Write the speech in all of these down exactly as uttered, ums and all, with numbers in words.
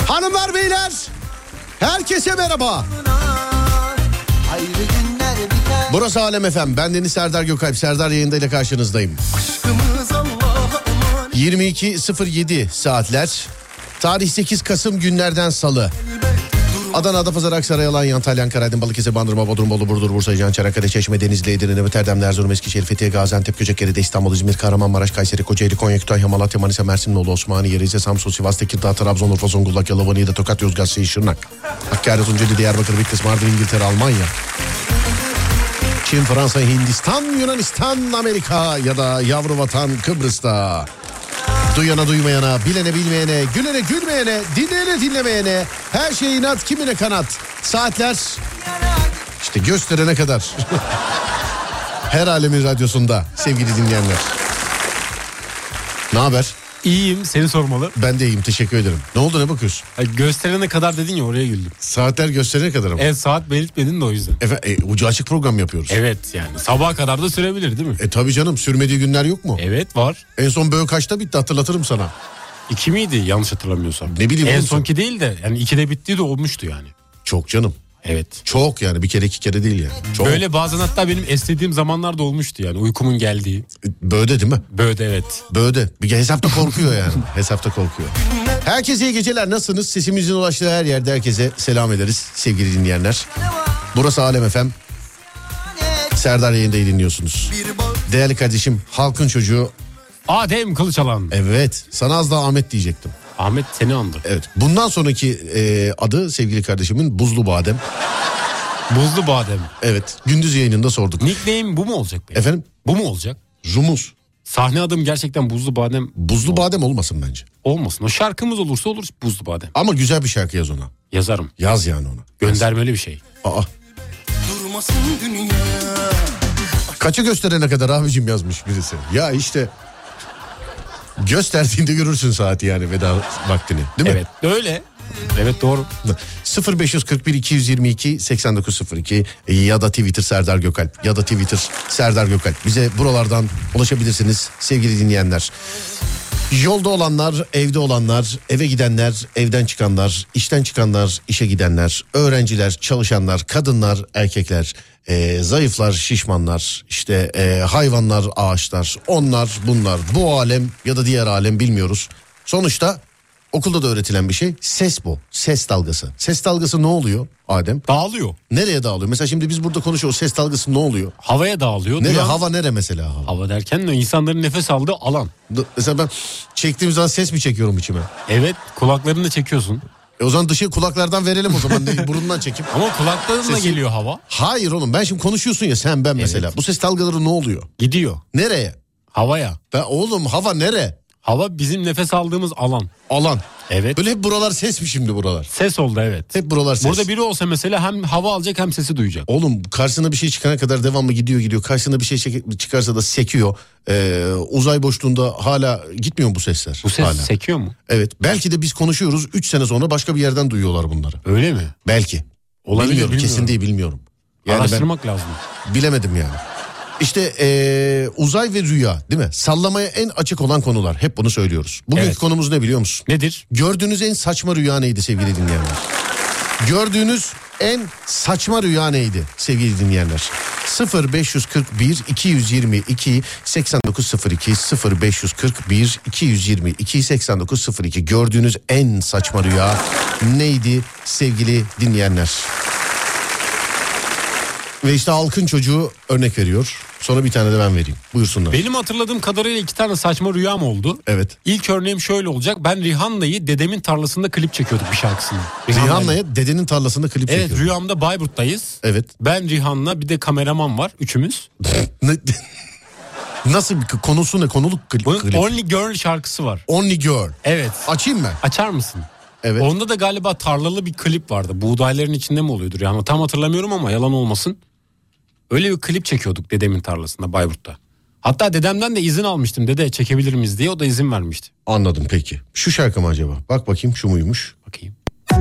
Hanımlar beyler, herkese merhaba. Burası Alem F M. Ben Deniz Serdar Gökalp. Serdar yayında ile karşınızdayım. yirmi iki sıfır yedi saatler. Tarih sekiz Kasım günlerden Salı. Adana, Adapazarı, Aksaray, Alanya, Antalya, Ankara, Aydın, Balıkesir, Bandırma, Bodrum, Bolu, Burdur, Bursa, Can, Çanakkale, Çeşme, Denizli, Edirne, Ümit Erdemli, Erzurum, Eskişehir, Fethiye, Gaziantep, Göcekere, İstanbul, İzmir, Kahramanmaraş, Kayseri, Kocaeli, Konya, Kütahya, Malatya, Manisa, Mersin, Bolu, Osmaniye, Rize, Samsun, Sivas, Tekirdağ, Trabzon, Urfa, Zonguldak, Yalova, Niğde, Tokat, Yozgat, Siirt, Şırnak, Hakkari, Tunceli, Diyarbakır, Bitlis, Mardin, İngiltere, Almanya, Çin, Fransa, Hindistan, Yunanistan, Amerika ya da yavru vatan Kıbrıs'ta. Duyana duymayana, bilene bilmeyene, gülene gülmeyene, dinleyene dinlemeyene, her şey inat, kimine kanat. Saatler işte gösterene kadar. Her alemin radyosunda sevgili dinleyenler. Ne haber? İyiyim, seni sormalı. Ben de iyiyim, teşekkür ederim. Ne oldu, ne bakıyorsun? Yani gösterene kadar dedin ya, oraya güldüm. Saatler gösterene kadar ama. Evet, saat belirtmedin de o yüzden. Efendim, e, ucu açık program yapıyoruz. Evet, yani sabaha kadar da sürebilir değil mi? E tabii canım, sürmediği günler yok mu? Evet, var. En son böğü kaçta bitti hatırlatırım sana. İki miydi yanlış hatırlamıyorsam? Ne bileyim. En sonki değil de yani ikide bittiği de olmuştu yani. Çok canım. Evet. Çok yani, bir kere iki kere değil yani. Çok. Böyle bazen hatta benim esnediğim zamanlar da olmuştu yani, uykumun geldiği. Böğde değil mi? Böğde, evet. Böğde. Bir hesapta korkuyor yani. Hesapta korkuyor. Herkese iyi geceler, nasılsınız? Sesimizin ulaştığı her yerde herkese selam ederiz sevgili dinleyenler. Burası Alem F M. Serdar yayındayı dinliyorsunuz. Değerli kardeşim, halkın çocuğu Adem Kılıçalan. Evet, sana az daha Ahmet diyecektim. Ahmet seni andı. Evet. Bundan sonraki e, adı sevgili kardeşimin Buzlu Badem. Buzlu Badem. Evet. Gündüz yayınında sorduk. Nickname bu mu olacak benim? Efendim? Bu mu olacak? Rumuz. Sahne adım gerçekten Buzlu Badem. Buzlu Badem olmasın bence. Olmasın. O şarkımız olursa olur Buzlu Badem. Ama güzel bir şarkı yaz ona. Yazarım. Yaz yani ona. Göndermeli bir şey. Aa. Kaça gösterene kadar abicim yazmış birisi. Ya işte gösterdiğinde görürsün saati yani, veda vaktini, değil mi? Evet öyle. Evet doğru. sıfır beş kırk bir iki yüz yirmi iki seksen dokuz sıfır iki ya da Twitter Serdar Gökalp ya da Twitter Serdar Gökalp. Bize buralardan ulaşabilirsiniz sevgili dinleyenler. Yolda olanlar, evde olanlar, eve gidenler, evden çıkanlar, işten çıkanlar, işe gidenler, öğrenciler, çalışanlar, kadınlar, erkekler, e, zayıflar, şişmanlar, işte e, hayvanlar, ağaçlar, onlar, bunlar, bu alem ya da diğer alem bilmiyoruz. Sonuçta okulda da öğretilen bir şey, ses bu, ses dalgası. Ses dalgası ne oluyor Adem? Dağılıyor. Nereye dağılıyor? Mesela şimdi biz burada konuşuyoruz, ses dalgası ne oluyor? Havaya dağılıyor. Nereye? Duyan... Hava nere mesela? Hava, hava derken de insanların nefes aldığı alan. Mesela ben çektiğim zaman ses mi çekiyorum içime? Evet, kulaklarını da çekiyorsun. E o zaman dışı kulaklardan verelim o zaman. Burundan çekip. Ama kulaklarınla Sesi... geliyor hava. Hayır oğlum, ben şimdi konuşuyorsun ya sen ben mesela. Evet. Bu ses dalgaları ne oluyor? Gidiyor. Nereye? Havaya. Ben, oğlum hava nere? Hava bizim nefes aldığımız alan. Alan. Evet. Böyle hep buralar ses mi şimdi buralar? Ses oldu, evet. Hep buralar ses. Burada biri olsa mesela hem hava alacak hem sesi duyacak. Oğlum karşısına bir şey çıkana kadar devamlı gidiyor gidiyor. Karşısına bir şey çıkarsa da sekiyor. Ee, uzay boşluğunda hala gitmiyor mu bu sesler? Bu ses hala sekiyor mu? Evet. Belki de biz konuşuyoruz, üç sene sonra başka bir yerden duyuyorlar bunları. Öyle mi? Belki. Olabilir, bilmiyorum, bilmiyorum. Kesin değil, bilmiyorum. Yani araştırmak lazım. Bilemedim yani. İşte ee, uzay ve rüya, değil mi? Sallamaya en açık olan konular. Hep bunu söylüyoruz. Bugünkü evet. konumuz ne biliyor musun? Nedir? Gördüğünüz en saçma rüya neydi sevgili dinleyenler? Gördüğünüz en saçma rüya neydi sevgili dinleyenler? sıfır beş kırk bir iki yüz yirmi iki seksen dokuz sıfır iki sıfır beş kırk bir iki yüz yirmi iki seksen dokuz sıfır iki. Gördüğünüz en saçma rüya neydi sevgili dinleyenler? Ve işte halkın çocuğu örnek veriyor. Sonra bir tane de ben vereyim. Buyursunlar. Benim hatırladığım kadarıyla iki tane saçma rüyam oldu. Evet. İlk örneğim şöyle olacak. Ben Rihanna'yı dedemin tarlasında klip çekiyorduk bir şarkısını. Rihanna'ya dedenin tarlasında klip evet, çekiyorduk. Evet, rüyamda Bayburt'tayız. Evet. Ben, Rihanna, bir de kameraman var. Üçümüz. Nasıl bir konusu ne? Konuluk klip. Only Girl şarkısı var. Only Girl. Evet. Açayım mı? Açar mısın? Evet. Onda da galiba tarlalı bir klip vardı. Buğdayların içinde mi oluyordur? Yani tam hatırlamıyorum ama yalan olmasın. Öyle bir klip çekiyorduk dedemin tarlasında Bayburt'ta. Hatta dedemden de izin almıştım. Dede çekebilir miyiz diye, o da izin vermişti. Anladım, peki. Şu şarkı mı acaba? Bak bakayım, şu muymuş? Bakayım.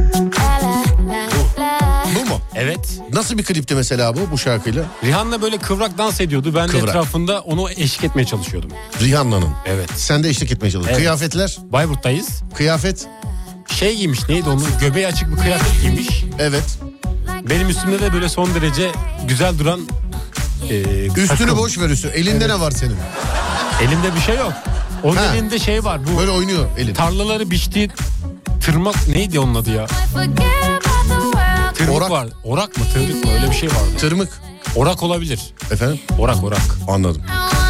Bu mu? Evet. Nasıl bir klipti mesela bu bu şarkıyla? Rihanna böyle kıvrak dans ediyordu. Ben kıvrak. de etrafında onu eşlik etmeye çalışıyordum. Rihanna'nın. Evet. Sen de eşlik etmeye çalışıyordun. Evet. Kıyafetler? Bayburt'tayız. Kıyafet? şey giymiş, neydi onun, göbeği açık bir kıyafet giymiş. Evet. Benim üstümde de böyle son derece güzel duran e, Üstünü takım. boş ver üstü. Elinde evet. Ne var senin? Elimde bir şey yok. Onun ha. elinde şey var. Bu böyle oynuyor elin. Tarlaları biçtiği tırmak, neydi onun adı ya? Tırmık Orak. var. Orak mı, tırmık mı, öyle bir şey vardı. Tırmık. Orak olabilir. Efendim? Orak orak. Anladım.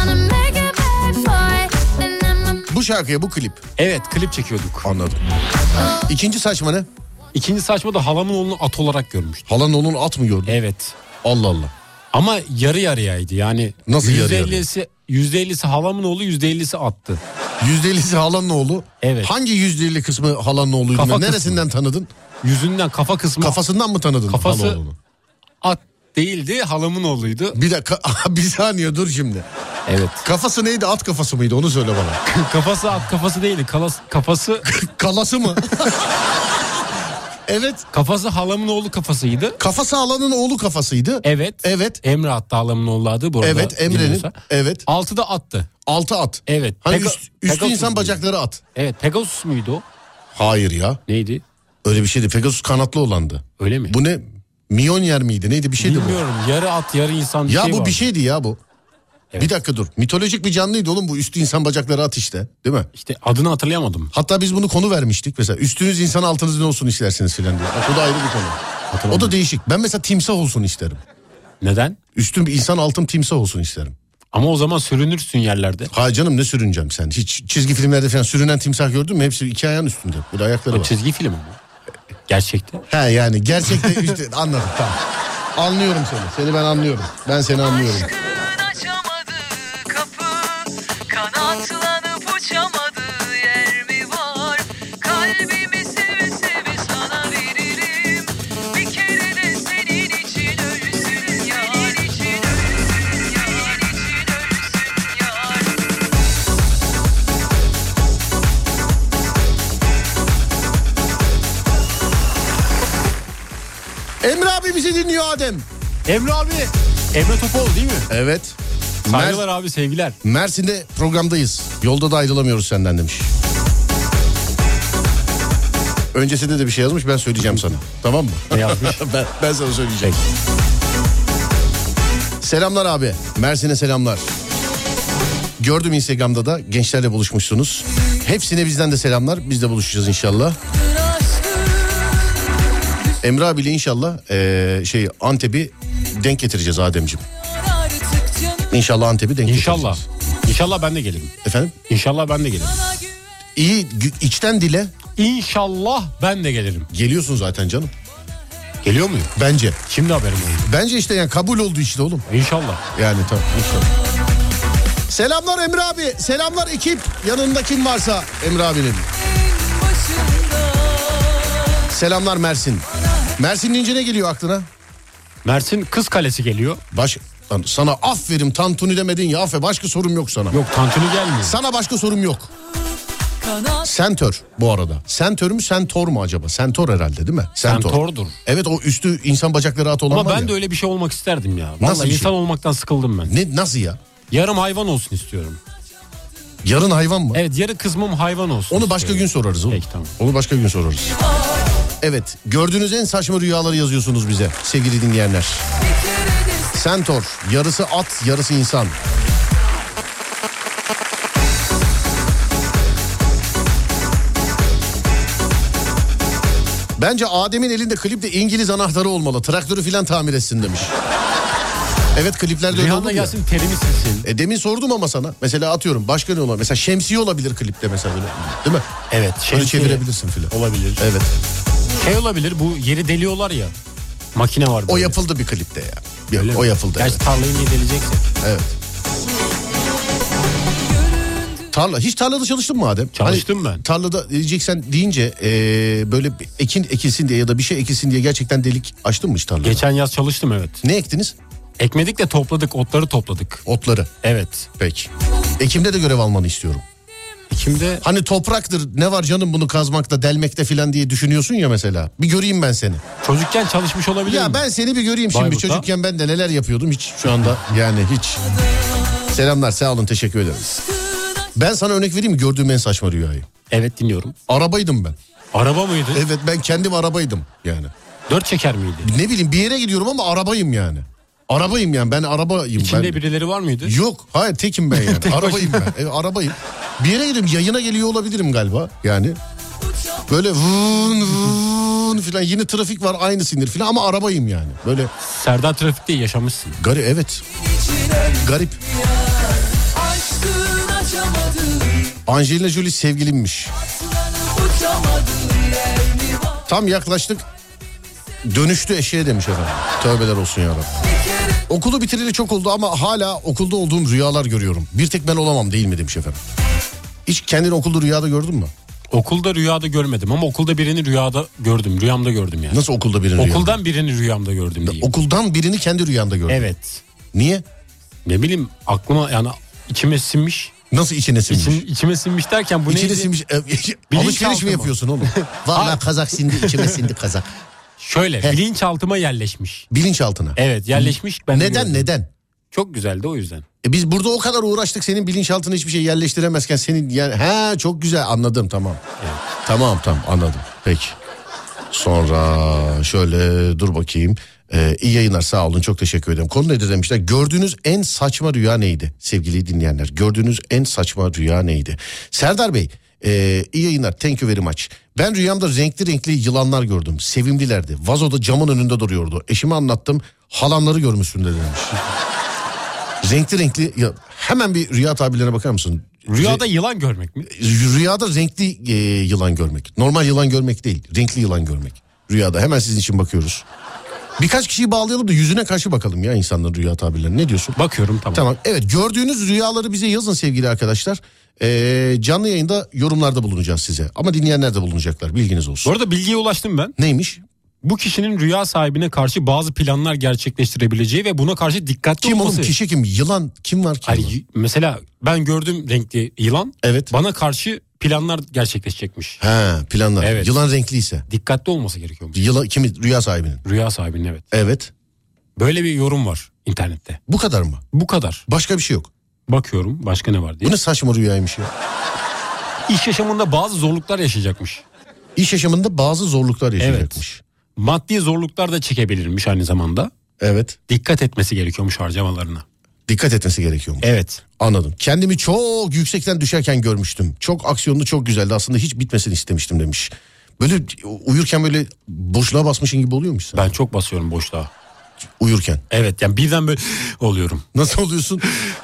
Bu şarkıya, bu klip. Evet, klip çekiyorduk. Anladım. İkinci saçma ne? İkinci saçma da halamın oğlunu at olarak görmüştüm. Halanın oğlunu at mı gördün? Evet. Allah Allah. Ama yarı yarıyaydı yani. Nasıl yarı yarıya? yüzde ellisi halamın oğlu, yüzde ellisi attı. yüzde ellisi halanın oğlu. Evet. Hangi yüzde elli kısmı halanın oğluydu? Kafa Neresinden kısmı. Tanıdın? Yüzünden, kafa kısmı. Kafasından mı tanıdın? Kafası at değildi, halamın oğluydu. Bir dakika, bir saniye dur şimdi. Evet. Kafası neydi, at kafası mıydı, onu söyle bana. Kafası at kafası değildi, kalas, kafası. Kalası mı? Evet. Kafası halamın oğlu kafasıydı. Kafası halanın oğlu kafasıydı. Evet. Evet. Emre hatta halamın oğlu adı bu arada. Evet, Emre'nin. Evet. Altı da attı. Altı at. Evet. Hani Pega- üst, üstü Pegasus insan muydu? bacakları at. Evet, Pegasus muydu o? Hayır ya. Neydi? Öyle bir şeydi. Pegasus kanatlı olandı. Öyle mi? Bu ne? Miyonyer miydi? Neydi, bir şeydi bu? Bilmiyorum. Yarı at, yarı insan bir ya şey bu vardı. bir şeydi ya bu. Evet. Bir dakika dur. Mitolojik bir canlıydı oğlum bu, üstü insan bacakları at işte. Değil mi? İşte adını hatırlayamadım. Hatta biz bunu konu vermiştik. Mesela üstünüz insan, altınız ne olsun istersiniz filan diye. Bak, o da ayrı bir konu. O da değişik. Ben mesela timsah olsun isterim. Neden? Üstüm insan, altım timsah olsun isterim. Ama o zaman sürünürsün yerlerde. Hayır canım, ne sürüneceğim sen? Hiç çizgi filmlerde falan sürünen timsah gördün mü? Hepsi iki ayağın üstünde. Böyle ayakları O var. çizgi film mi? Gerçekte. He yani gerçekte üstü anladım, tamam. Anlıyorum seni. Seni ben anlıyorum. Ben seni anlıyorum. Emre abi bizi dinliyor Adem. Emre abi. Emre Topoğlu değil mi? Evet. Saygılar Mer- abi, sevgiler. Mersin'de programdayız. Yolda da ayrılamıyoruz senden demiş. Öncesinde de bir şey yazmış, ben söyleyeceğim sana. Tamam mı? Ne yazmış? ben, ben sana söyleyeceğim. Selamlar abi. Mersin'e selamlar. Gördüm Instagram'da da gençlerle buluşmuşsunuz. Hepsine bizden de selamlar. Biz de buluşacağız inşallah. Emre abiyle inşallah ee, şey Antep'i denk getireceğiz Ademciğim. İnşallah Antep'i denk İnşallah. getireceğiz. İnşallah ben de gelirim. Efendim? İnşallah ben de gelirim. İyi, içten dile. İnşallah ben de gelirim. Geliyorsun zaten canım. Geliyor muyum? Bence. Şimdi haberim oldu. Bence işte yani kabul oldu işte oğlum. İnşallah. Yani tamam inşallah. Selamlar Emre abi. Selamlar ekip. Yanında kim varsa Emre abinin. Selamlar Mersin. Mersin deyince ne geliyor aklına? Mersin Kız Kalesi geliyor. Baş, sana aferin, tantuni demedin ya, aferin, başka sorum yok sana. Yok, tantuni gelmiyor. Sana başka sorum yok. Sentör bu arada. Sentör mü, sentor mu acaba? Sentor herhalde değil mi? Sentor. Sentordur. Evet, o üstü insan bacakları at olan Ama var ben ya. de öyle bir şey olmak isterdim ya. Vallahi Nasıl bir insan şey? olmaktan sıkıldım ben. Ne, nasıl ya? Yarım hayvan olsun istiyorum. Yarın hayvan mı? Evet, yarı kızmam hayvan olsun. Onu başka istiyorum. gün sorarız oğlum. Peki, tamam. Onu başka gün sorarız. Evet, gördüğünüz en saçma rüyaları yazıyorsunuz bize sevgili dinleyenler. Sentor, yarısı at, yarısı insan. Bence Adem'in elinde klipte İngiliz anahtarı olmalı. Traktörü filan tamir etsin demiş. Evet, kliplerde öyle olur Rihanna ya. gelsin, terimi silsin. E demin sordum ama sana. Mesela atıyorum, başka ne olabilir? Mesela şemsiye olabilir klipte mesela böyle. Değil mi? Evet. Öyle şemsiye çevirebilirsin filan. Olabilir. Evet. Şey olabilir, bu yeri deliyorlar ya. Makine var böyle. O yapıldı bir klipte ya. Bir, Öyle o mi? yapıldı. Gerçi Evet. tarlayı niye deleyeceksek. Evet. Tarla. Hiç tarlada çalıştın mı Adem? Çalıştım hani, ben. Tarlada diyeceksen deyince ee, böyle ekin ekilsin diye ya da bir şey ekilsin diye gerçekten delik açtın mı hiç tarlada? Geçen yaz çalıştım, evet. Ne ektiniz? Ekmedik de topladık, otları topladık. Otları. Evet. Peki. Ekimde de görev almanı istiyorum. Ekimde... Hani topraktır, ne var canım bunu kazmakta, delmekte filan diye düşünüyorsun ya mesela. Bir göreyim ben seni. Çocukken çalışmış olabilir Ya mi? ben seni bir göreyim şimdi. Bayburt'ta. Çocukken ben de neler yapıyordum hiç şu anda yani hiç. Selamlar, sağ olun, teşekkür ederim. Ben sana örnek vereyim mi gördüğüm en saçma rüyayı? Evet, dinliyorum. Arabaydım ben. Araba mıydı? Evet, ben kendim arabaydım yani. Dört çeker miydi? Ne bileyim, bir yere gidiyorum ama arabayım yani. Arabayım yani, ben arabayım. İçinde ben... birileri var mıydı? Yok, hayır, tekim ben yani. Arabayım ben. Evet, arabayım. Bir yere gidiyorum, yayına geliyor olabilirim galiba yani. Böyle vın vın filan, yine trafik var, aynı sinir filan ama arabayım yani. Böyle Serdar trafikte yaşamışsın. garip, evet. Garip. Angelina Jolie sevgilimmiş. Tam yaklaştık. Dönüştü eşeğe demiş efendim. Tövbeler olsun ya Rabbi. Okulu bitireli çok oldu ama hala okulda olduğum rüyalar görüyorum. Bir tek ben olamam değil mi demiş efendim. Hiç kendini okulda rüyada gördün mü? Okulda rüyada görmedim ama okulda birini rüyada gördüm. Rüyamda gördüm yani. Nasıl okulda birini rüyada? Okuldan birini rüyamda gördüm diyeyim. Okuldan birini kendi rüyanda gördün. Evet. Niye? Ne bileyim, aklıma yani içime sinmiş. Nasıl içine sinmiş? İçim, içime sinmiş derken bu İçine neydi? sinmiş. E, alışveriş mi yapıyorsun oğlum? Vallahi kazak sindi, içime sindi kazak. Şöyle He. bilinçaltıma yerleşmiş. Bilinçaltına. Evet, yerleşmiş. Ben de Neden gördüm. neden? Çok güzeldi o yüzden. E biz burada o kadar uğraştık, senin bilinçaltına hiçbir şey yerleştiremezken senin yani he çok güzel, anladım, tamam. Evet. Tamam tamam anladım. Peki. Sonra şöyle dur bakayım. Ee, iyi yayınlar, sağ olun, çok teşekkür ederim. Konu nedir demişler. Gördüğünüz en saçma rüya neydi sevgili dinleyenler? Gördüğünüz en saçma rüya neydi? Serdar Bey, e, iyi yayınlar, thank you very much. Ben rüyamda renkli renkli yılanlar gördüm. Sevimlilerdi. Vazoda camın önünde duruyordu. Eşime anlattım. Halamları görmüşsün de demiş. Renkli renkli ya, hemen bir rüya tabirlerine bakar mısın? Rüyada Re- yılan görmek mi? Rüyada renkli e, yılan görmek. Normal yılan görmek değil. Renkli yılan görmek. Rüyada hemen sizin için bakıyoruz. Birkaç kişiyi bağlayalım da yüzüne karşı bakalım ya insanların rüya tabirlerine. Ne diyorsun? Bakıyorum, tamam. Tamam, evet, gördüğünüz rüyaları bize yazın sevgili arkadaşlar. Ee, canlı yayında yorumlarda bulunacağız size. Ama dinleyenler de bulunacaklar, bilginiz olsun. Bu arada bilgiye ulaştım ben. Neymiş? Bu kişinin rüya sahibine karşı bazı planlar gerçekleştirebileceği ve buna karşı dikkatli Kim olması. oğlum, kişi kim? Yılan kim var ki? Hayır, mesela ben gördüm renkli yılan. Evet. Bana karşı planlar gerçekleşecekmiş. He, planlar. Evet. Yılan renkliyse. Dikkatli olması gerekiyormuş. Yılan kimi? Rüya sahibinin. Rüya sahibinin, evet. Evet. Böyle bir yorum var internette. Bu kadar mı? Bu kadar. Başka bir şey yok. Bakıyorum başka ne var diye. Bu ne saçma rüyaymış ya. İş yaşamında bazı zorluklar yaşayacakmış. İş yaşamında bazı zorluklar yaşayacakmış. Maddi zorluklar da çekebilirmiş aynı zamanda. Evet. Dikkat etmesi gerekiyormuş harcamalarına. Dikkat etmesi gerekiyormuş. Evet. Anladım. Kendimi çok yüksekten düşerken görmüştüm. Çok aksiyonlu, çok güzeldi. Aslında hiç bitmesini istemiştim demiş. Böyle uyurken böyle boşluğa basmışın gibi oluyormuş sen. Ben çok basıyorum boşluğa. Uyurken. Evet, yani birden böyle oluyorum. Nasıl oluyorsun?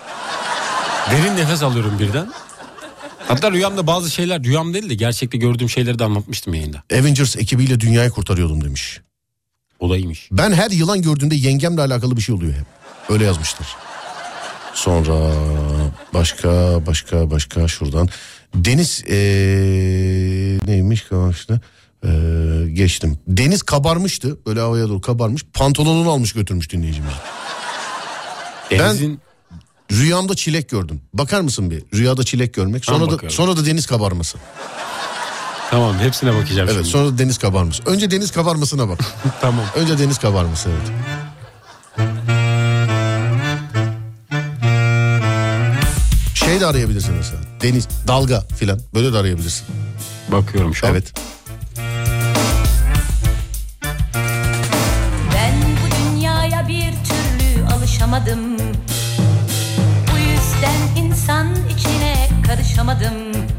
Derin nefes alıyorum birden. Hatta rüyamda bazı şeyler, rüyam değil de gerçekte gördüğüm şeyleri de anlatmıştım yayında. Avengers ekibiyle dünyayı kurtarıyordum demiş. O da iyiymiş. Ben her yılan gördüğümde yengemle alakalı bir şey oluyor hep. Öyle yazmıştır. Sonra başka başka başka şuradan. Deniz ee, neymiş karşıda? Ee, geçtim. Deniz kabarmıştı. Böyle havaya doğru kabarmış. Pantolonunu almış götürmüş dinleyicimiz. Denizin... Ben rüyamda çilek gördüm. Bakar mısın bir? Rüyada çilek görmek. Sonra Tamam, da sonra da deniz kabarması. Tamam, hepsine bakacağım Evet, şimdi. sonra da deniz kabarması. Önce deniz kabarmasına bak. Tamam. Önce deniz kabarması, evet. Şey de arayabilirsin mesela. Deniz, dalga filan. Böyle de arayabilirsin. Bakıyorum şu an. Evet. Ben bu dünyaya bir türlü alışamadım. Bu yüzden insan içine karışamadım.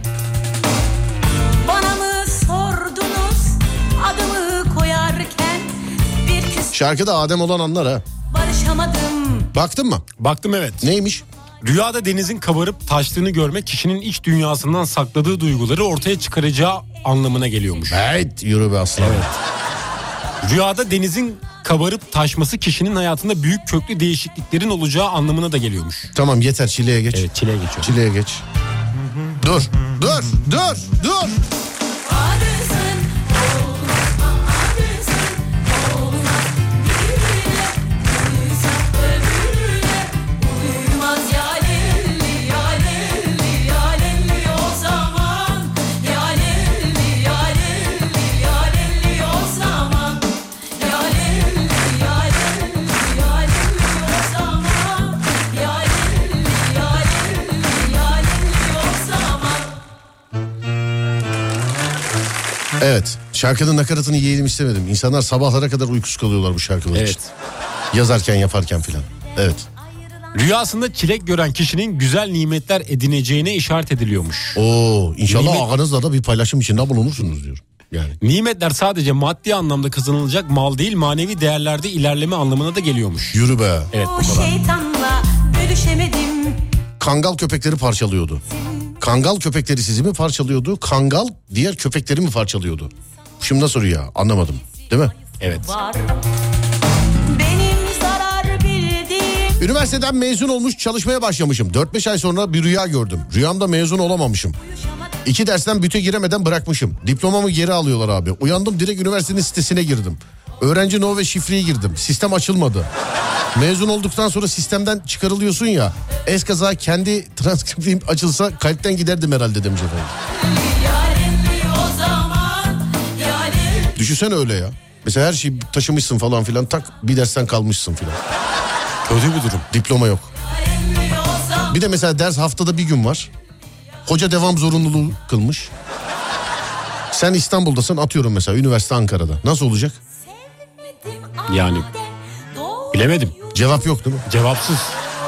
Bana mı sordunuz adımı koyarken bir küs Şarkıda Adem olan anlar ha. barışamadım. Baktın mı? Baktım, evet. Neymiş? Rüyada denizin kabarıp taştığını görmek kişinin iç dünyasından sakladığı duyguları ortaya çıkaracağı anlamına geliyormuş. Evet, yürü be aslan. Evet. Rüyada denizin kabarıp taşması kişinin hayatında büyük köklü değişikliklerin olacağı anlamına da geliyormuş. Tamam, yeter, çileye geç. Evet, çileye geçiyor. Çileye geç. Dur, dur, dur, dur. Arısın olmaz, arısın olmaz. Biriyle uyusak öbürüyle uyumaz. Ya lelli, ya lelli, ya lelli o zaman. Ya lelli, ya lelli, ya lelli o zaman. Ya lelli, ya lelli, ya lelli o zaman. Ya lelli, ya lelli, ya lelli o zaman. Evet, şarkının nakaratını yiyelim istemedim. İnsanlar sabahlara kadar uykusuz kalıyorlar bu şarkılar Evet. için. Yazarken yaparken filan. Evet. Rüyasında çilek gören kişinin güzel nimetler edineceğine işaret ediliyormuş. Oo, inşallah Nimet- ağanızla da bir paylaşım içinde bulunursunuz diyorum. Yani. Nimetler sadece maddi anlamda kazanılacak mal değil, manevi değerlerde ilerleme anlamına da geliyormuş. Yürü be. Evet, O bu kadar. şeytanla bölüşemedim. Kangal köpekleri parçalıyordu. Kangal köpekleri sizi mi parçalıyordu? Kangal diğer köpekleri mi parçalıyordu? Şimdi nasıl rüya? Anlamadım. Değil mi? Evet. Var. Benim zarar bildiğim. Üniversiteden mezun olmuş, çalışmaya başlamışım. dört beş ay sonra bir rüya gördüm. Rüyamda mezun olamamışım. İki dersten büte giremeden bırakmışım. Diplomamı geri alıyorlar abi. Uyandım, direkt üniversitenin sitesine girdim. Öğrenci no ve şifreyi girdim. Sistem açılmadı. Mezun olduktan sonra sistemden çıkarılıyorsun ya. Eskaza kendi transkriptim açılsa kalpten giderdim herhalde demiş efendim. Yarim o zaman. Yarim. Düşünsene öyle ya. Mesela her şeyi taşımışsın falan filan, tak bir dersten kalmışsın filan. Kötü bir durum. Diploma yok. Yarim o zaman. Bir de mesela ders haftada bir gün var. Hoca devam zorunluluğu kılmış. Sen İstanbul'dasın, atıyorum mesela üniversite Ankara'da. Nasıl olacak? Yani bilemedim. Cevap yok değil mi? Cevapsız.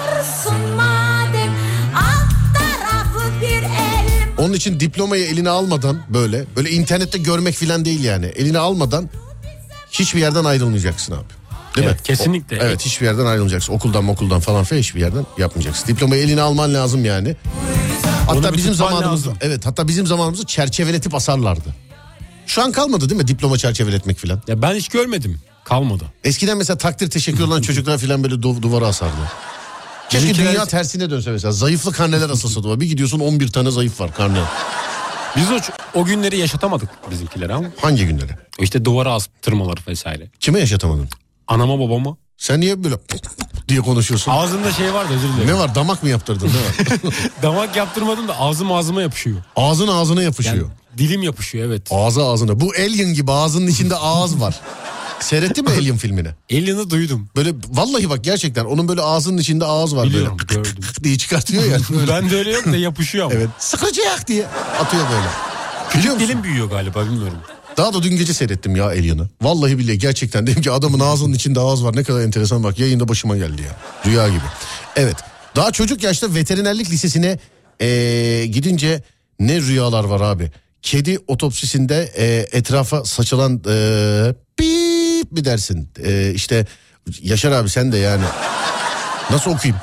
Madem alt tarafı bir el. Onun için diplomayı eline almadan böyle, böyle internette görmek filan değil yani. Eline almadan hiçbir yerden ayrılmayacaksın abi. Değil Evet, mi? kesinlikle. O- evet, hiçbir yerden ayrılmayacaksın. Okuldan okuldan falan filan hiçbir yerden yapmayacaksın. Diplomayı eline alman lazım yani. Onu Hatta bir bizim tutman zamanımızda, lazım. evet hatta bizim zamanımızda çerçeveletip asarlardı. Şu an kalmadı değil mi diploma çerçeveletmek filan? Ya ben hiç görmedim. Kalmadı. Eskiden mesela takdir teşekkür olan çocuklar filan böyle du- duvara asardı. Keşke Bizimkiler- dünya tersine dönse mesela. Zayıflı karneler asılsa duvara. Bir gidiyorsun on bir tane zayıf var karne. Biz o, o günleri yaşatamadık bizimkiler ama. Hangi günleri? İşte duvara astırmaları vesaire. Kime yaşatamadın? Anama babama. Sen niye böyle diye konuşuyorsun? Ağzında şey vardı, özür dilerim. Ne var, damak mı yaptırdın, ne var? Damak yaptırmadım da ağzım ağzıma yapışıyor. Ağzın ağzına yapışıyor. Yani dilim yapışıyor, evet. Ağzı ağzına. Bu Alien gibi ağzının içinde ağız var. Seyrettin mi Alien filmini? Alien'ı duydum. Böyle vallahi bak gerçekten onun böyle ağzının içinde ağız var. Biliyorum, böyle gördüm. diye çıkartıyor ya. Böyle. Ben de öyle yok da yapışıyor ama. Evet. Sıkacak diye atıyor böyle. Biliyor musun? Dilim büyüyor galiba, bilmiyorum. Daha da dün gece seyrettim ya Alien'ı. Vallahi billahi gerçekten dedim ki adamın ağzının içinde ağız var, ne kadar enteresan, bak yayında başıma geldi ya. Rüya gibi. Evet. Daha çocuk yaşta veterinerlik lisesine ee, gidince ne rüyalar var abi. Kedi otopsisinde ee, etrafa saçılan ee, bip mi dersin? Ee, işte Yaşar abi sen de yani. Nasıl okuyayım?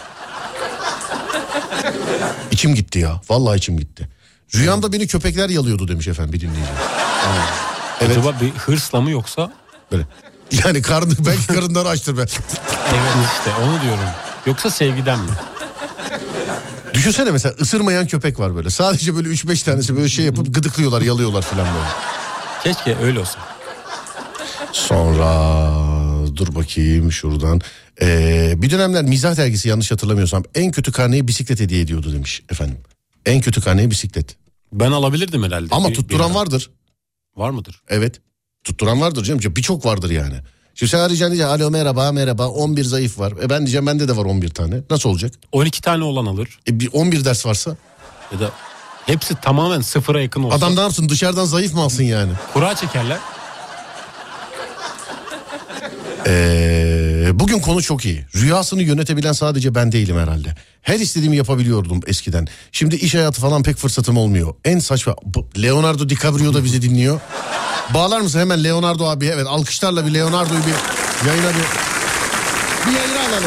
İçim gitti ya. Vallahi içim gitti. Rüyamda beni köpekler yalıyordu demiş efendim bir dinleyici. Evet. Acaba bir hırsla mı yoksa? Böyle. Yani karnı belki karınları açtır be. Evet işte onu diyorum. Yoksa sevgiden mi? Düşünsene mesela ısırmayan köpek var böyle. Sadece böyle üç beş tanesi böyle şey yapıp gıdıklıyorlar, yalıyorlar falan böyle. Keşke öyle olsa. Sonra dur bakayım şuradan. Ee, bir dönemler Mizah dergisi yanlış hatırlamıyorsam en kötü karneyi bisiklet hediye ediyordu demiş efendim. En kötü karneyi bisiklet. Ben alabilirdim herhalde. Ama Bir- tutturan bir- vardır. Var mıdır? Evet. Tutturan vardır canım. Birçok vardır yani. Şimdi sen arayacaksın diyeceksin alo merhaba merhaba on bir zayıf var. E ben diyeceğim bende de var on bir tane. Nasıl olacak? on iki tane olan alır. E bir on bir ders varsa Ya da hepsi tamamen sıfıra yakın olsa. adam ne yapsın, dışarıdan zayıf mı alsın yani? Kura çekerler. Ee, bugün konu çok iyi. Rüyasını yönetebilen sadece ben değilim herhalde. Her istediğimi yapabiliyordum eskiden. Şimdi iş hayatı falan pek fırsatım olmuyor. En saçma. Bu- Leonardo DiCaprio da bizi dinliyor. Bağlar mısın hemen Leonardo abi? Evet, alkışlarla bir Leonardo'yu bir yayına bir... Bir yayına alalım.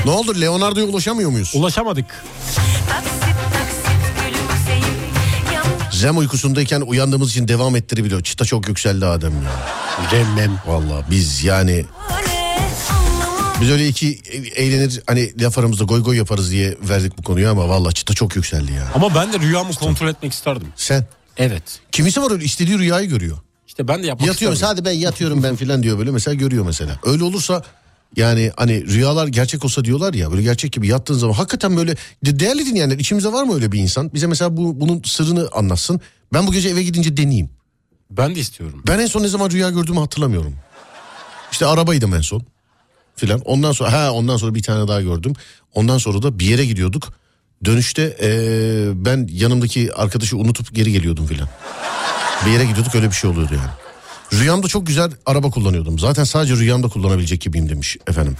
Ne oldu, Leonardo'ya ulaşamıyor muyuz? Ulaşamadık. Taksit taksit gülümseyip yan- Rem uykusundayken uyandığımız için devam ettirebiliyor. Çıta çok yükseldi Adem ya. Remmem. Vallahi biz yani Öyle anlamam. biz öyle iki eğlenir hani laf aramızda goy goy yaparız diye verdik bu konuyu ama vallahi çıta çok yükseldi ya. Ama ben de rüyamı kontrol etmek isterdim. Sen? Evet. Kimisi var öyle istediği rüyayı görüyor. İşte ben de yapmak Yatıyor isterdim. sadece ben yatıyorum ben filan diyor böyle mesela görüyor mesela. Öyle olursa yani hani rüyalar gerçek olsa diyorlar ya böyle gerçek gibi yattığın zaman hakikaten böyle de- değerli dinleyenler içimizde var mı öyle bir insan? Bize mesela bu bunun sırrını anlatsın. Ben bu gece eve gidince deneyeyim. Ben de istiyorum. Ben en son ne zaman rüya gördüğümü hatırlamıyorum. İşte arabaydım en son filan. Ondan sonra ha ondan sonra bir tane daha gördüm. Ondan sonra da bir yere gidiyorduk. Dönüşte ee, ben yanımdaki arkadaşı unutup geri geliyordum filan. Bir yere gidiyorduk öyle bir şey oluyordu yani. Rüyamda çok güzel araba kullanıyordum. Zaten sadece rüyamda kullanabilecek gibiyim demiş efendim.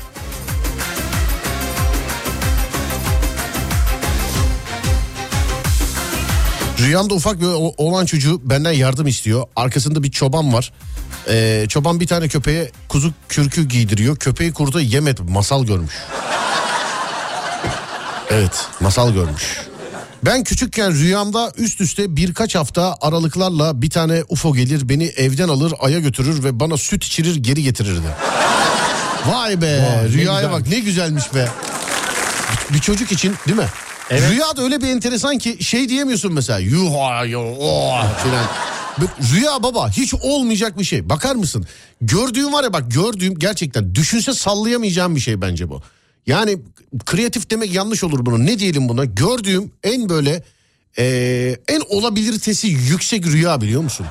Rüyamda ufak bir o- oğlan çocuğu benden yardım istiyor. Arkasında bir çoban var. Ee, çoban bir tane köpeğe kuzu kürkü giydiriyor. Köpeği kurda yemedi. Masal görmüş. Evet, masal görmüş. Ben küçükken rüyamda üst üste birkaç hafta aralıklarla bir tane U F O gelir, beni evden alır, aya götürür ve bana süt içirir, geri getirirdi. Vay be, Vay, ne rüyaya bak güzelmiş. ne güzelmiş be. Bir çocuk için değil mi? Evet. Rüya da öyle bir enteresan ki şey diyemiyorsun mesela. Yuha yo oh filan. Rüya baba hiç olmayacak bir şey. Bakar mısın? Gördüğüm var ya bak gördüğüm gerçekten düşünse sallayamayacağım bir şey bence bu. Yani kreatif demek yanlış olur bunu. Ne diyelim buna? Gördüğüm en böyle eee, en olabilitesi yüksek rüya biliyor musun?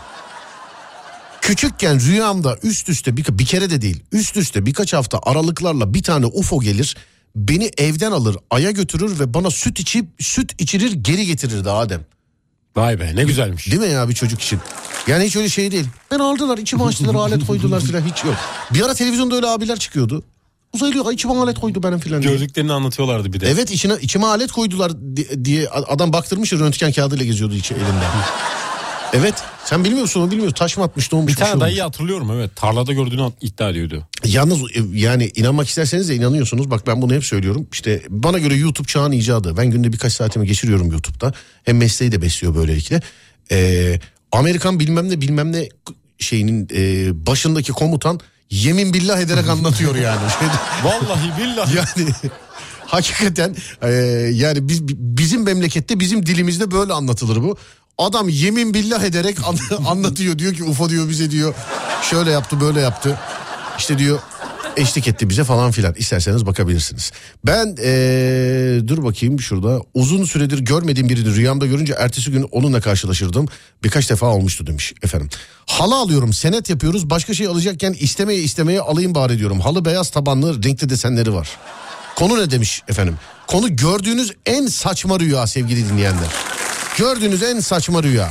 Küçükken rüyamda üst üste bir, bir kere de değil üst üste birkaç hafta aralıklarla bir tane U F O gelir. Beni evden alır aya götürür ve bana süt içip süt içirir geri getirirdi Adem. Vay be ne güzelmiş. Değil mi ya bir çocuk için? Yani hiç öyle şey değil. Ben aldılar içime açtılar alet koydular filan hiç yok. Bir ara televizyonda öyle abiler çıkıyordu. Uzaylı içime alet koydu benim filan diye. Gördüklerini anlatıyorlardı bir de. Evet içine, içime alet koydular di- diye adam baktırmış ya röntgen kağıdıyla geziyordu içi elinde. Evet sen bilmiyorsun o bilmiyor taş mı atmış ne olmuş. Bir tane şey dayıyı olmuş. hatırlıyorum evet. Tarlada gördüğünü at- iddia ediyordu. Yalnız e, yani inanmak isterseniz de inanıyorsunuz. Bak ben bunu hep söylüyorum. İşte bana göre YouTube çağın icadı. Ben günde birkaç saatimi geçiriyorum YouTube'da. Hem mesleği de besliyor böylelikle. Ee, Amerikan bilmem ne bilmem ne şeyinin e, başındaki komutan yemin billah ederek anlatıyor yani. Vallahi billahi. Yani hakikaten e, yani biz bizim memlekette bizim dilimizde böyle anlatılır bu. Adam yemin billah ederek an- anlatıyor diyor ki U F O diyor bize diyor şöyle yaptı böyle yaptı. İşte diyor eşlik etti bize falan filan. İsterseniz bakabilirsiniz. Ben ee, dur bakayım şurada uzun süredir görmediğim birini rüyamda görünce ertesi gün onunla karşılaşırdım. Birkaç defa olmuştu demiş efendim. Halı alıyorum senet yapıyoruz başka şey alacakken istemeye istemeye alayım bari diyorum. Halı beyaz tabanlı renkli desenleri var. Konu ne demiş efendim? Konu gördüğünüz en saçma rüya sevgili dinleyenler. Gördüğünüz en saçma rüya.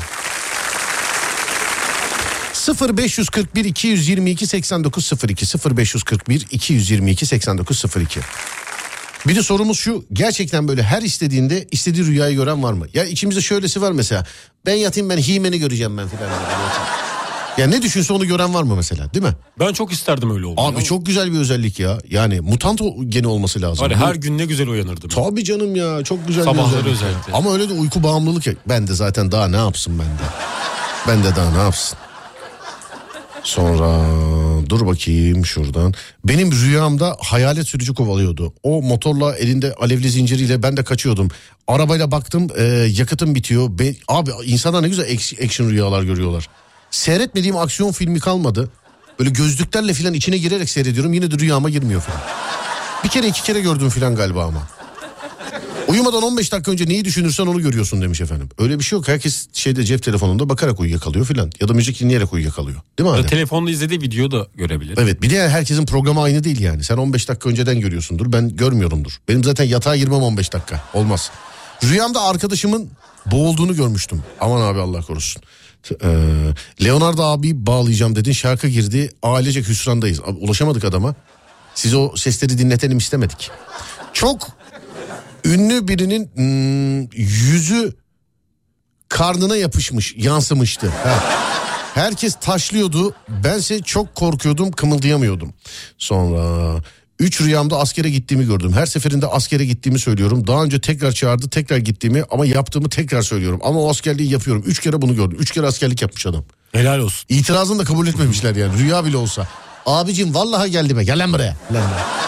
sıfır beş kırk bir iki yüz yirmi iki seksen dokuz sıfır iki sıfır beş kırk bir iki yüz yirmi iki seksen dokuz sıfır iki. Bir de sorumuz şu gerçekten böyle her istediğinde istediği rüyayı gören var mı? Ya içimizde şöylesi var mesela ben yatayım ben He-Man'i göreceğim ben filan. Ya ne düşünse onu gören var mı mesela değil mi? Ben çok isterdim öyle olmayı. Abi çok güzel bir özellik ya. Yani mutant o- geni olması lazım. Var ya, Bu- her gün ne güzel uyanırdım. Tabii canım ya çok güzel Sabahları bir özellik. özellikle. Ama öyle de uyku bağımlılık ya. Ben de zaten daha ne yapsın ben de. Ben de daha ne yapsın. Sonra dur bakayım şuradan. Benim rüyamda hayalet sürücü kovalıyordu. O motorla elinde alevli zinciriyle ben de kaçıyordum. Arabayla baktım e, yakıtım bitiyor. Ben, abi insanlar ne güzel action rüyalar görüyorlar. Seyretmediğim aksiyon filmi kalmadı. Böyle gözlüklerle filan içine girerek seyrediyorum. Yine de rüyama girmiyor filan. Bir kere iki kere gördüm filan galiba ama. Uyumadan on beş dakika önce neyi düşünürsen onu görüyorsun demiş efendim. Öyle bir şey yok. Herkes şeyde cep telefonunda bakarak uyuyakalıyor filan. Ya da müzik dinleyerek uyuyakalıyor. Değil mi Ya Adem? telefonda izlediği videoyu da görebilir. Evet bir de herkesin programı aynı değil yani. Sen on beş dakika önceden görüyorsundur. Ben görmüyorumdur. Benim zaten yatağa girmem on beş dakika. Olmaz. Rüyamda arkadaşımın boğulduğunu görmüştüm. Aman abi Allah korusun. Ee, Leonardo abi bağlayacağım dedin. Şarkı girdi. Ailecek hüsrandayız. Abi, ulaşamadık adama. Size o sesleri dinletelim istemedik. Çok ünlü birinin hmm, yüzü karnına yapışmış, yansımıştı. Ha. Herkes taşlıyordu. Bense çok korkuyordum, kımıldayamıyordum. Sonra Üç rüyamda askere gittiğimi gördüm. Her seferinde askere gittiğimi söylüyorum. Daha önce tekrar çağırdı, tekrar gittiğimi ama yaptığımı tekrar söylüyorum. Ama o askerliği yapıyorum. Üç kere bunu gördüm. Üç kere askerlik yapmış adam. Helal olsun. İtirazını da kabul etmemişler yani. Rüya bile olsa. Abicim vallahi geldi be. Gel lan buraya. Gel lan buraya.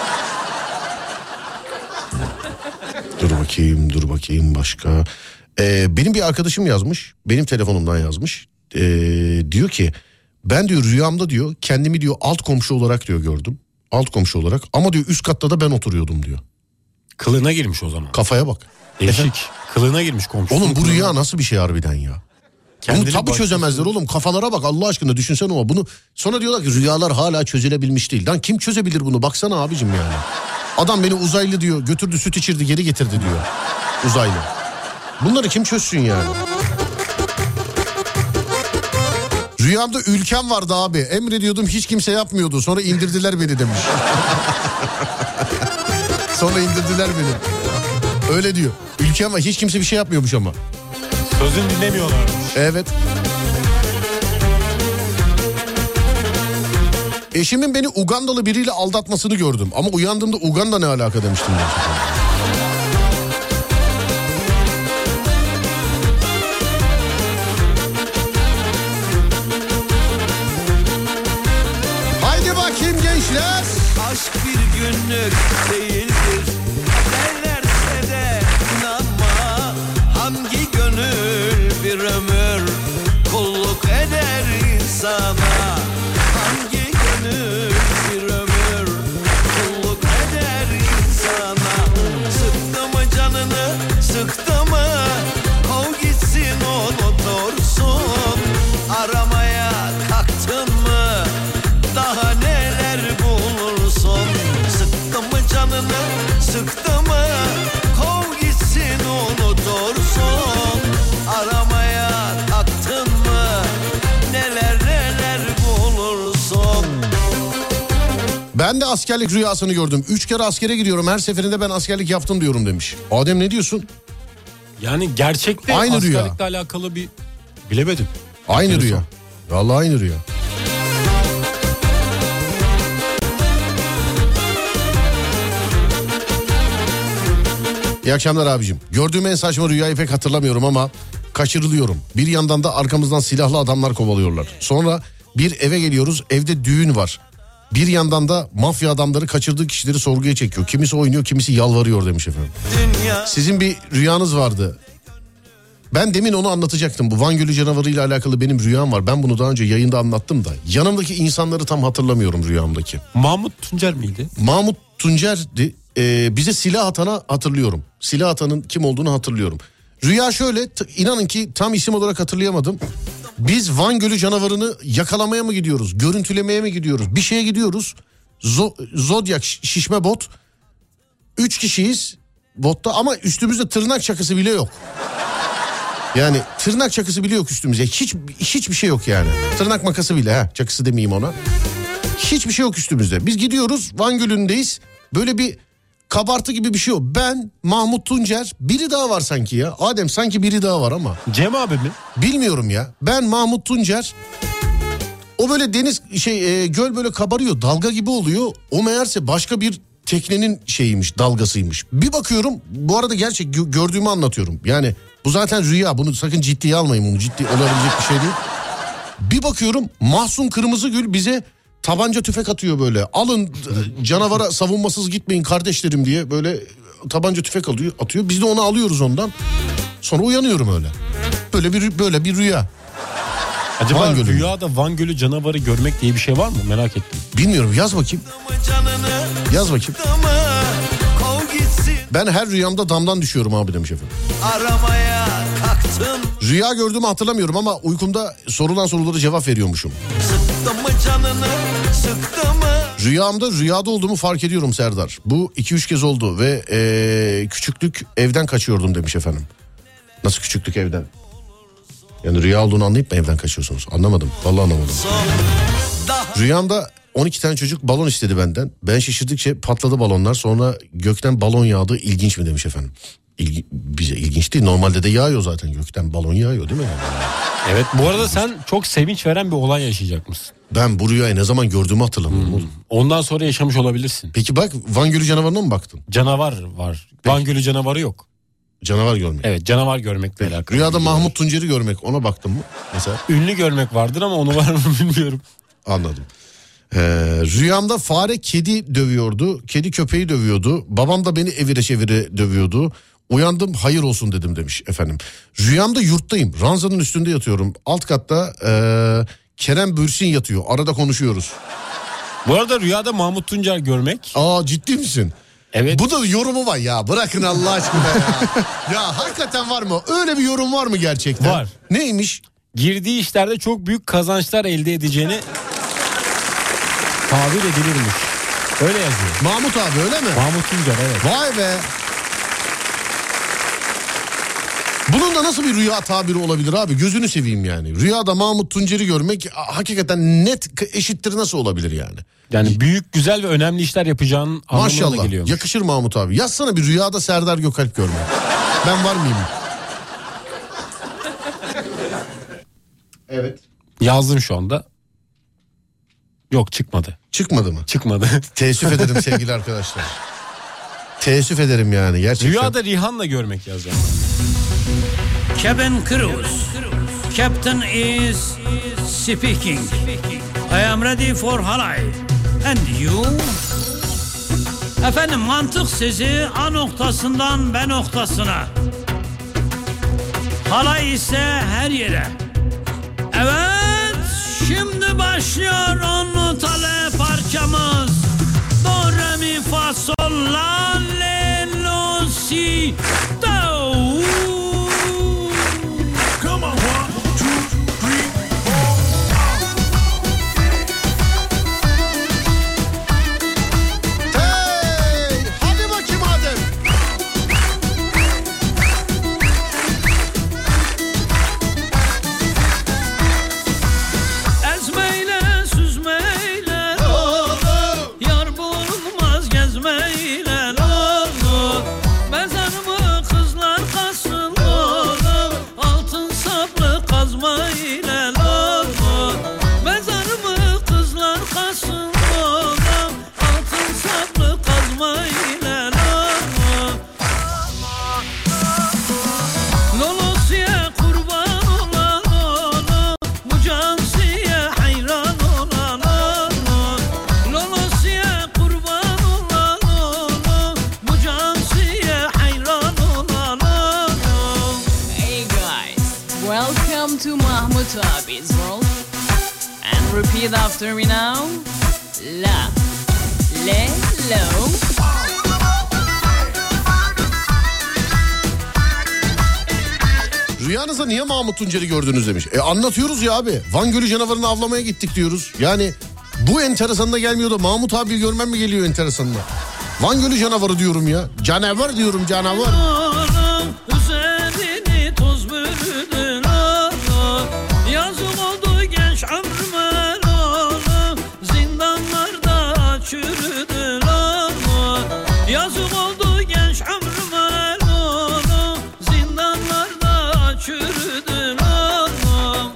Dur bakayım, dur bakayım başka. Ee, benim bir arkadaşım yazmış. Benim telefonumdan yazmış. Ee, diyor ki ben diyor rüyamda diyor kendimi diyor alt komşu olarak diyor gördüm. Alt komşu olarak ama diyor üst katta da ben oturuyordum diyor. Kılığına girmiş o zaman. Kafaya bak. Değişik. Efendim? Kılığına girmiş komşu. Oğlum bu rüya nasıl bir şey harbiden ya? Bunu tabii başkası... çözemezler oğlum. Kafalara bak Allah aşkına düşünsene ama bunu. Sonra diyorlar ki rüyalar hala çözülebilmiş değil. Lan kim çözebilir bunu? Baksana abicim yani. Adam beni uzaylı diyor. Götürdü süt içirdi geri getirdi diyor. Uzaylı. Bunları kim çözsün yani? Rüyamda ülkem vardı abi. Emrediyordum hiç kimse yapmıyordu. Sonra indirdiler beni demiş. Sonra indirdiler beni. Öyle diyor. Ülkem var hiç kimse bir şey yapmıyormuş ama. Sözünü dinlemiyorlarmış. Evet. Eşimin beni Ugandalı biriyle aldatmasını gördüm. Ama uyandığımda Uganda ne alaka demiştim. Haydi bakayım gençler. Aşk bir günlük değildir. Derlerse de inanma. Hangi gönül bir ömür kulluk eder insana? Hangi gönül bir ömür kulluk eder insana? Sıktı mı canını, sıktı mı? Kov gitsin unutursun. Aramaya kalktın mı? Daha neler bulursun? Sıktı mı canını, sıktı mı? Kov gitsin unutursun. Aramaya kalktın mı? Neler neler bulursun? Ben de askerlik rüyasını gördüm. Üç kere askere gidiyorum. Her seferinde ben askerlik yaptım diyorum demiş. Adem ne diyorsun? Yani gerçekte Aynı askerlikle rüya. alakalı bir... Bilemedim. Aynı Enteresan. rüya. Vallahi aynı rüya. İyi akşamlar abicim. Gördüğüm en saçma rüyayı pek hatırlamıyorum ama kaçırılıyorum. Bir yandan da arkamızdan silahlı adamlar kovalıyorlar. Sonra bir eve geliyoruz, evde düğün var. Bir yandan da mafya adamları kaçırdığı kişileri sorguya çekiyor. Kimisi oynuyor, kimisi yalvarıyor demiş efendim. Dünya Sizin bir rüyanız vardı. Ben demin onu anlatacaktım. Bu Van Gölü canavarı ile alakalı benim rüyam var. Ben bunu daha önce yayında anlattım da. Yanımdaki insanları tam hatırlamıyorum rüyamdaki. Mahmut Tuncer miydi? Mahmut Tuncer'di. Ee, bize silah atana hatırlıyorum. Silah atanın kim olduğunu hatırlıyorum. Rüya şöyle, t- inanın ki tam isim olarak hatırlayamadım. Biz Van Gölü canavarını yakalamaya mı gidiyoruz? Görüntülemeye mi gidiyoruz? Bir şeye gidiyoruz. Zo- Zodyak şişme bot. Üç kişiyiz botta ama üstümüzde tırnak çakısı bile yok. Yani tırnak çakısı bile yok üstümüzde. Hiç hiçbir şey yok yani. Tırnak makası bile ha, çakısı demeyeyim ona. Hiçbir şey yok üstümüzde. Biz gidiyoruz Van Gölü'ndeyiz. Böyle bir kabartı gibi bir şey yok. Ben, Mahmut Tuncer, biri daha var sanki ya. Adem sanki biri daha var ama. Cem abi mi? Bilmiyorum ya. Ben, Mahmut Tuncer. O böyle deniz şey e, göl böyle kabarıyor. Dalga gibi oluyor. O meğerse başka bir teknenin şeyiymiş, dalgasıymış. Bir bakıyorum, bu arada gerçek gö- gördüğümü anlatıyorum. Yani bu zaten rüya. Bunu sakın ciddiye almayın, bunu ciddi olabilecek bir şey değil. Bir bakıyorum Mahsun Kırmızıgül bize tabanca tüfek atıyor böyle. Alın canavara savunmasız gitmeyin kardeşlerim diye böyle tabanca tüfek alıyor, atıyor. Biz de onu alıyoruz ondan. Sonra uyanıyorum öyle. Böyle bir böyle bir rüya. Acaba Van Gölü. rüyada Van Gölü canavarı görmek diye bir şey var mı? Merak ettim. Bilmiyorum, yaz bakayım. canını, Yaz bakayım. sıktı mı? Kov gitsin. Ben her rüyamda damdan düşüyorum abi demiş efendim. Aramaya kalktın. Rüya gördüğümü hatırlamıyorum ama uykumda sorulan sorulara cevap veriyormuşum. Sıktı mı canını, sıktı mı? Rüyamda rüyada olduğumu fark ediyorum Serdar. Bu iki üç kez oldu ve ee, küçüklük evden kaçıyordum demiş efendim. Nasıl küçüklük evden? Yani rüya olduğunu anlayıp mı evden kaçıyorsunuz? Anlamadım. Vallahi anlamadım. Rüyamda on iki tane çocuk balon istedi benden. Ben şaşırdıkça patladı balonlar. Sonra gökten balon yağdı. İlginç mi demiş efendim. İlgi, bize ilginç değil. Normalde de yağıyor zaten, gökten balon yağıyor değil mi? Yani? Evet, bu arada sen çok sevinç veren bir olay yaşayacakmışsın. Ben bu rüyayı ne zaman gördüğümü hatırlamıyorum. Hmm. Ondan sonra yaşamış olabilirsin. Peki bak, Van Gölü canavarına mı baktın? Canavar var. Peki. Van Gölü canavarı yok. Canavar görmek. Evet, canavar görmekle Peki. alakalı. Rüyada Mahmut Tuncer'i görmek, ona baktın mı mesela? Ünlü görmek vardır ama onu var mı bilmiyorum. Anladım. Ee, rüyamda fare kedi dövüyordu. Kedi köpeği dövüyordu. Babam da beni evire çevire dövüyordu. Uyandım, hayır olsun dedim demiş efendim. Rüyamda yurttayım. Ranzanın üstünde yatıyorum. Alt katta ee, Kerem Bürsin yatıyor. Arada konuşuyoruz. Bu arada rüyada Mahmut Tuncer görmek. Aa, ciddi misin? Evet. Bu da yorumu var ya. Bırakın Allah aşkına ya. Ya hakikaten var mı? Öyle bir yorum var mı gerçekten? Var. Neymiş? Girdiği işlerde çok büyük kazançlar elde edeceğini tabir edilirmiş. Öyle yazıyor. Mahmut abi öyle mi? Mahmut Tuncer, evet. Vay be. Bunun da nasıl bir rüya tabiri olabilir abi? Gözünü seveyim yani. Rüyada Mahmut Tuncer'i görmek hakikaten net eşittir nasıl olabilir yani? Yani büyük, güzel ve önemli işler yapacağın anlamına Maşallah. geliyormuş. Yakışır Mahmut abi. Yazsana bir rüyada Serdar Gökalp görmek. Ben var mıyım? Evet. Yazdım şu anda. Yok, çıkmadı. Çıkmadı mı? Çıkmadı. Teessüf ederim sevgili arkadaşlar. Teessüf ederim yani gerçekten. Rüyada Rihanna görmek yazacağım. Cabin Cruise. Captain is speaking. I am ready for halay. And you? Efendim, mantık sizi A noktasından B noktasına. Halay ise her yere. Evet, şimdi başlıyor on notale parçamız. Do, re, mi, fa, sol, la, le, lo, si, do. Come on, one, two, three, four. Hey, hadi bakayım Adem. Ezmeyle, süzmeyle, yar bulunmaz gezmeyle, mezarımı kızlar kasın, altın saplı kazmayla, mezarımı kızlar kasın, altın saplı kazmayla, Lolosiye kurban olan oğlum, bu cansiye hayran olan oğlum. Lolosiye kurban olan oğlum, bu cansiye hayran olan oğlum. Hey guys, welcome to Mahmut Abi's world. And repeat after me now. La, le, lo. Rüyanızda niye Mahmut Tuncer'i gördünüz demiş. E anlatıyoruz ya abi. Van Gölü canavarını avlamaya gittik diyoruz. Yani bu enteresanına gelmiyor da Mahmut abi görmem mi geliyor enteresanına? Van Gölü canavarı diyorum ya. Canavar diyorum, canavar. Oğlum, üzerini toz bürüdün oğlum. Yazık oldu genç ömrüme oğlum. Zindanlarda çürüdün oğlum. Yazık oldu genç ömrüme oğlum. Zindanlarda çürüdün oğlum.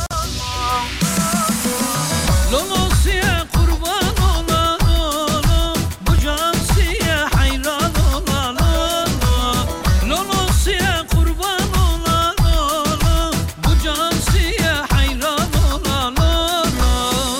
Lolosiye kurban olan oğlum, bu cansiye hayran olan oğlum. Lolosiye kurban olan oğlum, bu cansiye hayran olan oğlum.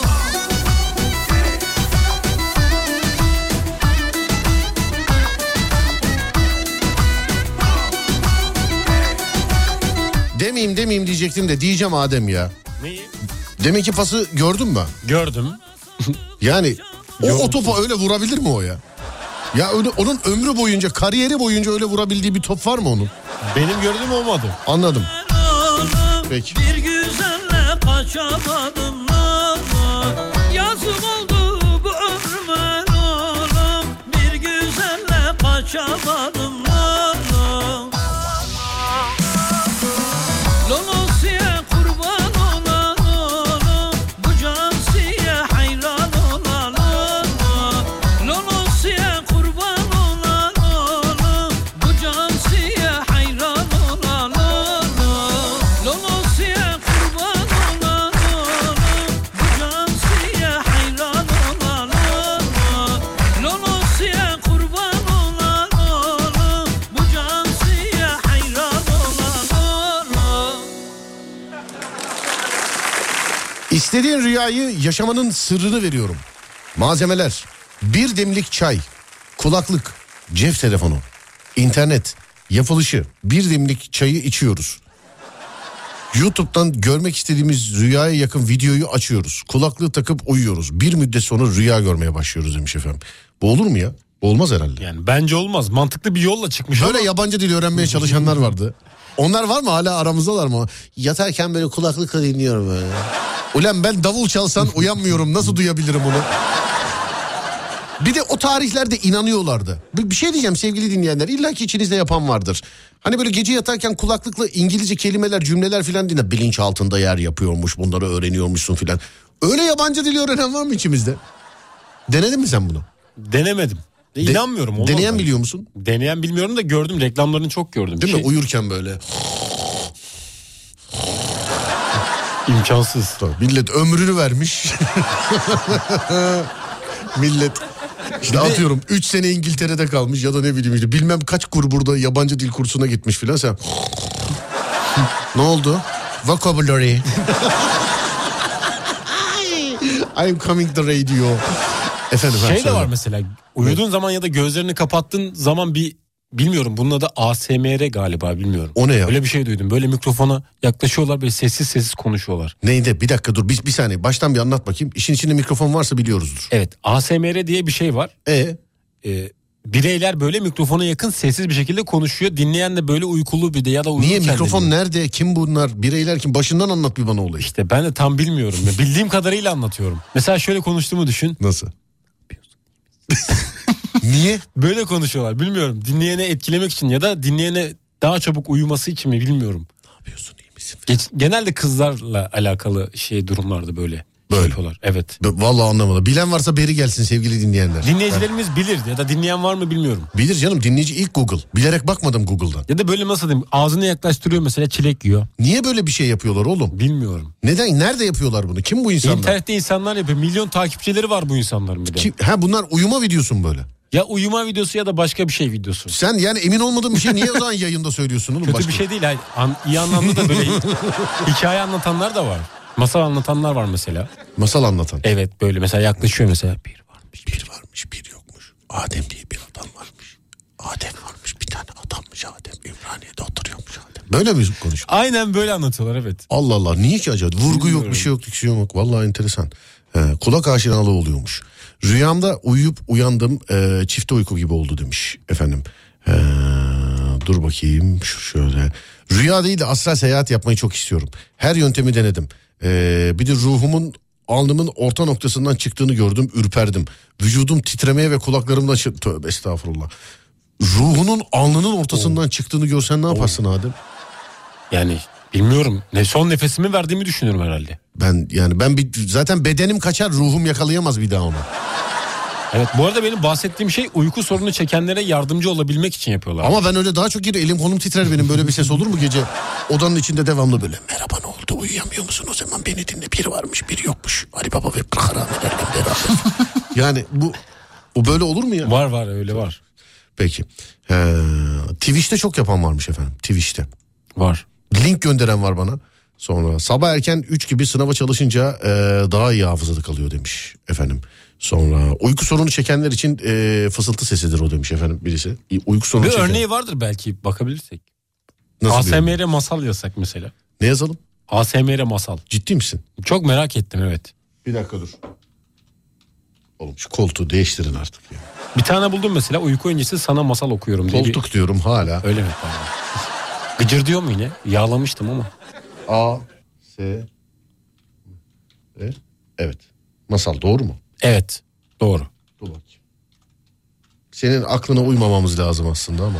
Demeyeyim demeyeyim diyecektim de diyeceğim Adem ya. Neyi? Demek ki pası gördün mü? Gördüm. Yani o, Gördüm. o topa öyle vurabilir mi o ya? Ya öyle, onun ömrü boyunca, kariyeri boyunca öyle vurabildiği bir top var mı onun? Benim gördüğüm olmadı. Anladım. Oğlum, Peki. bir güzelle kaçamadım oğlum. Yazık oldu bu ömrüme oğlum. Bir güzelle kaçamadım oğlum. Lolosiye kurban olan oğlum, bu cansiye hayran olan oğlum. Lolosiye kurban olan oğlum, bu cansiye İstediğin rüyayı yaşamanın sırrını veriyorum. Malzemeler: bir demlik çay, kulaklık, cep telefonu, internet, yapılışı. Bir demlik çayı içiyoruz. YouTube'dan görmek istediğimiz rüyaya yakın videoyu açıyoruz. Kulaklığı takıp uyuyoruz. Bir müddet sonra rüya görmeye başlıyoruz demiş efendim. Bu olur mu ya? Olmaz herhalde. Yani bence olmaz. Mantıklı bir yolla çıkmış Böyle ama... yabancı dil öğrenmeye çalışanlar vardı. Onlar var mı, hala aramızdalar mı? Yatarken böyle kulaklıkla dinliyorum böyle. Ulan ben davul çalsan uyanmıyorum, nasıl duyabilirim onu? Bir de o tarihlerde inanıyorlardı. Bir, bir şey diyeceğim sevgili dinleyenler, illa ki içinizde yapan vardır. Hani böyle gece yatarken kulaklıkla İngilizce kelimeler, cümleler filan dinle. Bilinç altında yer yapıyormuş, bunları öğreniyormuşsun filan. Öyle yabancı dil öğrenen var mı içimizde? Denedin mi sen bunu? Denemedim. De, İnanmıyorum. De, deneyen biliyor musun? Deneyen bilmiyorum da gördüm. Reklamlarını çok gördüm. Değil şey... mi? Uyurken böyle. İmkansız. Tabii, millet ömrünü vermiş. Millet işte atıyorum üç sene İngiltere'de kalmış ya da ne bileyim işte bilmem kaç kur burada yabancı dil kursuna gitmiş filan, sen. Ne oldu? Vocabulary. I'm coming the radio. Efendim, şey de söyle. var mesela, uyuduğun evet. zaman ya da gözlerini kapattığın zaman bir, bilmiyorum, bunun adı A S M R galiba, bilmiyorum. O ne ya? Öyle bir şey duydum. Böyle mikrofona yaklaşıyorlar, böyle sessiz sessiz konuşuyorlar. Neydi? Bir dakika dur, bir, bir saniye baştan bir anlat bakayım. İşin içinde mikrofon varsa biliyoruzdur. Evet, A S M R diye bir şey var. E ee, bireyler böyle mikrofona yakın sessiz bir şekilde konuşuyor. Dinleyen de böyle uykulu bir de ya da uyurken. Niye mikrofon dinliyor. Nerede? Kim bunlar? Bireyler kim? Başından anlat bir bana olayı. İşte ben de tam bilmiyorum. Ya, bildiğim kadarıyla anlatıyorum. Mesela şöyle konuştuğumu düşün. Nasıl? Niye? Böyle konuşuyorlar, bilmiyorum. Dinleyene etkilemek için ya da dinleyene daha çabuk uyuması için mi, bilmiyorum. Ne yapıyorsun, iyi misin? Geç, genelde kızlarla alakalı şey durumlarda böyle. Böyle. Yapıyorlar. Evet. Vallahi anlamadım. Bilen varsa beri gelsin sevgili dinleyenler. Dinleyicilerimiz ha. bilir ya da dinleyen var mı bilmiyorum. Bilir canım, dinleyici ilk Google. Bilerek bakmadım Google'dan. Ya da böyle nasıl diyeyim, ağzını yaklaştırıyor mesela, çilek yiyor. Niye böyle bir şey yapıyorlar oğlum? Bilmiyorum. Neden? Nerede yapıyorlar bunu? Kim bu insanlar? İnternette insanlar yapıyor. Milyon takipçileri var bu insanların bir de. Kim? Ha, bunlar uyuma videosu mu böyle? Ya uyuma videosu ya da başka bir şey videosu. Sen yani emin olmadığın bir şey niye o zaman yayında söylüyorsun oğlum? Kötü başka? bir şey değil. Hayır. An, iyi anlamda da böyle hikaye anlatanlar da var. Masal anlatanlar var mesela. Masal anlatan. Evet, böyle mesela yaklaşıyor mesela. Bir varmış, bir varmış, bir yokmuş. Adem diye bir adam varmış. Adem varmış, bir tane adammış Adem. Ümraniye'de oturuyormuş Adem. Böyle mi konuşuyor? Aynen böyle anlatıyorlar, evet. Allah Allah, niye ki acaba? Vurgu Bilmiyorum. yok, bir şey yok, diksiyon yok. Vallahi enteresan. He, kulak aşinalığı oluyormuş. Rüyamda uyuyup uyandım, e, çifte uyku gibi oldu demiş efendim. He, dur bakayım şu şöyle. Rüya değil de astral seyahat yapmayı çok istiyorum. Her yöntemi denedim. E, bir de ruhumun alnımın orta noktasından çıktığını gördüm, ürperdim. Vücudum titremeye ve kulaklarımda... Tövbe estağfurullah. Ruhunun alnının ortasından oh. çıktığını görsen ne yaparsın oh. Adem? Yani bilmiyorum. Ne, son nefesimi verdiğimi düşünüyorum herhalde. Ben yani ben bir, zaten bedenim kaçar, ruhum yakalayamaz bir daha onu. Evet, bu arada benim bahsettiğim şey uyku sorunu çekenlere yardımcı olabilmek için yapıyorlar. Ama ben öyle daha çok geri elim kolum titrer benim, böyle bir ses olur mu gece? Odanın içinde devamlı böyle merhaba ne oldu, uyuyamıyor musun, o zaman beni dinle, biri varmış biri yokmuş. Ali Baba ve kırk haramelerle beraber. Yani bu o böyle olur mu ya? Var var öyle var. Peki. Ee, Twitch'te çok yapan varmış efendim, Twitch'te. Var. Link gönderen var bana. Sonra sabah erken üç gibi sınava çalışınca e, daha iyi hafızada kalıyor demiş efendim. Sonra uyku sorunu çekenler için e, fısıltı sesidir o demiş efendim birisi. Uyku sorunu bir çeken. örneği vardır belki, bakabilirsek. Nasıl A S M R masal yazsak mesela. Ne yazalım? A S M R masal. Ciddi misin? Çok merak ettim, evet. Bir dakika dur. Oğlum şu koltuğu değiştirin artık ya. Bir tane buldum mesela, uyku öncesi sana masal okuyorum diye. Koltuk bir... diyorum hala. Öyle mi? Pardon. Gıcır diyor mu yine? Yağlamıştım ama. A, S, E, evet. Masal doğru mu? Evet, doğru. Dur bakayım. Senin aklına uymamamız lazım aslında ama.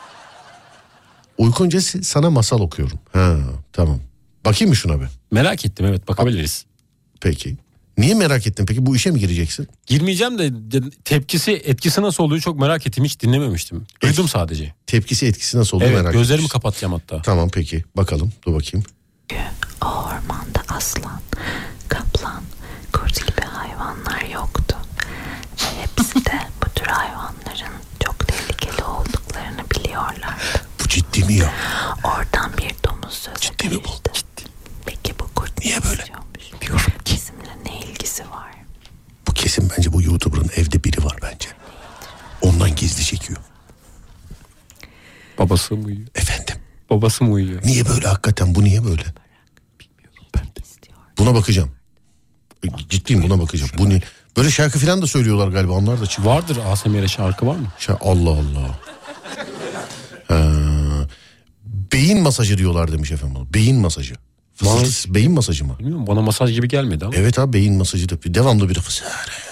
Uyku öncesi sana masal okuyorum. Ha, tamam. Bakayım mı şuna bir? Merak ettim, evet, bakabiliriz. Peki. Niye merak ettin peki, bu işe mi gireceksin? Girmeyeceğim de tepkisi, etkisi nasıl oluyor çok merak ettim, hiç dinlememiştim. Duydum sadece. Tepkisi, etkisi nasıl oluyor evet, merak ettim. Evet, gözlerimi etmiş. kapatacağım hatta. Tamam peki, bakalım, dur bakayım. O ormanda aslan, kaplan, kurt gibi hayvanlar yoktu. Ve hepsi de bu tür hayvanların çok tehlikeli olduklarını biliyorlardı. Bu ciddi mi ya? Oradan bir domuz söz Ciddi mi bu? Ciddi. Peki bu kurt niye böyle? Bizim Kesin bence bu YouTuber'ın evde biri var bence. Ondan gizli çekiyor. Babası mı uyuyor? Efendim. Babası mı uyuyor? Niye böyle hakikaten, bu niye böyle? Bilmiyorum ben de. Buna bakacağım. Ciddiyim, buna bakacağım. Bu ne? Böyle şarkı falan da söylüyorlar galiba, onlar da çıkıyor. Vardır A S M R şarkı var mı? Şa- Allah Allah. Ha, beyin masajı diyorlar demiş efendim. Beyin masajı. Fısıltı, beyin masajı mı? Bilmiyorum, bana masaj gibi gelmedi ama. Evet abi, beyin masajı da devamlı bir fıs.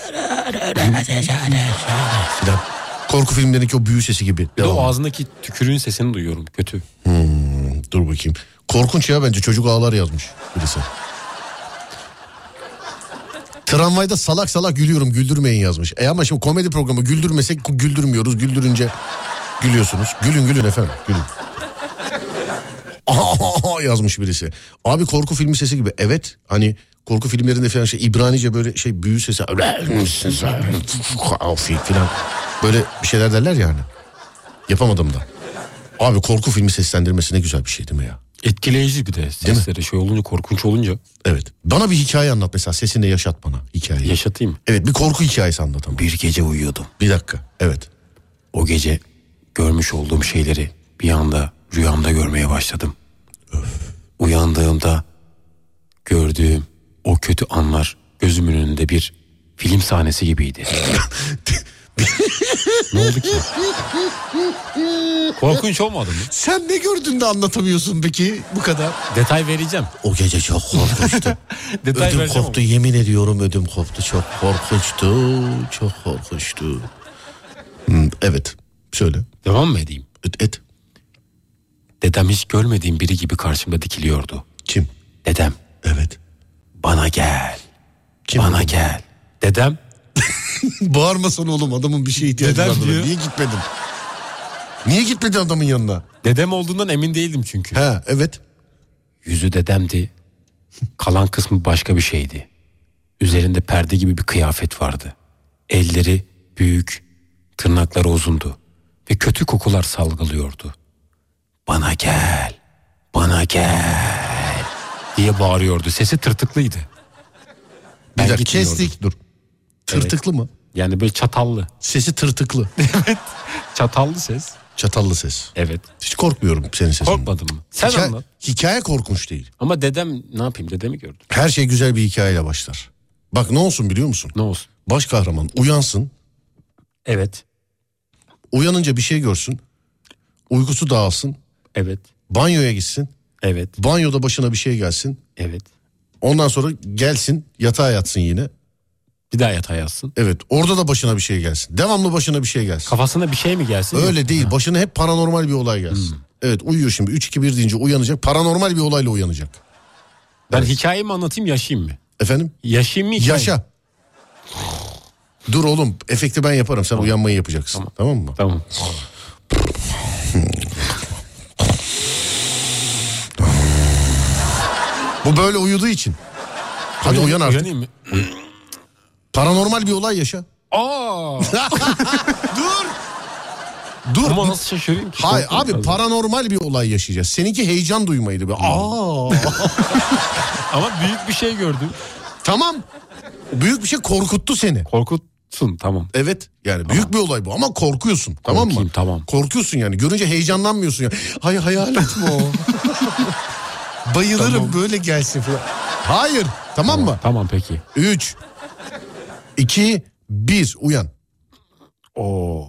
Filan. Korku filmlerindeki o büyü sesi gibi. Bir de o Devamlı. ağzındaki tükürüğün sesini duyuyorum, kötü. Hmm, dur bakayım. Korkunç ya, bence çocuk ağlar yazmış birisi. Tramvayda salak salak gülüyorum, güldürmeyin yazmış. E ama şimdi komedi programı, güldürmesek güldürmüyoruz. Güldürünce gülüyorsunuz. Gülün gülün efendim, gülün. Yazmış birisi. Abi korku filmi sesi gibi. Evet, hani korku filmlerinde falan şey İbranice böyle şey büyü sesi falan böyle bir şeyler derler yani. Yapamadım da. Abi korku filmi seslendirmesi ne güzel bir şey değil mi ya? Etkileyici bir de sesleri şey olunca, korkunç olunca. Evet. Bana bir hikaye anlat mesela, sesinde yaşat bana hikayeyi. Yaşatayım. Evet, bir korku hikayesi anlat ama. Bir gece uyuyordum. Bir dakika. Evet. O gece görmüş olduğum şeyleri bir anda rüyamda görmeye başladım. Öf. Uyandığımda gördüğüm o kötü anlar gözümün önünde bir film sahnesi gibiydi. Ne oldu ki? Korkunç olmadı mı? Sen ne gördün de anlatamıyorsun peki bu kadar? Detay vereceğim. O gece çok korkunçtu. Detay ödüm vereceğim koptu, ama. yemin ediyorum ödüm koptu. Çok korkunçtu. Çok korkunçtu. Hmm, evet. Söyle. Devam mı edeyim? Et, et. Dedem hiç görmediğim biri gibi karşımda dikiliyordu. Kim? Dedem. Evet. Bana gel. Kim Bana o? gel. Dedem. Bağırmasana oğlum, adamın bir şeye ihtiyacı Dedem var. diyor. Niye gitmedin? Niye gitmedin adamın yanına? Dedem olduğundan emin değildim çünkü. He, evet. Yüzü dedemdi. Kalan kısmı başka bir şeydi. Üzerinde perde gibi bir kıyafet vardı. Elleri büyük, tırnakları uzundu. Ve kötü kokular salgılıyordu. Bana gel, bana gel diye bağırıyordu. Sesi tırtıklıydı. Bir Ben dakika, gitmiyordum. kestik. Dur. Tırtıklı mı? Yani böyle çatallı. Sesi tırtıklı. Çatallı ses. Çatallı ses. Evet. Hiç korkmuyorum senin sesinden. Korkmadın mı? Sen Hikaye, anlat. hikaye korkunç değil. Ama dedem, ne yapayım, dedemi gördüm. Her şey güzel bir hikayeyle başlar. Bak ne olsun biliyor musun? Ne olsun? Baş kahraman uyansın. Evet. Uyanınca bir şey görsün. Uykusu dağılsın. Evet. Banyoya gitsin. Evet. Banyoda başına bir şey gelsin. Evet. Ondan sonra gelsin yatağa yatsın yine. Bir daha yatağa yatsın. Evet, orada da başına bir şey gelsin. Devamlı başına bir şey gelsin. Kafasına bir şey mi gelsin? Öyle Yok. değil. Başına hep paranormal bir olay gelsin. Hmm. Evet, uyuyor şimdi. üç iki bir deyince uyanacak. Paranormal bir olayla uyanacak. Ben Evet. hikayemi anlatayım, yaşayayım mı? Efendim? Yaşayayım mı hikaye? Yaşa. Dur oğlum, efekti ben yaparım. Sen uyanmayı yapacaksın. Tamam, tamam mı? Tamam. Bu böyle uyuduğu için. Hadi Uyan- uyan artık. Uyanayım mı? Paranormal bir olay yaşa. Aa! Dur. Dur. Ama nasıl şaşırayım ki? Hayır Korkmam abi, lazım. paranormal bir olay yaşayacağız. Seninki heyecan duymaydı. Böyle. Aa. Ama büyük bir şey gördüm. Tamam. Büyük bir şey korkuttu seni. Korkutsun, tamam. Evet, yani büyük bir olay bu ama korkuyorsun, tamam mı? Korkayım, tamam. Korkuyorsun yani, görünce heyecanlanmıyorsun ya. Hay hayalet mi o? Bayılırım Tamam. böyle gelsin falan. Hayır, tamam, mı? Tamam peki. Üç, iki, bir, uyan. Oo.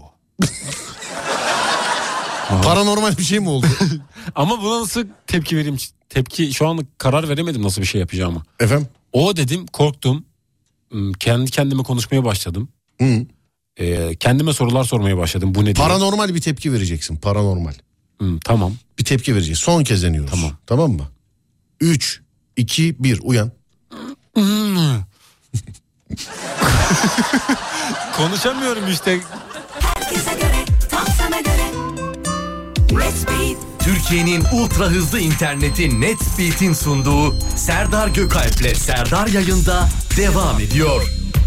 Paranormal bir şey mi oldu? Ama buna nasıl tepki vereyim? Tepki, şu an karar veremedim nasıl bir şey yapacağımı. Efendim? O dedim, korktum. Hmm, Kendi kendime konuşmaya başladım. Hı. Ee, kendime sorular sormaya başladım. Bu ne diye. Paranormal bir tepki vereceksin, paranormal. Hmm, tamam. Bir tepki vereceksin. Son kez deniyoruz. Tamam. Tamam mı? Üç, iki, bir, uyan. Konuşamıyorum işte. Herkese göre, tam sana göre. Let's beat. Türkiye'nin ultra hızlı interneti Netspeed'in sunduğu Serdar Gökalp'le Serdar Yayında devam ediyor.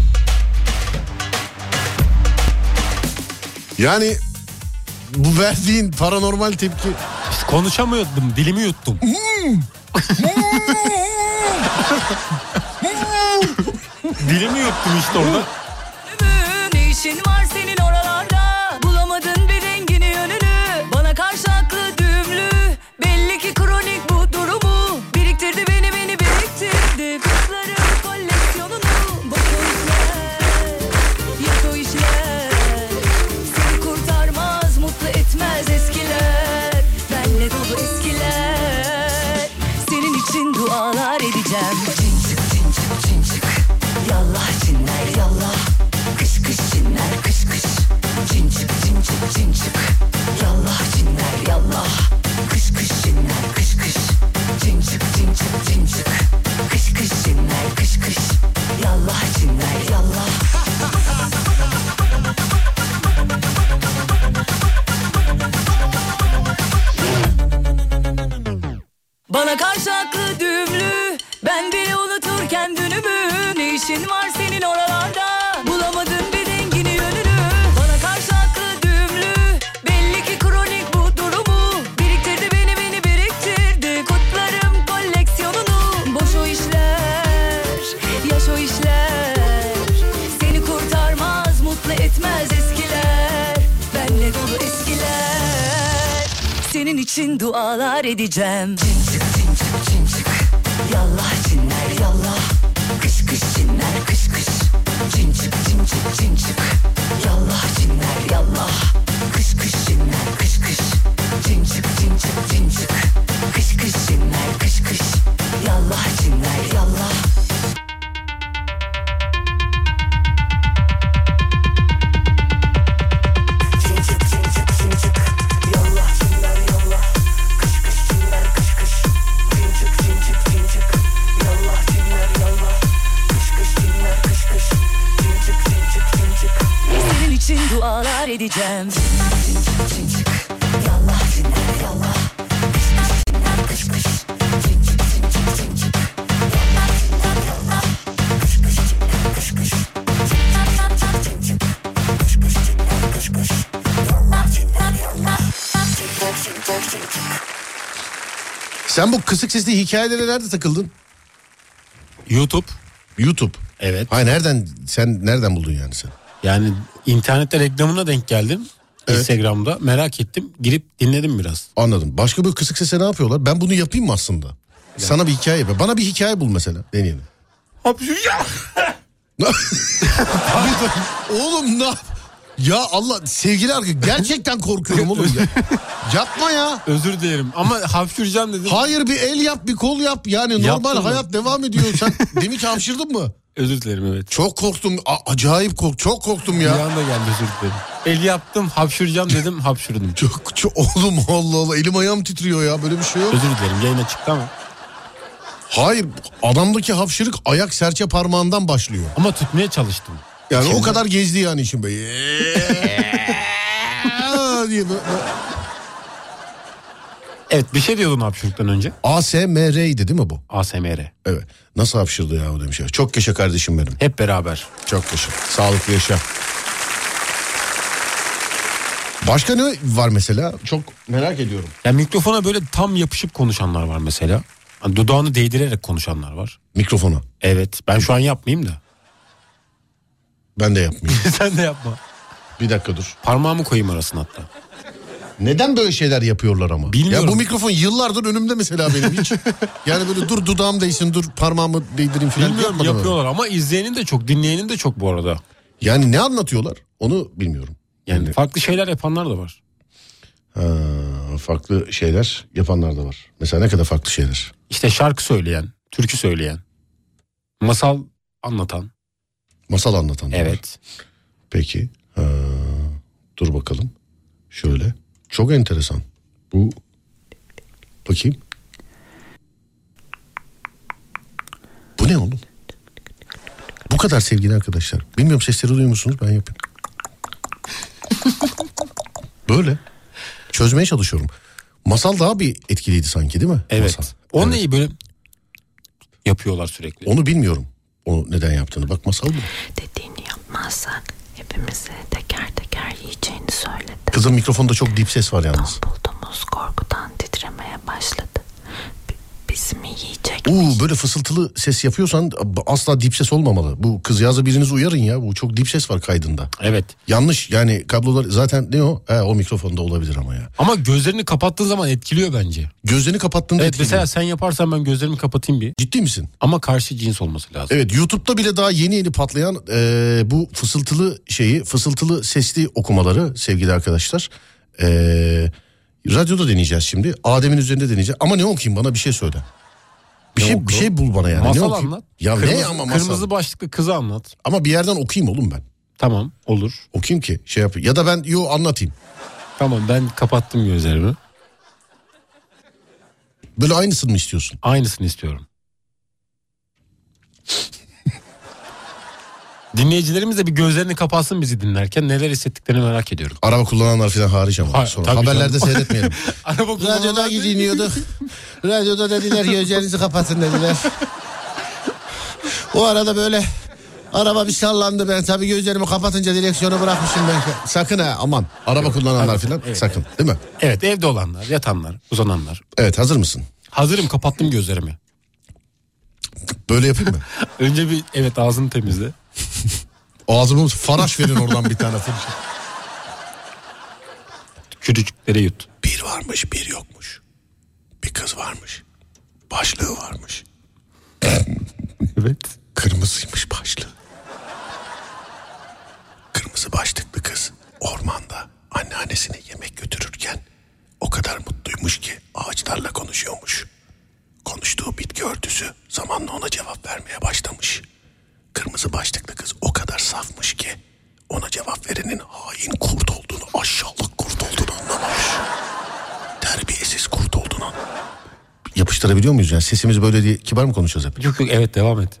Yani bu verdiğin paranormal tepki... Konuşamıyordum, dilimi yuttum. dilimi yuttum işte orada. işin var senin oralarda? Bulamadın bir rengini yönünü. Bana karşı aklı düğümlü. Belli ki kronik bu durumu. Biriktirdi beni beni biriktirdi. Kızların koleksiyonunu. Bak o işler, yap o işler. Seni kurtarmaz, mutlu etmez eskiler. Benle dolu eskiler. Senin için dualar edeceğim. Cincik cincik cincik. Yallah cinler yallah. Kış kış cinler kış kış. Cincik cincik cincik. Yallah cinler yallah. Kış kış cinler kış kış. Cincik cincik cincik. Kış kış cinler kış kış. Yallah cinler yallah. Bana karşı aklı düğümlü. Ben bile unuturken dünümü. Ne işin var senin oralarda? Bulamadın bir rengini yönünü. Bana karşı aklı düğümlü. Belli ki kronik bu durumu. Biriktirdi beni beni biriktirdi. Kutlarım koleksiyonunu. Boş o işler, yaş o işler. Seni kurtarmaz, mutlu etmez eskiler. Benle dolu eskiler. Senin için dualar edeceğim. Cincik cincik cincik. Yallah cinler yallah. Kış kış cinler kış kış. Cincik cincik cincik. Yallah cinler yallah. Kış kış cinler kış kış. Cincik cincik cincik. Kış kış cinler kış kış. Yallah cinler yallah. Cincik cincik cincik. Yallah cinler yallah. Kış kış cinler kış kış. Cincik cincik cincik. Yallah cinler yallah. Kış kış cinler kış kış. Cincik cincik cincik. Senin için dualar edeceğim. Cincik cincik. Yallah cinler yallah. Kış kış cinler kış kış. Cincik cincik cincik. Yallah cinler yallah. Kış kış cinler kış kış. Cincik cincik. Kış kış cinler kış kış. Yallah cinler yallah. Cincik cincik cincik. Sen bu kısık sesli hikayelere nerede takıldın? YouTube. YouTube. Evet. Hayır, nereden, sen nereden buldun yani sen? Yani internette reklamına denk geldim. Evet. Instagram'da merak ettim. Girip dinledim biraz. Anladım. Başka bir kısık sese ne yapıyorlar? Ben bunu yapayım mı aslında? Sana bir hikaye yap. Bana bir hikaye bul mesela. Deneyelim. Oğlum ne yap? Ya Allah, sevgili arkadaşlar, gerçekten korkuyorum oğlum ya. Yapma ya. Özür dilerim ama hapşıracağım dedim. Hayır, bir el yap, bir kol yap. Yani normal Yaptım hayat mı? devam ediyor. Sen demin ki hapşırdın mı? Özür dilerim, evet. Çok korktum. A- acayip kork. Çok korktum ya. Bir anda geldi, özür dilerim. El yaptım, hapşıracağım dedim, hapşırdım. Çok, çok oğlum, Allah Allah, elim ayağım titriyor ya, böyle bir şey yok. Özür dilerim, yayına çıktı ama. Hayır, adamdaki hapşırık ayak serçe parmağından başlıyor. Ama tutmaya çalıştım. Yani İçimde. o kadar gezdi yani işin böyle. diye böyle. Evet, bir şey diyordun hapşırıktan önce. A S M R'ydi değil mi bu? A S M R. Evet. Nasıl hapşırdı ya o demiş ya. Çok yaşa kardeşim benim. Hep beraber. Çok yaşa. Sağlıklı yaşa. Başka ne var mesela? Çok merak ediyorum. Ya mikrofona böyle tam yapışıp konuşanlar var mesela. Hani dudağını değdirerek konuşanlar var. Mikrofona. Evet, ben şu an yapmayayım da. Ben de yapmayayım. Sen de yapma. Bir dakika dur. Parmağımı koyayım arasına hatta. Neden böyle şeyler yapıyorlar ama? Bilmiyorum. Ya bu mikrofon yıllardır önümde mesela benim hiç. Yani böyle dur dudağım değsin, dur parmağımı değdireyim falan. Bilmiyorum, yapmadan yapıyorlar ama izleyenin de çok, dinleyenin de çok bu arada. Yani ne anlatıyorlar? Onu bilmiyorum. Yani, Yani farklı şeyler yapanlar da var. ha, farklı şeyler yapanlar da var. Mesela ne kadar farklı şeyler? İşte şarkı söyleyen, türkü söyleyen, masal anlatan. Masal anlatan. Evet. Peki. Ha, dur bakalım. Şöyle. Çok enteresan. Bu. Bakayım. Bu ne oğlum? Bu kadar sevgili arkadaşlar. Bilmiyorum, sesleri duyuyor musunuz? Ben yapayım. Böyle. Çözmeye çalışıyorum. Masal daha bir etkiliydi sanki, değil mi? Evet. Masal. O Evet. neyi böyle yapıyorlar sürekli? Onu bilmiyorum. O neden yaptığını. Bak, masal mı? Dediğini yapmazsak hepimizi teker teker yiyeceğini söyledi. Kızın mikrofonda çok dip ses var yalnız. Bulduğumuz korkudan titremeye başladı. B- biz mi yiyecek Oo, böyle fısıltılı ses yapıyorsan asla dip ses olmamalı. Bu kızcağızı biriniz uyarın ya. Bu çok dip ses var kaydında. Evet. Yanlış yani kablolar zaten ne o? He, o mikrofonda olabilir ama ya. Ama gözlerini kapattığın zaman etkiliyor bence. Gözlerini kapattığında Evet etkiliyor. mesela sen yaparsan ben gözlerimi kapatayım bir. Ciddi misin? Ama karşı cins olması lazım. Evet, YouTube'da bile daha yeni yeni patlayan e, bu fısıltılı şeyi, fısıltılı sesli okumaları sevgili arkadaşlar. E, radyoda deneyeceğiz şimdi. Adem'in üzerinde deneyeceğiz. Ama ne okuyayım, bana bir şey söyle. Bir Ne şey oku? bir şey bul bana yani. Masal ne okuyayım? anlat. Ya kırmızı, ne ama masal? Kırmızı başlıklı kızı anlat. Ama bir yerden okuyayım oğlum ben. Tamam olur. Okuyayım ki şey yapayım. Ya da ben yo anlatayım. Tamam ben kapattım gözlerimi. Böyle aynısını mı istiyorsun? Aynısını istiyorum. Dinleyicilerimiz de bir gözlerini kapatsın bizi dinlerken, neler hissettiklerini merak ediyorum. Araba kullananlar falan hariç ama. Ha, Sonra haberlerde canım. seyretmeyelim. Araba kullananlar... Radyoda dinliyorduk. Radyoda dediler gözlerinizi kapatın dediler. O arada böyle araba bir sallandı, ben tabii gözlerimi kapatınca direksiyonu bırakmışım ben. Sakın ha, aman. Araba kullananlar Evet, falan evet, sakın, değil mi? Evet, evde olanlar, yatanlar, uzananlar. Evet, hazır mısın? Hazırım, kapattım gözlerimi. Böyle yapayım mı? Önce bir evet ağzını temizle. Ağzımı faraş verin oradan bir tane fırça. Küçücükleri yut. Bir varmış bir yokmuş. Bir kız varmış. Başlığı varmış. Evet. Kırmızıymış başlığı. Kırmızı başlıklı kız ormanda anneannesine yemek götürürken o kadar mutluymuş ki ağaçlarla konuşuyormuş. Konuştuğu bitki örtüsü zamanla ona cevap vermeye başlamış. Kırmızı başlıklı kız o kadar safmış ki ona cevap verenin hain kurt olduğunu, aşağılık kurt olduğunu anlamamış. Terbiyesiz kurt olduğunu anlamamış. Yapıştırabiliyor muyuz yani? Sesimiz böyle diye kibar mı konuşacağız hep? Yok yok, evet devam et.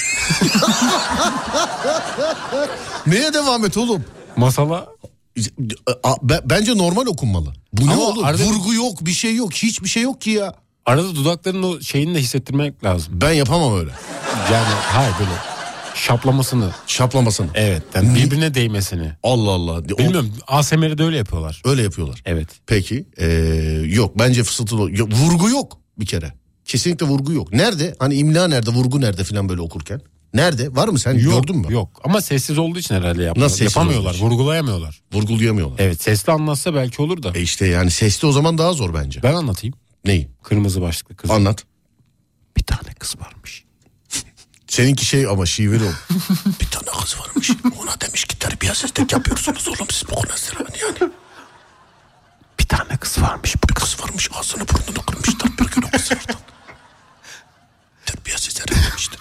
Neye devam et oğlum? Masala. Bence normal okunmalı. Bu ne Ama oğlum? arada- Vurgu yok, bir şey yok, hiçbir şey yok ki ya. Arada dudakların o şeyini de hissettirmek lazım. Ben yapamam öyle. Yani hayır, böyle şaplamasını. Şaplamasını. Evet. Yani birbirine değmesini. Allah Allah. Bilmiyorum, A S M R'de öyle yapıyorlar. Öyle yapıyorlar. Evet. Peki. Ee, yok bence fısıltılı. Yok, vurgu yok bir kere. Kesinlikle vurgu yok. Nerede? Hani imla nerede, vurgu nerede falan böyle okurken. Nerede? Var mı, sen Yok, gördün mü? Yok ama sessiz olduğu için herhalde yapıyorlar. Nasıl sessiz Yapamıyorlar, olduğu için? vurgulayamıyorlar. Vurgulayamıyorlar. Evet, sesli anlatsa belki olur da. E işte yani sesli o zaman daha zor bence. Ben anlatayım. Neyi? Kırmızı başlıklı kız. Anlat. Bir tane kız varmış. Seninki şey ama şiveli ol. Bir tane kız varmış. Ona demiş ki terbiyesizlik yapıyorsunuz oğlum siz bu konuda yani. Bir tane kız varmış. Bir kız varmış, ağzını burnunu kırmışlar bir gün o kız oradan. Terbiyesiz herif demişti.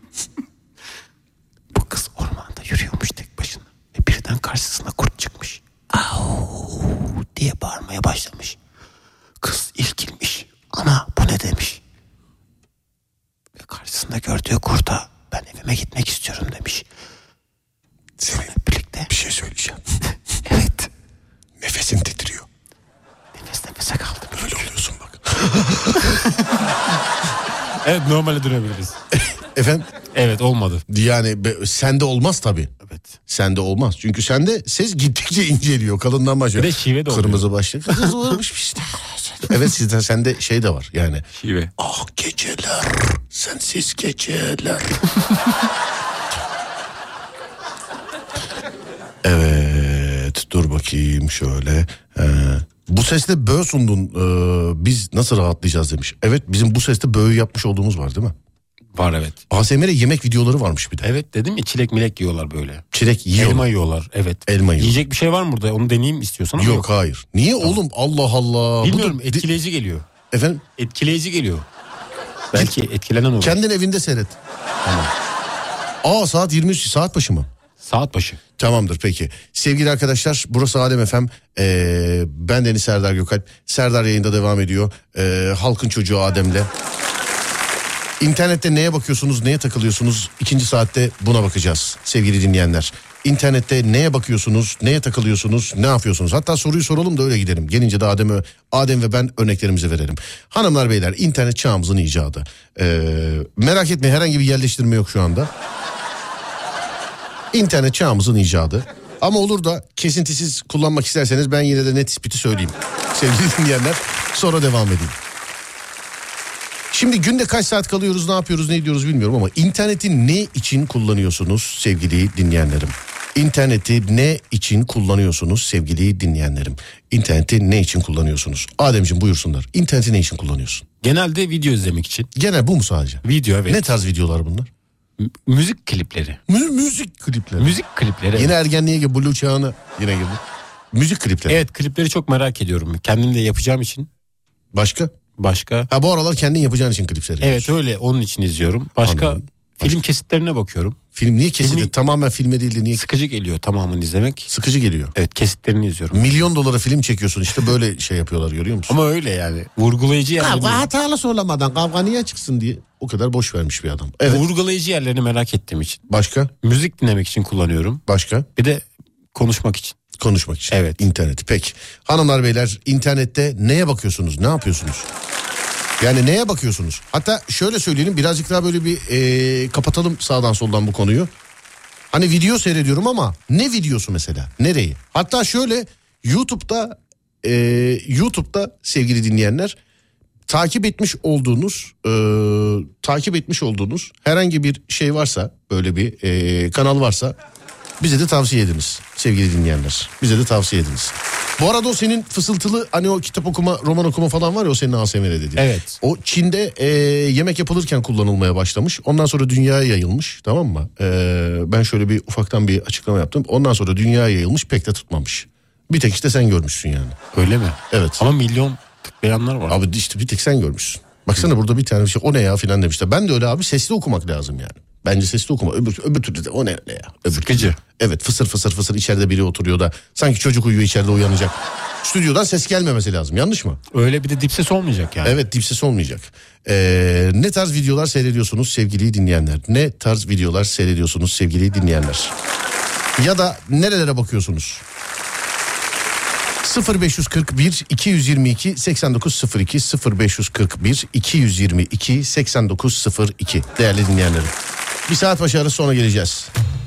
Bu kız ormanda yürüyormuş tek başına. Ve birden karşısına kurt çıkmış. Au diye bağırmaya başlamış. Kız irkilmiş. Ana bu ne demiş. Ve karşısında gördüğü kurda ben evime gitmek istiyorum demiş. Senin Birlikte. bir şey söyleyeceğim. Evet. Nefesin titriyor. Nefes nefese kaldım. Böyle oluyorsun bak. Evet, normale dönebiliriz. Efendim? Evet, olmadı. Yani be, sende olmaz tabii. Evet. Sende olmaz. Çünkü sende ses gittikçe inceliyor. Kalından başlıyor. Bir de şive de oluyor. Kırmızı başlık. Kız olmuş işte. Evet, sizden sende şey de var yani. Şive. Ah geceler, sensiz geceler. Evet, dur bakayım şöyle. Ee, bu sesle böğ sundun. Ee, biz nasıl rahatlayacağız demiş. Evet, bizim bu sesle böğü yapmış olduğumuz var değil mi? Var evet. A S M R yemek videoları varmış bir de. Evet dedim ya, çilek milek yiyorlar böyle. Çilek yiyorlar. Elma yiyorlar evet. Elma yiyorlar. Yiyecek bir şey var mı burada? Onu deneyeyim istiyorsan. ama Yok, hayır. Niye oğlum? Allah Allah. Bilmiyorum, Bu da- etkileyici geliyor. Efendim? Etkileyici geliyor. Belki etkilenen olur. Kendin evinde seyret. Tamam. Aa, saat yirmi üç, saat başı mı? Saat başı. Tamamdır peki. Sevgili arkadaşlar, burası Alem F M. Ee, ben Deniz Serdar Gökalp. Serdar yayında devam ediyor. Ee, halkın çocuğu Adem'le. İnternette neye bakıyorsunuz, neye takılıyorsunuz? İkinci saatte buna bakacağız sevgili dinleyenler. İnternette neye bakıyorsunuz, neye takılıyorsunuz, ne yapıyorsunuz? Hatta soruyu soralım da öyle gidelim. Gelince de Adem'e, Adem ve ben örneklerimizi verelim. Hanımlar beyler, internet çağımızın icadı. Ee, merak etmeyin, herhangi bir yerleştirme yok şu anda. İnternet çağımızın icadı. Ama olur da kesintisiz kullanmak isterseniz ben yine de net ispiti söyleyeyim. Sevgili dinleyenler, sonra devam edeyim. Şimdi günde kaç saat kalıyoruz, ne yapıyoruz, ne ediyoruz bilmiyorum ama interneti ne için kullanıyorsunuz sevgili dinleyenlerim? İnterneti ne için kullanıyorsunuz sevgili dinleyenlerim? İnterneti ne için kullanıyorsunuz? Ademciğim buyursunlar. İnterneti ne için kullanıyorsun? Genelde video izlemek için. Genel bu mu sadece? Video, evet. Ne tarz videolar bunlar? M- müzik klipleri. Mü- müzik klipleri. Müzik klipleri. Yine ergenliğe gibi, Blue çağına yine girdi. Müzik klipleri. Evet, klipleri çok merak ediyorum. Kendim de yapacağım için. Başka? Başka? Ha, bu aralar kendin yapacağın için klip seyrediyorsun. Evet, öyle, onun için izliyorum. Başka Anladım. film Başka. kesitlerine bakıyorum. Film niye kesildi? Filmi- Tamamen filme değil de niye? Sıkıcı geliyor tamamını izlemek. Sıkıcı geliyor. Evet, kesitlerini izliyorum. Milyon dolara film çekiyorsun işte, böyle şey yapıyorlar, görüyor musun? Ama öyle yani. Vurgulayıcı yerlerini, Kavga hatalı sorulamadan kavga niye çıksın diye o kadar boş vermiş bir adam. Evet. vurgulayıcı yerlerini merak ettiğim için. Başka? Müzik dinlemek için kullanıyorum. Başka? Bir de konuşmak için. Konuşmak için. Evet. İnterneti. Peki. Hanımlar beyler, internette neye bakıyorsunuz? Ne yapıyorsunuz? Yani neye bakıyorsunuz? Hatta şöyle söyleyelim, birazcık daha böyle bir e, kapatalım sağdan soldan bu konuyu. Hani video seyrediyorum ama ne videosu mesela? Nereyi? Hatta şöyle YouTube'da e, YouTube'da sevgili dinleyenler, takip etmiş olduğunuz e, takip etmiş olduğunuz herhangi bir şey varsa, böyle bir e, kanal varsa bize de tavsiye ediniz sevgili dinleyenler. Bize de tavsiye ediniz. Bu arada o senin fısıltılı hani o kitap okuma, roman okuma falan var ya, o senin A S M R dediğin. Evet. O Çin'de e, yemek yapılırken kullanılmaya başlamış. Ondan sonra dünyaya yayılmış, tamam mı? E, ben şöyle bir ufaktan bir açıklama yaptım. Ondan sonra dünyaya yayılmış, pek de tutmamış. Bir tek işte sen görmüşsün yani. Öyle mi? Evet. Ama milyon tıklayanlar var. Abi işte bir tek sen görmüşsün. Baksana burada bir tane bir şey, o ne ya filan demişler. Ben de öyle abi, sesli okumak lazım yani. Bence sesli okuma. Öbür, öbür türlü de o ne, ne ya? Öbür Sıkıcı. türlü. Evet, fısır fısır fısır içeride biri oturuyor da sanki çocuk uyuyor içeride, uyanacak. Stüdyodan ses gelmemesi lazım, yanlış mı? Öyle bir de dip ses olmayacak yani. Evet, dip ses olmayacak. Ee, ne tarz videolar seyrediyorsunuz sevgili dinleyenler? Ne tarz videolar seyrediyorsunuz sevgili dinleyenler? Ya da nerelere bakıyorsunuz? sıfır beş kırk bir iki yüz yirmi iki seksen dokuz sıfır iki sıfır beş kırk bir iki yüz yirmi iki seksen dokuz sıfır iki değerli dinleyenlerim. Bir saat başı arası sonra geleceğiz.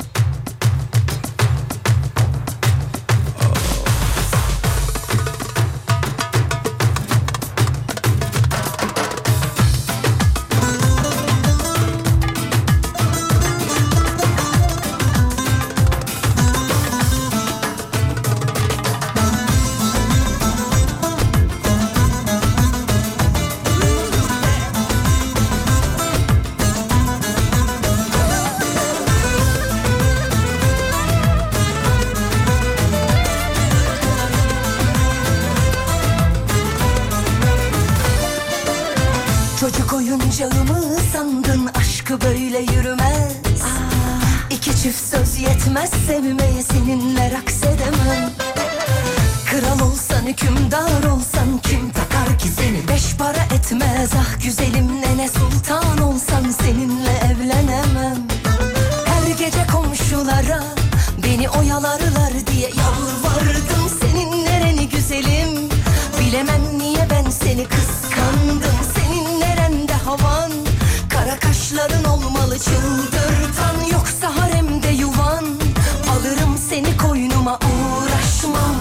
Çocuk oyuncağımı sandın, aşkı böyle yürümez. İki çift söz yetmez sevmeye, seninle raks edemem. Kral olsan, hükümdar olsan, kim takar ki seni? Beş para etmez ah güzelim nene, sultan olsan seninle evlenemem. Her gece komşulara beni oyalarlar diye yalvardım, senin nereni güzelim? Bilemem niye ben seni kıskandım. Senin nerende havan? Kara kaşların olmalı çıldırtan, yoksa haremde yuvan. Alırım seni koynuma, uğraşmam.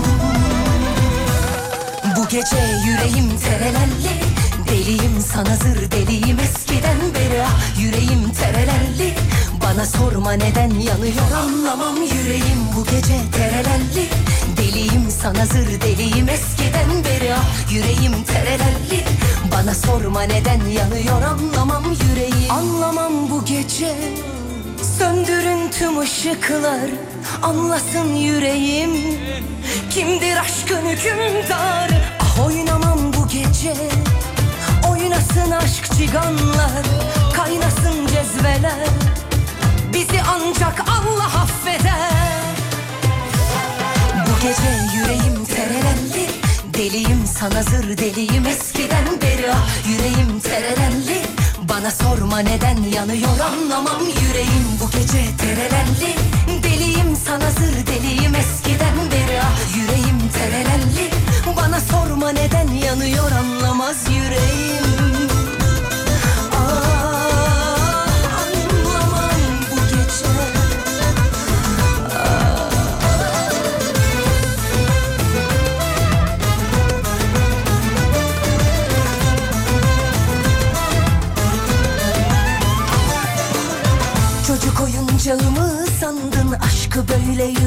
Bu gece yüreğim terelelli, deliyim sana zır deliyim eskiden beri. Ah yüreğim terelelli, bana sorma neden yanıyor anlamam. Yüreğim bu gece terelelli, deliyim sana zır deliyim eskiden beri. Ah yüreğim terelelli, bana sorma neden yanıyor anlamam. Yüreğim anlamam bu gece, söndürün tüm ışıklar, anlasın yüreğim kimdir aşkın hükümdarı. Ah oynamam bu gece, oynasın aşk ciganlar, kaynasın cezveler, bizi ancak Allah affeder. Bu gece yüreğim terelelli, deliyim sana zır deliyim eskiden beri. Ah yüreğim terelelli, bana sorma neden yanıyor anlamam. Yüreğim bu gece terelelli, deliyim sana zır deliyim eskiden beri. Ah yüreğim terelelli, bana sorma neden yanıyor anlamaz yüreğim. Ah anlamam bu gece.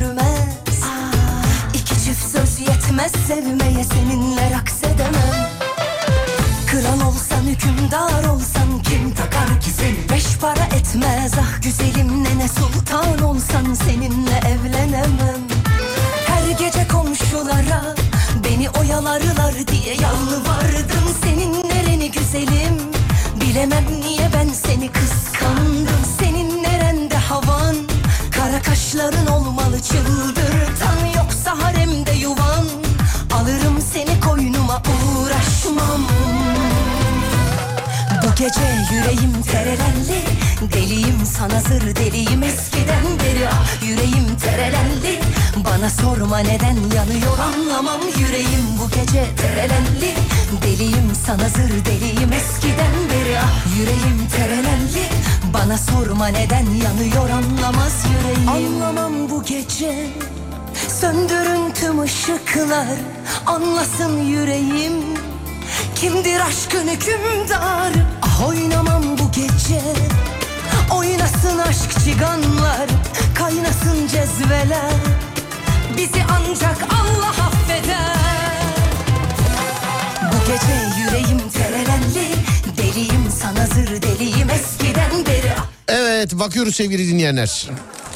yürümez. İki çift söz yetmez sevmeye, seninle raks edemem. Kral olsan, hükümdar olsan, kim takar ki seni? Beş para etmez ah güzelim nene, sultan olsan seninle evlenemem. Her gece komşulara beni oyalarlar diye yalvardım. Senin nereni güzelim, bilemem niye ben seni kıskandım. Senin nerende havan, kara kaşların olmalı çıldırtan. Yoksa haremde yuvan, alırım seni koynuma, uğraşmam. Bu gece yüreğim terelelli, deliyim sana zır deliyim eskiden beri. Ah yüreğim terelelli, bana sorma neden yanıyor anlamam. Yüreğim bu gece terelelli, deliyim sana zır deliyim eskiden beri. Ah yüreğim terelelli, bana sorma neden yanıyor anlamaz yüreğim. Anlamam bu gece, söndürün tüm ışıklar, anlasın yüreğim. Kimdir aşkın hükümdarı? Ah oynamam bu gece, oynasın aşk ciganlar, kaynasın cezveler. Bizi ancak Allah affeder. Bu gece yüreğim terelelli, deliyim sana zır deliyim eskiden beri. Evet, bakıyoruz sevgili dinleyenler.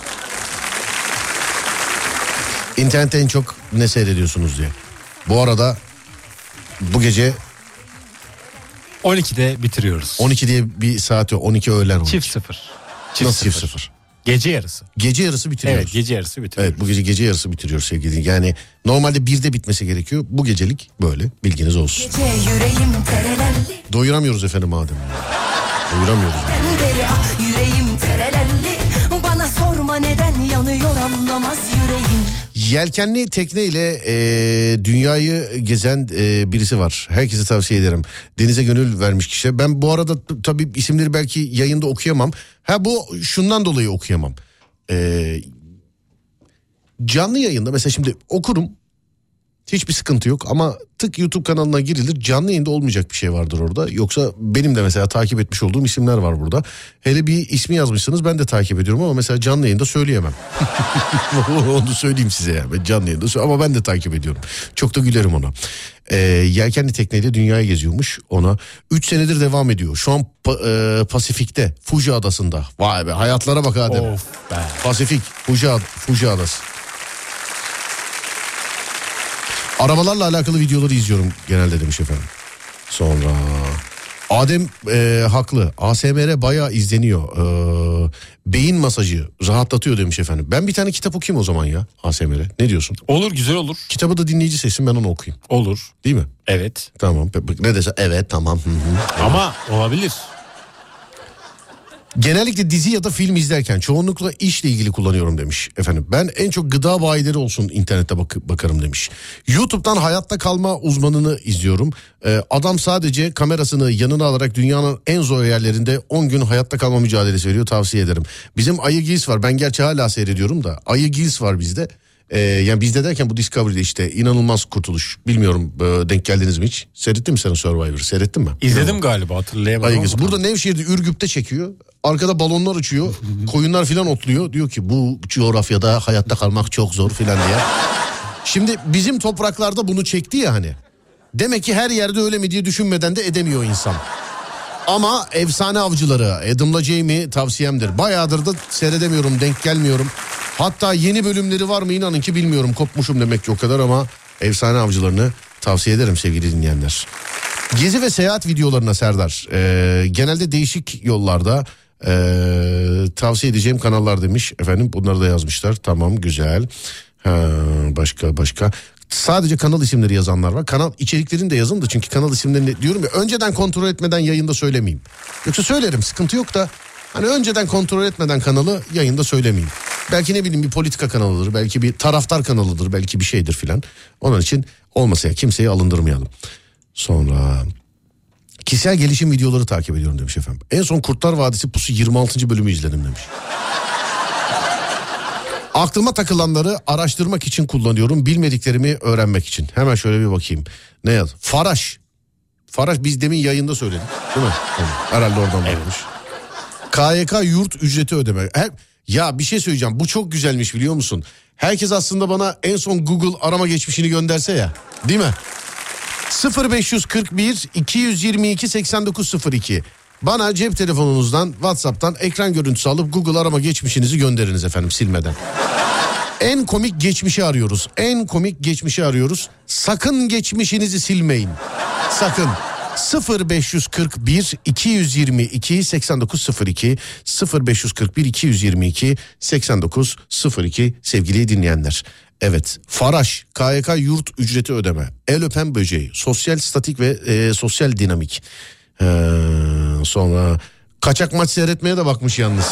İnternette en çok ne seyrediyorsunuz diye. Bu arada bu gece on ikide bitiriyoruz. on iki diye bir saat yok. on iki öğlen on iki. Çift sıfır. Çift Nasıl sıfır. çift sıfır? Gece yarısı. Gece yarısı bitiriyoruz. Evet, gece yarısı bitiriyoruz. Evet, bu gece gece yarısı bitiriyoruz sevgili. Yani normalde birde bitmesi gerekiyor. Bu gecelik böyle, bilginiz olsun. Gece yüreğim terelelli, Doyuramıyoruz efendim madem. Doyuramıyoruz. beri ah yüreğim terelelli, bana sorma neden yanıyor anlamaz yüreğim. Yelkenli tekneyle e, dünyayı gezen e, birisi var. Herkese tavsiye ederim. Denize gönül vermiş kişi. Ben bu arada t- tabii isimleri belki yayında okuyamam. Ha bu şundan dolayı okuyamam. E, canlı yayında mesela şimdi okurum. Hiçbir sıkıntı yok ama tık YouTube kanalına girilir, canlı yayında olmayacak bir şey vardır orada. Yoksa benim de mesela takip etmiş olduğum isimler var burada. Hele bir ismi yazmışsınız, ben de takip ediyorum ama mesela canlı yayında söyleyemem. Onu söyleyeyim size ya. Ben canlı yayında söyleyeyim ama ben de takip ediyorum. Çok da gülerim ona. Ee, yelkenli tekneyle dünyayı geziyormuş ona. üç senedir devam ediyor. Şu an pa- e, Pasifik'te, Fuji Adası'nda. Vay be, hayatlara bak Adem. Of be. Pasifik, Fuji, Ad- Fuji Adası. Arabalarla alakalı videoları izliyorum genelde demiş efendim. Sonra Adem e, haklı. A S M R bayağı izleniyor. E, beyin masajı rahatlatıyor demiş efendim. Ben bir tane kitap okuyayım o zaman ya A S M R. Ne diyorsun? Olur, güzel olur. Kitabı da dinleyici seçsin, ben onu okuyayım. Olur. Değil mi? Evet. Tamam. Ne dese evet tamam. Hı hı. Ama olabilir. Genellikle dizi ya da film izlerken çoğunlukla işle ilgili kullanıyorum demiş efendim. Ben en çok gıda bayileri olsun internette bak- bakarım demiş. YouTube'dan hayatta kalma uzmanını izliyorum. Ee, adam sadece kamerasını yanına alarak dünyanın en zor yerlerinde on gün hayatta kalma mücadelesi veriyor, tavsiye ederim. Bizim Ayı Gils var, ben gerçi hala seyrediyorum da Ayı Gils var bizde. Ee, yani bizde derken bu Discovery'de işte inanılmaz kurtuluş. Bilmiyorum e, denk geldiniz mi hiç? Seyrettin mi sen o Survivor'ı? Seyrettin mi? İzledim galiba, hatırlayamadım. Ayı Gils. Burada Nevşehir'de Ürgüp'te çekiyor. Arkada balonlar uçuyor. Koyunlar filan otluyor. Diyor ki bu coğrafyada hayatta kalmak çok zor filan diye. Şimdi bizim topraklarda bunu çekti ya hani. Demek ki her yerde öyle mi diye düşünmeden de edemiyor insan. Ama efsane avcıları Adam'la Jamie tavsiyemdir. Bayağıdır da seyredemiyorum, denk gelmiyorum. Hatta yeni bölümleri var mı inanın ki bilmiyorum. Kopmuşum demek ki o kadar ama efsane avcılarını tavsiye ederim sevgili dinleyenler. Gezi ve seyahat videolarına Serdar. Ee, genelde değişik yollarda ee, tavsiye edeceğim kanallar demiş. Efendim bunları da yazmışlar. Tamam, güzel. Ha, başka başka. Sadece kanal isimleri yazanlar var. Kanal içeriklerini de yazın da çünkü kanal isimlerini diyorum ya önceden kontrol etmeden yayında söylemeyeyim. Yoksa söylerim, sıkıntı yok da hani önceden kontrol etmeden kanalı yayında söylemeyeyim. Belki ne bileyim bir politika kanalıdır, belki bir taraftar kanalıdır, belki bir şeydir filan. Onun için olmasa ya kimseyi alındırmayalım. Sonra kişisel gelişim videoları takip ediyorum demiş efendim. En son Kurtlar Vadisi Pusu yirmi altıncı bölümü izledim demiş. Aklıma takılanları araştırmak için kullanıyorum. Bilmediklerimi öğrenmek için. Hemen şöyle bir bakayım. Ne yaz? Faraş. Faraş biz demin yayında söyledik. Değil mi? Tamam. Herhalde oradan varmış. K Y K yurt ücreti ödeme. Her... Ya bir şey söyleyeceğim. Bu çok güzelmiş biliyor musun? Herkes aslında bana en son Google arama geçmişini gönderse ya. Değil mi? sıfır beş kırk bir iki yüz yirmi iki seksen dokuz sıfır iki. Bana cep telefonunuzdan, WhatsApp'tan ekran görüntüsü alıp Google arama geçmişinizi gönderiniz efendim silmeden. En komik geçmişi arıyoruz. En komik geçmişi arıyoruz. Sakın geçmişinizi silmeyin. Sakın. sıfır beş kırk bir iki yüz yirmi iki seksen dokuz sıfır iki sıfır beş kırk bir iki yüz yirmi iki seksen dokuz sıfır iki sevgili dinleyenler. Evet, Faraş, K Y K yurt ücreti ödeme, el öpen böceği, sosyal statik ve e, sosyal dinamik. Ee, sonra kaçak maç seyretmeye de bakmış yalnız.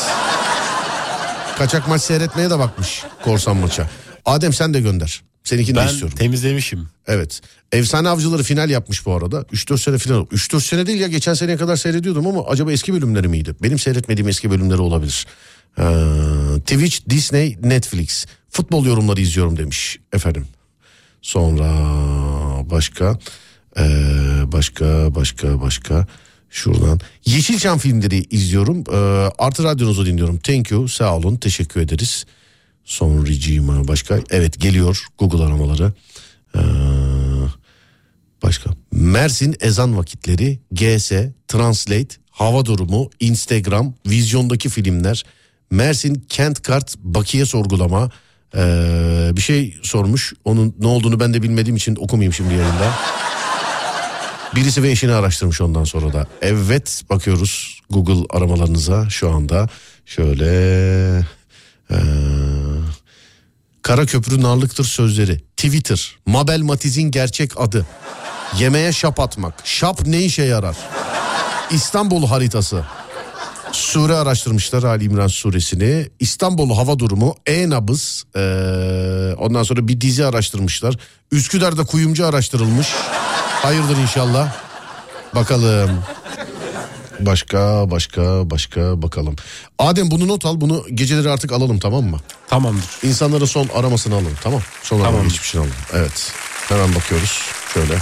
Kaçak maç seyretmeye de bakmış korsan maça. Adem sen de gönder. Seninkini de istiyorum. Ben temizlemişim. Evet. Efsane Avcıları final yapmış bu arada. üç dört sene final. üç dört sene değil ya, geçen seneye kadar seyrediyordum ama acaba eski bölümleri miydi? Benim seyretmediğim eski bölümleri olabilir. Ee, Twitch, Disney, Netflix. Futbol yorumları izliyorum demiş efendim. Sonra başka ee, başka başka başka şuradan Yeşilçam filmleri izliyorum. Ee, artı radyonuzu dinliyorum. Thank you, sağ olun, teşekkür ederiz. Son ricima başka. Evet, geliyor Google aramaları. Ee, başka. Mersin ezan vakitleri, G S, Translate, hava durumu, Instagram, vizyondaki filmler, Mersin kent kart, bakiye sorgulama. Ee, bir şey sormuş. Onun ne olduğunu ben de bilmediğim için okumayayım şimdi yayında. Birisi ve eşini araştırmış ondan sonra da. Evet, bakıyoruz Google aramalarınıza şu anda. Şöyle... Ee, Kara köprü narlıktır sözleri. Twitter, Mabel Matiz'in gerçek adı. Yemeğe şap atmak. Şap ne işe yarar? İstanbul haritası. Sure araştırmışlar, Ali İmran suresini. İstanbul hava durumu, e-nabız. Ee, ondan sonra bir dizi araştırmışlar. Üsküdar'da kuyumcu araştırılmış. Hayırdır inşallah. Bakalım. Başka başka başka bakalım. Adem bunu not al, bunu geceleri artık alalım, tamam mı? Tamamdır. İnsanlara son aramasını alalım, tamam. Son arama Tamam. geçmişini alalım. Evet. Hemen bakıyoruz. Şöyle.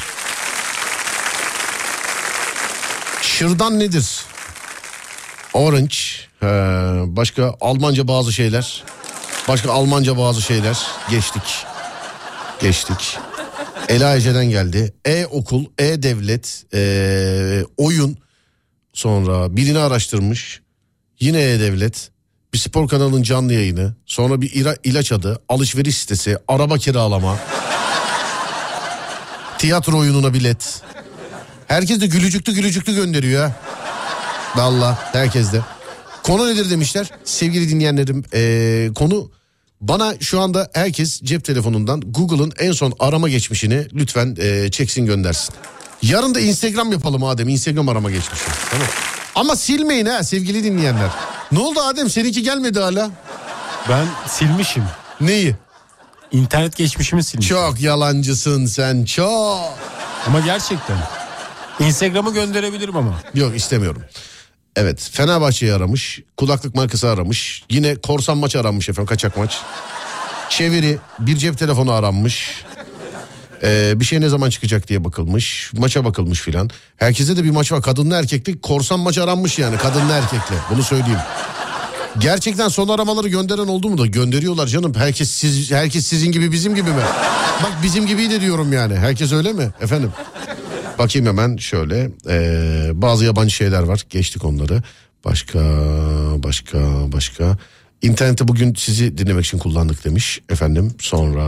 Şırdan nedir? Orange. He, başka Almanca bazı şeyler. Başka Almanca bazı şeyler. Geçtik. Geçtik. Ela Ece'den geldi. E-okul, e-devlet, e, oyun. Sonra birini araştırmış. Yine e-devlet. Bir spor kanalının canlı yayını. Sonra bir ila- ilaç adı. Alışveriş sitesi. Araba kiralama. Tiyatro oyununa bilet. Herkes de gülücüklü gülücüklü gönderiyor ha. Vallahi herkes de. Konu nedir demişler. Sevgili dinleyenlerim, ee, konu... Bana şu anda herkes cep telefonundan Google'ın en son arama geçmişini lütfen e, çeksin, göndersin. Yarın da Instagram yapalım Adem. Instagram arama geçmişi. Tamam. Ama silmeyin ha sevgili dinleyenler. Ne oldu Adem, seninki gelmedi hala? Ben silmişim. Neyi? İnternet geçmişimi silmişim. Çok yalancısın sen, çok. Ama gerçekten. Instagram'ı gönderebilirim ama. Yok, istemiyorum. Evet, Fenerbahçe'yi aramış. Kulaklık markası aramış. Yine korsan maç aranmış efendim, kaçak maç. Çeviri, bir cep telefonu aranmış. Ee, bir şey ne zaman çıkacak diye bakılmış. Maça bakılmış filan. Herkese de bir maç var. Kadınlı erkekli korsan maç aranmış yani. Kadınlı erkekli. Bunu söyleyeyim. Gerçekten son aramaları gönderen oldu mu da? Gönderiyorlar canım. Herkes siz, herkes sizin gibi bizim gibi mi? Bak bizim gibiydi diyorum yani. Herkes öyle mi efendim? Bakayım hemen şöyle. Ee, bazı yabancı şeyler var. Geçtik onları. Başka, başka, başka. İnterneti bugün sizi dinlemek için kullandık demiş efendim. Sonra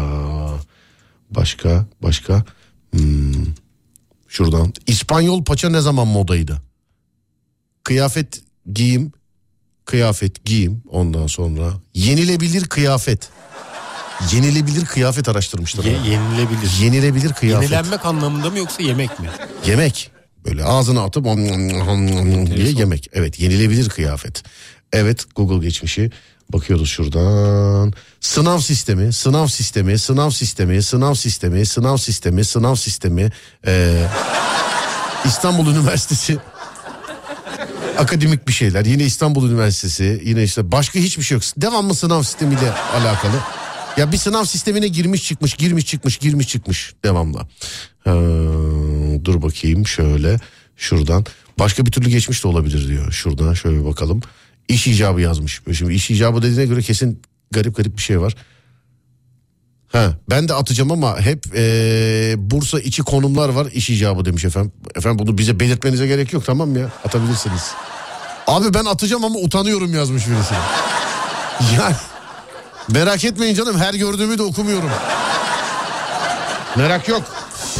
başka, başka. Hmm. Şuradan. İspanyol paça ne zaman modaydı? Kıyafet, giyim, kıyafet, giyim. Ondan sonra yenilebilir kıyafet. Yenilebilir kıyafet araştırmışlar. Ye- yenilebilir. Yenilebilir kıyafet. Yenilenmek anlamında mı yoksa yemek mi? Yemek. Böyle ağzına atıp diye yemek. Evet, yenilebilir kıyafet. Evet, Google geçmişi. Bakıyoruz şuradan. Sınav sistemi, sınav sistemi, sınav sistemi, sınav sistemi, sınav sistemi, sınav sistemi. Ee, İstanbul Üniversitesi. Akademik bir şeyler. Yine İstanbul Üniversitesi. Yine işte başka hiçbir şey yok. Devamlı sınav sistemiyle alakalı. Ya bir sınav sistemine girmiş çıkmış, girmiş çıkmış, girmiş çıkmış devamlı. Ee, dur bakayım şöyle şuradan. Başka bir türlü geçmiş de olabilir diyor. Şuradan şöyle bir bakalım. İş icabı yazmış. Şimdi iş icabı dediğine göre kesin garip garip bir şey var. Ha, ben de atacağım ama hep ee, Bursa içi konumlar var, iş icabı demiş efendim. Efendim bunu bize belirtmenize gerek yok, tamam ya, atabilirsiniz. Abi ben atacağım ama utanıyorum yazmış birisi. Yani merak etmeyin canım, her gördüğümü de okumuyorum. Merak yok.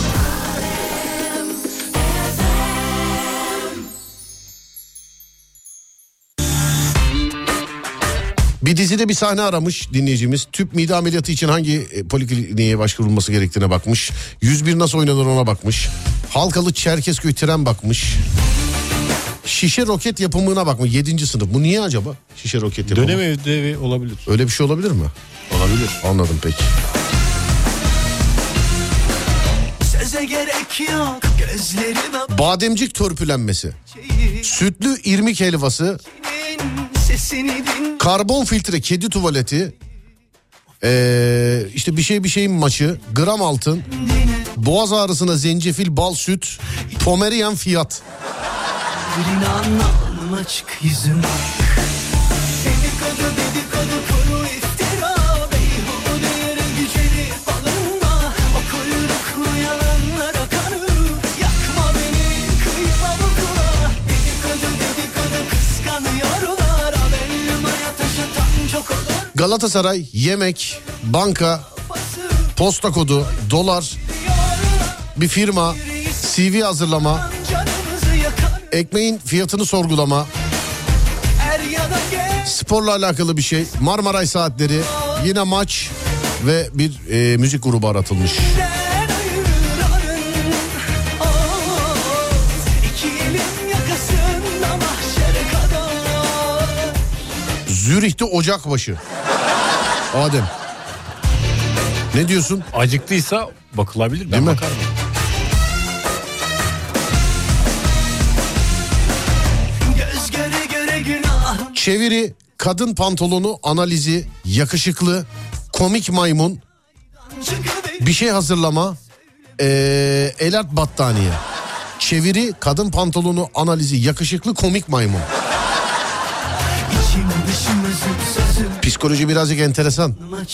Bir dizide bir sahne aramış dinleyicimiz. Tüp mide ameliyatı için hangi e, polikliniğe başvurulması gerektiğine bakmış. yüz bir nasıl oynanır ona bakmış. Halkalı Çerkezköy tren bakmış. Şişe roket yapımına bakmış. yedinci sınıf. Bu niye acaba? Şişe roket yapımı. Dönem ödevi olabilir. Öyle bir şey olabilir mi? Olabilir. Anladım peki. Söze gerek yok gözlerime. Bademcik törpülenmesi. Sütlü irmik helvası. Sesini din. Karbon filtre kedi tuvaleti. Ee, işte bir şey bir şeyin maçı. Gram altın. Boğaz ağrısına zencefil, bal, süt. Pomerian fiyat. Birini anladım açık yüzüm. Dedikodu dedikodu kuru iftira. Beyhude yere gücenip alınma. O kuyruklu yalanlara kanım. Yakma beni kıyma bukula. Dedikodu dedikodu kıskanıyorlar. Al elmaya taş atan çok olur. Galatasaray, yemek, banka, posta kodu, dolar, bir firma, C V hazırlama, ekmeğin fiyatını sorgulama, sporla alakalı bir şey, Marmaray saatleri, yine maç ve bir e, müzik grubu aratılmış. Zürih'te Ocakbaşı. Adem. Ne diyorsun? Acıktıysa bakılabilir. Ben değil mi? Bakarım. Göz göre göre günah. Çeviri, kadın pantolonu analizi, yakışıklı, komik maymun, bir şey hazırlama, ee, el art battaniye. Çeviri, kadın pantolonu analizi, yakışıklı, komik maymun. Psikoloji birazcık enteresan.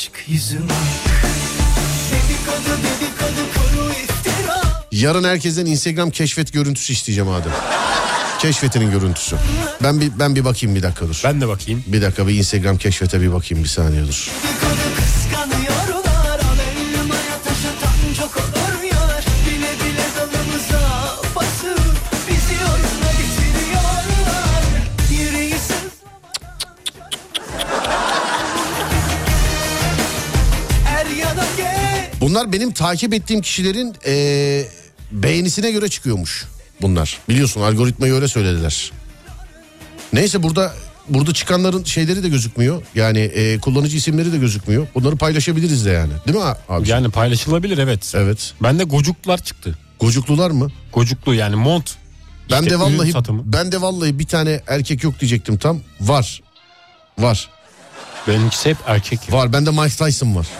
Yarın herkesten Instagram keşfet görüntüsü isteyeceğim Adem. Keşfetinin görüntüsü. Ben bir ben bir bakayım, bir dakika dur. Ben de bakayım. Bir dakika, bir Instagram keşfete bir bakayım, bir saniye dur. Bunlar benim takip ettiğim kişilerin ee, beğenisine göre çıkıyormuş bunlar. Biliyorsun algoritmayı öyle söylediler. Neyse burada burada çıkanların şeyleri de gözükmüyor. Yani ee, kullanıcı isimleri de gözükmüyor. Bunları paylaşabiliriz de yani. Değil mi abi? Yani paylaşılabilir, evet. Evet. Bende gocuklar çıktı. Gocuklular mı? Gocuklu yani mont. Ben İşte de vallahi satımı. ben de vallahi bir tane erkek yok diyecektim tam. Var. Var. Benimkisi hep erkek. Var. Bende Mike Tyson var.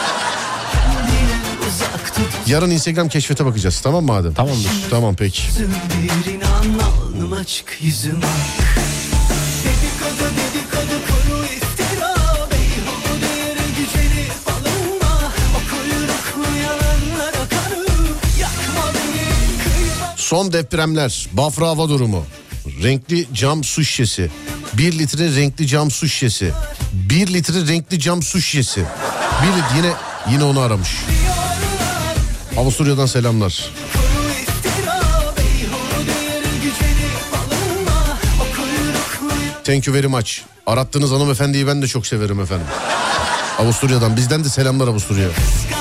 Yarın Instagram keşfete bakacağız, tamam mı Adem? Tamamdır. Tamam peki. Birini anladım açık yüzüm. Dedikodu dedikodu kuru iftira. Beyhude yere gücenip alınma. O kuyruklu yalanlara kanım. Yakma beni kıyma. Son depremler, Bafra hava durumu, renkli cam su şişesi, bir litre renkli cam su şişesi, bir litre renkli cam su şişesi. Bir litre, yine yine onu aramış. Avusturya'dan selamlar. Thank you very much. Arattığınız hanımefendiyi ben de çok severim efendim. Avusturya'dan, bizden de selamlar Avusturya'ya.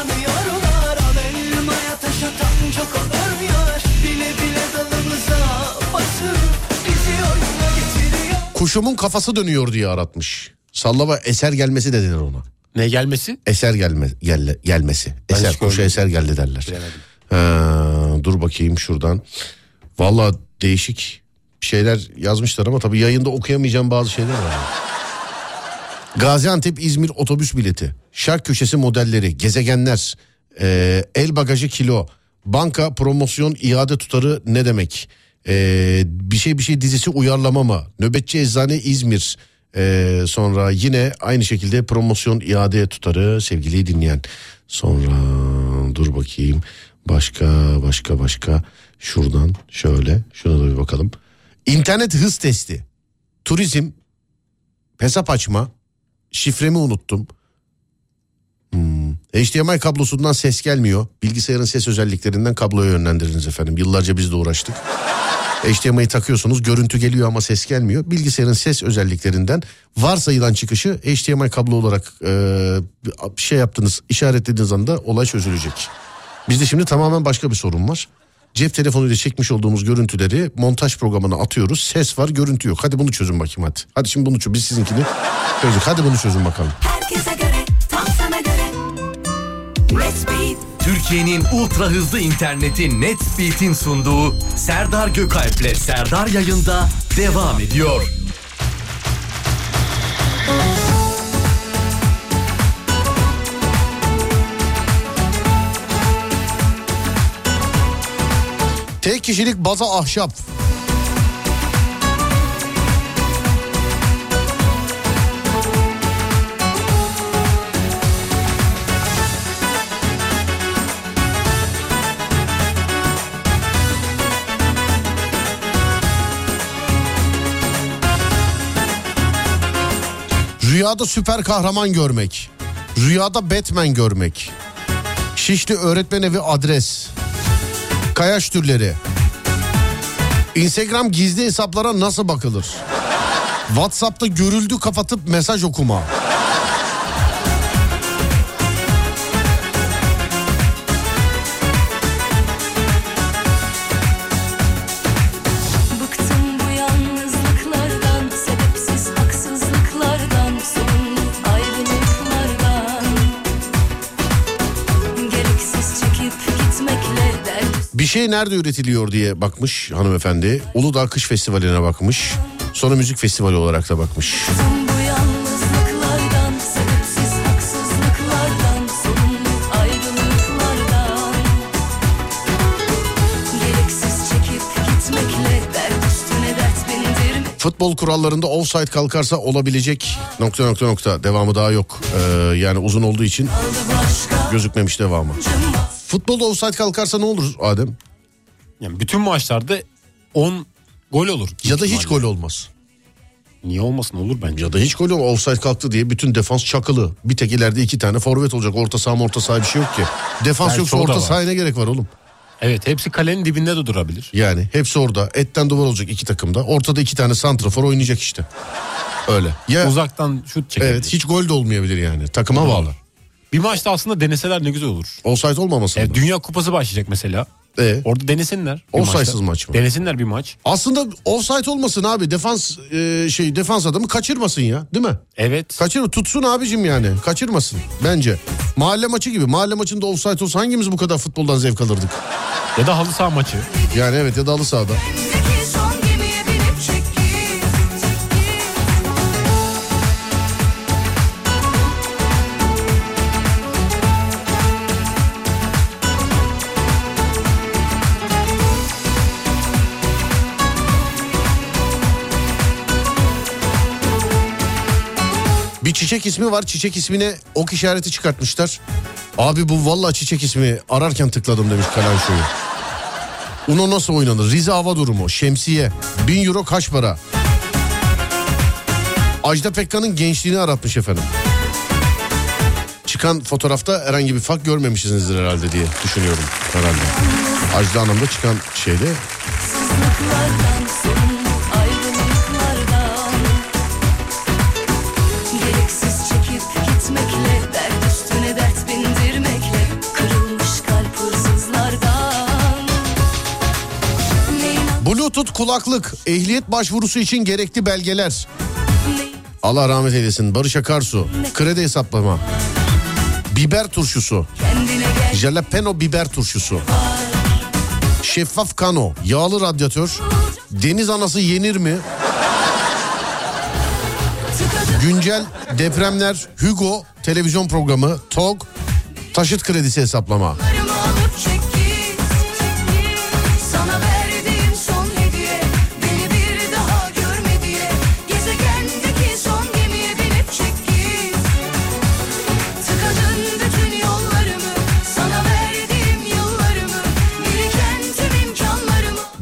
Kuşumun kafası dönüyor diye aratmış. Sallama eser gelmesi de denir ona. Ne gelmesi? Eser gelme, gelle, gelmesi. Eser, kuşa eser geldi derler. Ha, dur bakayım şuradan. Vallahi değişik şeyler yazmışlar ama tabii yayında okuyamayacağım bazı şeyler var. Gaziantep İzmir otobüs bileti, şark köşesi modelleri, gezegenler, e, el bagajı kilo, banka promosyon iade tutarı ne demek? E, bir şey bir şey dizisi uyarlama mı? Nöbetçi eczane İzmir, Ee, sonra yine aynı şekilde promosyon iade tutarı sevgili dinleyen. Sonra dur bakayım başka başka başka şuradan şöyle şuna da bir bakalım. İnternet hız testi, turizm, hesap açma, şifremi unuttum. Hmm. H D M I kablosundan ses gelmiyor. Bilgisayarın ses özelliklerinden kabloya yönlendiriniz efendim. Yıllarca biz de uğraştık. H D M I'yi takıyorsunuz, görüntü geliyor ama ses gelmiyor. Bilgisayarın ses özelliklerinden varsayılan çıkışı H D M I kablo olarak e, şey yaptınız, işaretlediğiniz anda olay çözülecek. Bizde şimdi tamamen başka bir sorun var. Cep telefonuyla çekmiş olduğumuz görüntüleri montaj programına atıyoruz. Ses var, görüntü yok. Hadi bunu çözün bakayım hadi. Hadi şimdi bunu çözün. Biz sizinkini çözdük. Hadi bunu çözün bakalım. Herkese göre, tam sana göre. Netspeed. Türkiye'nin ultra hızlı interneti Netspeed'in sunduğu Serdar Gökalp'le Serdar Yayında devam ediyor. Tek kişilik baza ahşap. Rüyada süper kahraman görmek. Rüyada Batman görmek. Şişli öğretmen evi adres. Kayaç türleri. Instagram gizli hesaplara nasıl bakılır? WhatsApp'ta görüldü kapatıp mesaj okuma. Bıktım bu yalnızlıklardan, sebepsiz haksızlıklardan, sorumlu ayrılıklardan. Gereksiz çekip gitmekle dert. Bir şey nerede üretiliyor diye bakmış hanımefendi. Uludağ Kış Festivali'ne bakmış. Sonra müzik festivali olarak da bakmış. Bıktım bu yalnızlıklardan, sebepsiz haksızlıklardan, sorumlu ayrılıklardan. Gereksiz çekip gitmekle dert üstüne dert bindirme. Futbol kurallarında offside kalkarsa olabilecek nokta nokta nokta devamı daha yok. Ee, yani uzun olduğu için gözükmemiş devamı. Futbolda offside kalkarsa ne olur Adem? Yani bütün maçlarda on gol olur. Ya da hiç ihtimalle. gol olmaz. Niye olmasın, olur bence. Ya da hiç gol olmaz. Offside kalktı diye bütün defans çakılı. Bir tek ileride iki tane forvet olacak. Orta saha orta saha bir şey yok ki. Defans Belki yoksa o da orta var. sahaya ne gerek var oğlum? Evet, hepsi kalenin dibinde de durabilir. Yani hepsi orada. Etten duvar olacak iki takımda. Ortada iki tane santrafor oynayacak işte. Öyle. Ya, uzaktan şut çekebilir. evet, hiç gol de olmayabilir yani. Takıma Doğru. bağlı. Bir maçta aslında deneseler ne güzel olur. Offside olmaması. E, Dünya Kupası başlayacak mesela. E? Orada denesinler. bir Offside'sız maçta. maç mı? Denesinler bir maç. Aslında offside olmasın abi. Defans e, şey defans adamı kaçırmasın ya, değil mi? Evet. Kaçır tutsun abicim yani. Kaçırmasın bence. Mahalle maçı gibi. Mahalle maçında offside olsa hangimiz bu kadar futboldan zevk alırdık? Ya da halı saha maçı. Yani evet, ya da halı sahada. Peki son gemiye binip çek git. Bir çiçek ismi var. Çiçek ismine ok işareti çıkartmışlar. Abi bu vallahi çiçek ismi, ararken tıkladım demiş Kalanşo'yu. Uno nasıl oynanır? Rize hava durumu. Şemsiye. Bin euro kaç para? Ajda Pekkan'ın gençliğini aratmış efendim. Çıkan fotoğrafta herhangi bir fark görmemişsinizdir herhalde diye düşünüyorum herhalde. Ajda Hanım'da çıkan şeyde. Haksızlıklardan, sorumlu ayrılıklardan. Gereksiz çekip gitmekle, dert üstüne dert bindirmekle, kırılmış kalp hırsızlardan. Neyin Bluetooth kulaklık, ehliyet başvurusu için gerekli belgeler. Allah rahmet eylesin. Barış Akarsu, kredi hesaplama, biber turşusu, kendine gel. jalapeno biber turşusu, şeffaf kano, yağlı radyatör, deniz anası yenir mi? Güncel depremler, Hugo televizyon programı, T O G, taşıt kredisi hesaplama. Karımı alıp çek git. Sana verdiğim son hediye, beni bir daha görme diye. Gezegendeki son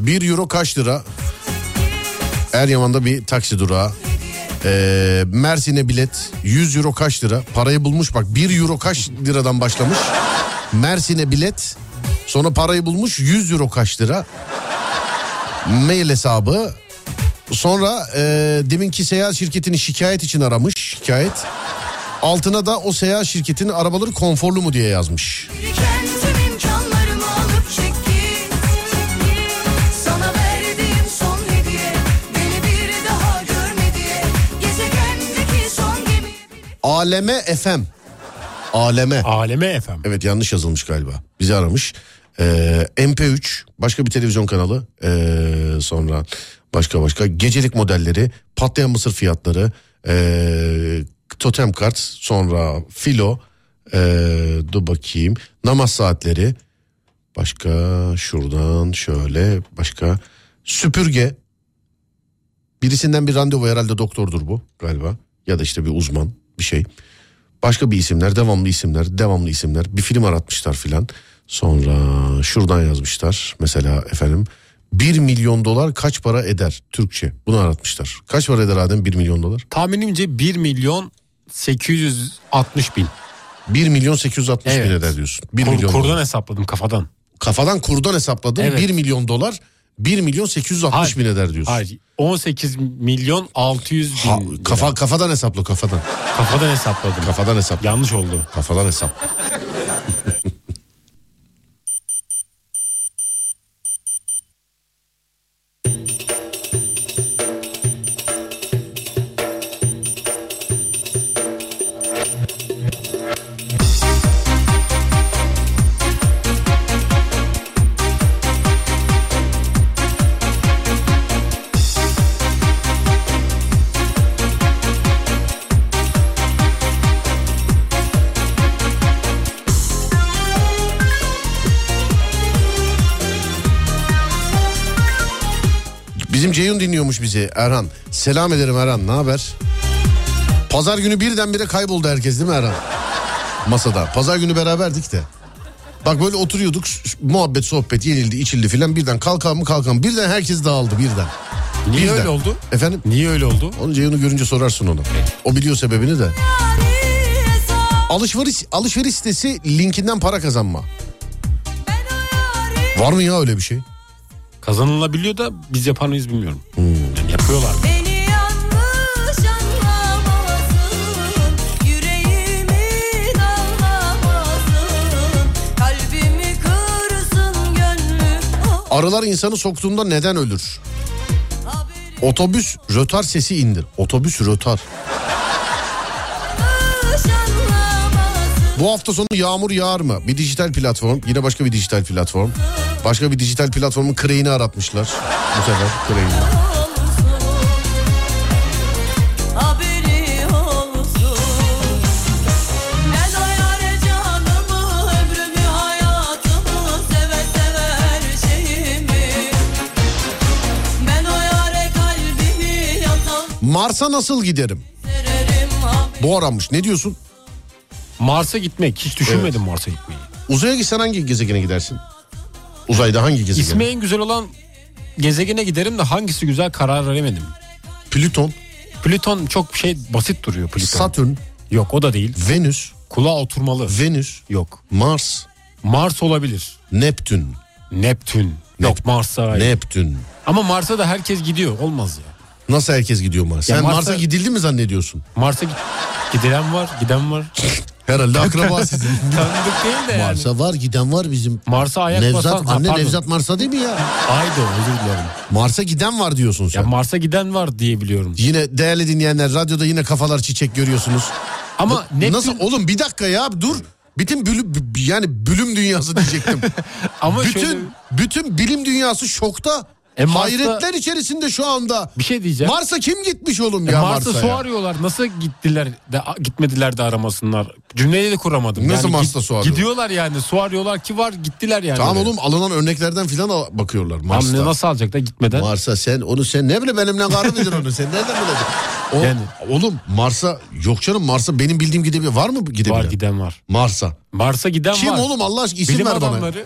bir euro kaç lira? Eryaman'da bir taksi durağı. Ee, Mersin'e bilet yüz euro kaç lira? Parayı bulmuş bak, bir euro kaç liradan başlamış. Mersin'e bilet, sonra parayı bulmuş, yüz euro kaç lira? Mail hesabı. Sonra e, deminki seyahat şirketini şikayet için aramış, şikayet. Altına da o seyahat şirketinin arabaları konforlu mu diye yazmış. Tüm imkanlarımı alıp çek git. Sana verdiğim son hediye, beni bir daha görme diye. Gezegendeki son gemi. Aleme F M. Aleme. Aleme F M. Evet, yanlış yazılmış galiba. Bizi aramış. Ee, M P üç, başka bir televizyon kanalı. Ee, sonra başka başka gecelik modelleri, patlayan mısır fiyatları, ee, totem kart, sonra filo, ee, dur bakayım, namaz saatleri, başka şuradan şöyle, başka süpürge. Birisinden bir randevu, herhalde doktordur bu galiba, ya da işte bir uzman bir şey. Başka bir isimler, devamlı isimler, devamlı isimler. Bir film aratmışlar filan. Sonra şuradan yazmışlar mesela efendim. Bir milyon dolar kaç para eder Türkçe? Bunu aratmışlar. Kaç para eder Adem bir milyon dolar? Tahminimce bir milyon sekiz yüz altmış bin. bir milyon sekiz yüz altmış Evet. bin eder diyorsun. bir Kur, milyon kurdan dolar. hesapladım kafadan. Kafadan kurdan hesapladım. Evet. bir milyon dolar bir milyon sekiz yüz altmış Hayır. bin eder diyorsun. Hayır, on sekiz milyon altı yüz bin. Ha, lira. kafa, kafadan hesapla kafadan. Kafadan hesapladım. Kafadan hesapla. Yanlış oldu. Kafadan hesap. Bizim Ceyhun dinliyormuş bizi, Erhan. Selam ederim Erhan, ne haber? Pazar günü birdenbire kayboldu herkes değil mi Erhan? Masada. Pazar günü beraberdik de. Bak böyle oturuyorduk, muhabbet sohbet yenildi içildi filan, birden kalkan mı kalkan, birden herkes dağıldı birden. Niye Birden. öyle oldu? Efendim? Niye öyle oldu? Onu Ceyhun'u görünce sorarsın ona. O biliyor sebebini de. Alışveriş alışveriş sitesi linkinden para kazanma. Var mı ya öyle bir şey? Kazanılabiliyor da biz yapar mıyız bilmiyorum. Hmm. Yani yapıyorlar. Beni yanlış anlamazsın, yüreğimi dağlamazsın, kalbimi kırsın gönlüm. Arılar insanı soktuğunda neden ölür? Otobüs rötar sesi indir. Otobüs rötar. Bu hafta sonu yağmur yağar mı? Bir dijital platform, yine başka bir dijital platform. Başka bir dijital platformun Crane'i aratmışlar. Bu sefer Crane'i. Haberi olsun. Ben o yâre canımı, ömrümü, hayatımı, seve seve her şeyimi. Ben o yâre kalbimi yatan Mars'a nasıl giderim? sererim. Bu aranmış. Ne diyorsun? Mars'a gitmek. Hiç düşünmedim Mars'a gitmeyi. Uzaya gitsen hangi gezegene gidersin? Uzayda hangi gezegen? İsmi en güzel olan gezegene giderim de hangisi güzel karar veremedim. Plüton, Plüton çok şey basit duruyor Plüton. Satürn, Yok o da değil. Venüs, Kulağa oturmalı. Venüs, Yok. Mars, Mars olabilir. Neptün. Neptün. Yok Mars'a. hayır. Neptün. Ama Mars'a da herkes gidiyor. Olmaz ya. Nasıl herkes gidiyor Mars'a? Ya Sen Mars'a- Mars'a gidildi mi zannediyorsun? Mars'a git- giden var, giden var. Herhalde akraba sizin. Tanıdık değil de yani. Mars'a var giden var bizim. Mars'a ayak Nevzat, basan. Ha, anne pardon. Nevzat Mars'a değil mi ya? Aydı o, özür dilerim. Mars'a giden var diyorsun sen. Ya Mars'a giden var diye biliyorum. Yine değerli dinleyenler, radyoda yine kafalar çiçek görüyorsunuz. Ama Neptün... Nasıl oğlum, bir dakika ya dur. Bütün bölüm, yani bölüm dünyası diyecektim. Ama bütün şöyle... bütün bilim dünyası şokta. E Mars'ta- Hayretler içerisinde şu anda. Bir şey diyeceğim. Mars'a kim gitmiş oğlum E ya Mars'a Mars'a su ya? arıyorlar. Nasıl gittiler de gitmediler de aramasınlar. Cümleyi de kuramadım. Nasıl Yani Mars'ta git- su arıyorlar? Gidiyorlar yani. Su arıyorlar ki var, gittiler yani. Tamam oraya. oğlum, alınan örneklerden filan al- bakıyorlar Mars'ta. Tamam, ne nasıl alacak da gitmeden? Mars'a sen onu sen ne bile benimle karı bilir onu, sen nereden bileceksin? O, Yani. Oğlum Mars'a yok canım, Mars'a benim bildiğim gidebilir. Var mı gidebilen? Var, giden var. Mars'a. Mars'a giden Kim var. oğlum Allah aşkına, isim Bilim ver bana. adamları.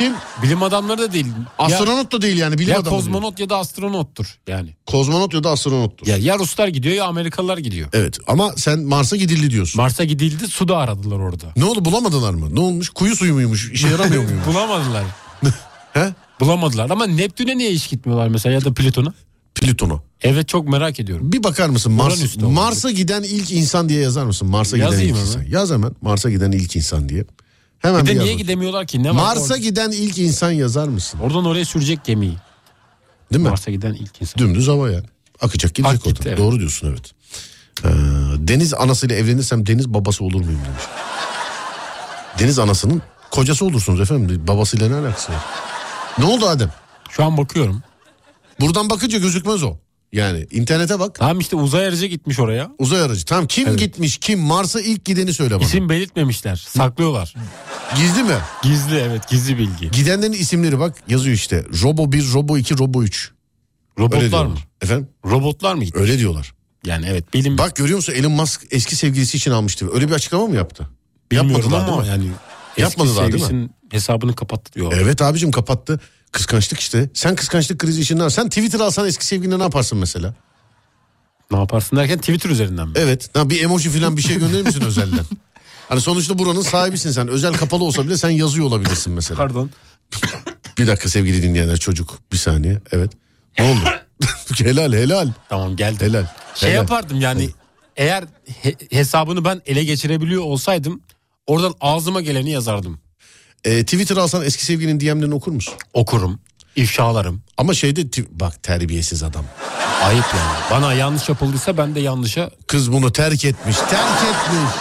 Kim? Bilim adamları da değil. Astronot da değil yani bilim ya adamı. Ya kozmonot ya da astronottur yani. Kozmonot ya da astronottur. Ya, ya Ruslar gidiyor ya Amerikalılar gidiyor. Evet ama sen Mars'a gidildi diyorsun. Mars'a gidildi, su da aradılar orada. Ne oldu, bulamadılar mı? Ne olmuş? Kuyu suyu muymuş? İşe yaramıyor muymuş? Bulamadılar. He? Bulamadılar ama Neptün'e niye hiç gitmiyorlar mesela ya da Plüton'a? Plüton'a. Evet, çok merak ediyorum. Bir bakar mısın Mars, Mars'a giden ilk insan diye yazar mısın? Mars'a giden Yazayım ilk ama. insan. Yaz hemen Mars'a giden ilk insan diye. Hemen bir de bir niye yaz. gidemiyorlar ki? Ne var Mars'a orada? giden ilk insan yazar mısın? Oradan oraya sürecek gemiyi. Değil mi? Mars'a giden ilk insan. Dümdüz hava yani. Akacak gidecek Ak gitti, oradan. evet. Doğru diyorsun evet. Ee, deniz anasıyla evlenirsem deniz babası olur muyum demiş. Deniz anasının kocası olursunuz efendim. Babasıyla ne alakası var? Ne oldu Adem? Şu an bakıyorum. Buradan bakınca gözükmez o. Yani internete bak. Tamam işte uzay aracı gitmiş oraya. Uzay aracı. Tamam kim Evet. gitmiş? Kim? Mars'a ilk gideni söyle bana. İsim belirtmemişler. Saklıyorlar. Gizli mi? Gizli, evet, gizli bilgi. Gidenlerin isimleri bak yazıyor işte. Robo bir, Robo iki, Robo üç. Öyle Robotlar diyorlar. mı? Efendim? Robotlar mı gitti? Öyle diyorlar. Yani evet, bilim. Bak görüyor musun Elon Musk eski sevgilisi için almıştı. Öyle bir açıklama mı yaptı? Bilmiyorum Yapmadılar ama değil mi? yani Yapmadılar eski değil mi? sevgilisinin hesabını kapattı diyor. Evet abicim kapattı. Kıskançlık işte. Sen kıskançlık krizi için ne Sen Twitter alsan eski sevgiline ne yaparsın mesela? Ne yaparsın derken Twitter üzerinden mi? Evet. Ha, bir emoji falan bir şey gönderir misin özelden? Hani sonuçta buranın sahibisin sen. Özel kapalı olsa bile sen yazıyor olabilirsin mesela. Pardon. Bir dakika sevgili dinleyenler, çocuk. Bir saniye. Evet. Ne oldu? helal helal. Tamam, geldi. Helal. Şey helal. yapardım yani, eğer he- hesabını ben ele geçirebiliyor olsaydım oradan ağzıma geleni yazardım. E, Twitter alsan eski sevgilinin D M'lerini okur musun? Okurum, ifşalarım. Ama şeyde ti- bak terbiyesiz adam. Ayıp yani. Bana yanlış yapıldıysa ben de yanlışa Kız bunu terk etmiş. Terk etmiş.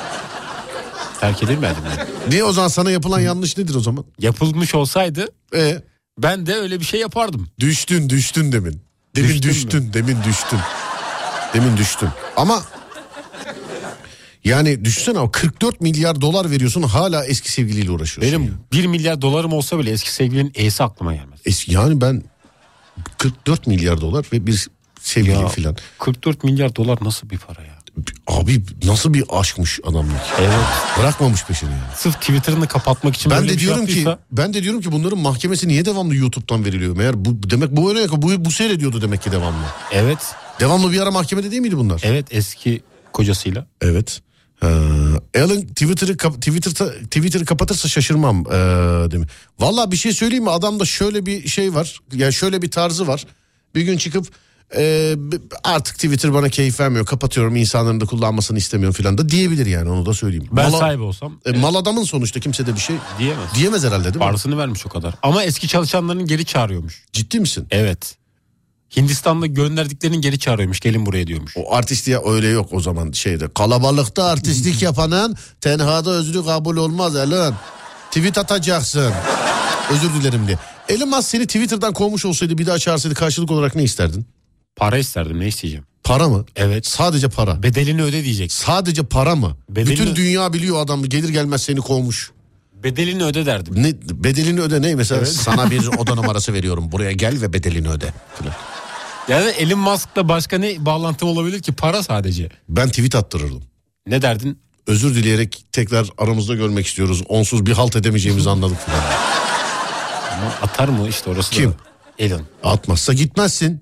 terk edilmedim yani. Niye o zaman sana yapılan yanlış nedir o zaman? Yapılmış olsaydı E, ben de öyle bir şey yapardım. düştün düştün demin. Demin Düştün düştün, mü? demin düştün. Demin düştün. Ama yani düşünsene o kırk dört milyar dolar veriyorsun hala eski sevgiliyle uğraşıyorsun. Benim ya. bir milyar dolarım olsa bile eski sevgilinin E'si aklıma gelmez. Es- yani ben kırk dört milyar dolar ve bir sevgili Ya, filan. kırk dört milyar dolar nasıl bir para ya? Abi nasıl bir aşkmış adamlık. Evet. Bırakmamış peşini yani. Sırf Twitter'ını kapatmak için Ben böyle de bir şey diyorum ki yaptıysa- ben de diyorum ki bunların mahkemesi niye devamlı YouTube'dan veriliyor? Meğer bu demek bu öyle bu bu seyrediyordu demek ki devamlı. Evet. Devamlı bir ara mahkemede değil miydi bunlar? Evet, eski kocasıyla. Evet. Ee, Alan Twitter'ı kap- Twitter'ta Twitter'ı kapatırsa şaşırmam ee, değil mi? Vallahi bir şey söyleyeyim mi? Adamda şöyle bir şey var. Yani şöyle bir tarzı var. Bir gün çıkıp ee, artık Twitter bana keyif vermiyor. Kapatıyorum. İnsanların da kullanmasını istemiyorum falan da diyebilir yani, onu da söyleyeyim. Ben Mal- sahibi olsam E, mal adamın sonuçta, kimse de bir şey diyemez. diyemez herhalde değil mi? Parasını vermiş o kadar. Ama eski çalışanlarını geri çağırıyormuş. Ciddi misin? Evet. Hindistan'da gönderdiklerini geri çağırıyormuş. Gelin buraya diyormuş. O artistliğe öyle yok o zaman şeyde. Kalabalıkta artistlik yapanın tenhada özrü kabul olmaz Elon. Tweet atacaksın. Özür dilerim diye. Elon Musk seni Twitter'dan kovmuş olsaydı, bir daha çağırsaydı karşılık olarak ne isterdin? Para isterdim, ne isteyeceğim? Para mı? Evet. Sadece para. Bedelini öde diyecek. Sadece para mı? Bedelini- Bütün dünya biliyor adam gelir gelmez seni kovmuş. Bedelini öde derdim. Ne, bedelini öde ne? Mesela Evet. sana bir oda numarası veriyorum. Buraya gel ve bedelini öde. Falan. Yani Elon Musk'la başka ne bağlantım olabilir ki? Para sadece. Ben tweet attırırdım. Ne derdin? Özür dileyerek tekrar aramızda görmek istiyoruz. Onsuz bir halt edemeyeceğimizi anladık falan. Ama atar mı işte orası Kim? da. Elon. Atmazsa gitmezsin.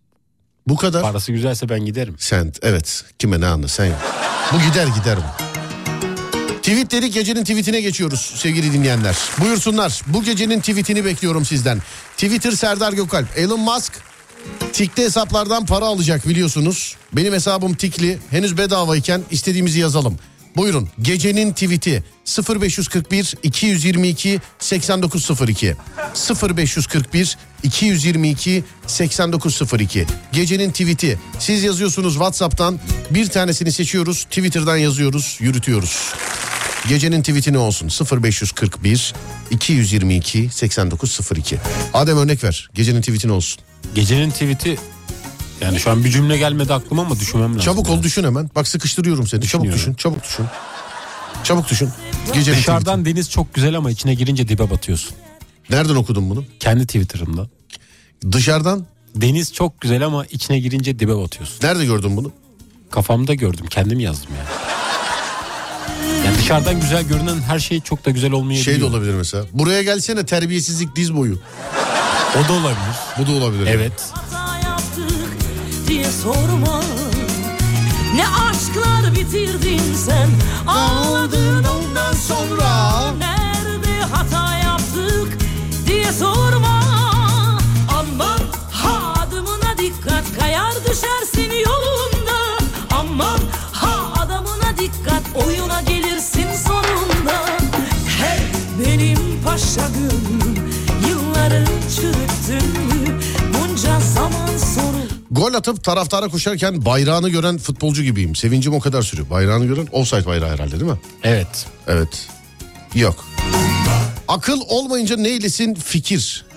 Bu kadar. Parası güzelse ben giderim. Sen evet, kime ne anla sen. Bu gider gider bu. Tweet dedik, gecenin tweetine geçiyoruz sevgili dinleyenler. Buyursunlar, bu gecenin tweetini bekliyorum sizden. Twitter Serdar Gökalp. Elon Musk tikli hesaplardan para alacak biliyorsunuz. Benim hesabım tikli, henüz bedavayken istediğimizi yazalım. Buyurun, gecenin tweeti sıfır beş kırk bir iki yüz yirmi iki seksen dokuz sıfır iki sıfır beş kırk bir iki yüz yirmi iki seksen dokuz sıfır iki. Gecenin tweeti, siz yazıyorsunuz WhatsApp'tan, bir tanesini seçiyoruz, Twitter'dan yazıyoruz, yürütüyoruz. Gecenin tweeti ne olsun? sıfır beş kırk bir iki yüz yirmi iki seksen dokuz sıfır iki. Adem örnek ver, gecenin tweeti ne olsun? Gecenin tweeti, yani şu an bir cümle gelmedi aklıma ama düşünmem lazım. Çabuk ol, yani. düşün hemen. Bak sıkıştırıyorum seni. Çabuk düşün, çabuk düşün. Çabuk düşün. Gecenin Dışarıdan tweeti. deniz çok güzel ama içine girince dibe batıyorsun. Nereden okudun bunu? Kendi Twitter'ımda. Dışarıdan. Deniz çok güzel ama içine girince dibe batıyorsun. Nerede gördün bunu? Kafamda gördüm, kendim yazdım yani. Yani Dışarıdan güzel görünen her şey çok da güzel olmayabiliyor. Şey de olabilir mesela. Buraya gelsene, terbiyesizlik diz boyu. O da olabilir. Bu da olabilir. Evet. Hata yaptık diye sorma. Ne aşklar bitirdin sen, ağladın ondan sonra. Nerede hata yaptık diye sorma. Aman ha, adımına dikkat, kayar düşersin yolunda. Aman ha, adamına dikkat, oyuna gelirsin sonunda. Hey benim paşa gönlüm, yılları çürüttün mü bunca zaman sonra. Gol atıp taraftara koşarken bayrağını gören futbolcu gibiyim. Sevincim o kadar sürüyor. Bayrağını gören offside bayrağı herhalde, değil mi? Evet. Evet. Yok. Akıl olmayınca neylesin fikir.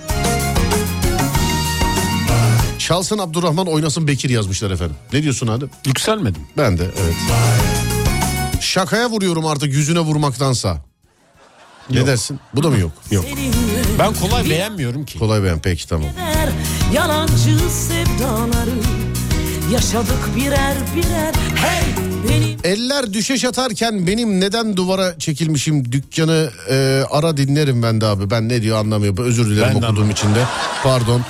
Çalsın Abdurrahman, oynasın Bekir yazmışlar efendim. Ne diyorsun Adem? Yükselmedim. Ben de evet. Şakaya vuruyorum artık yüzüne vurmaktansa. Ne Yok. dersin? Bu da mı yok? Yok. Ben kolay beğenmiyorum ki. Kolay beğen, peki tamam. Yalancı sevdaları yaşadık birer birer. Hey benim. Eller düşeş atarken benim neden duvara çekilmişim dükkanı e, ara dinlerim ben de abi. Ben ne diyor anlamıyorum. Özür dilerim Ben de okuduğum için de. Pardon.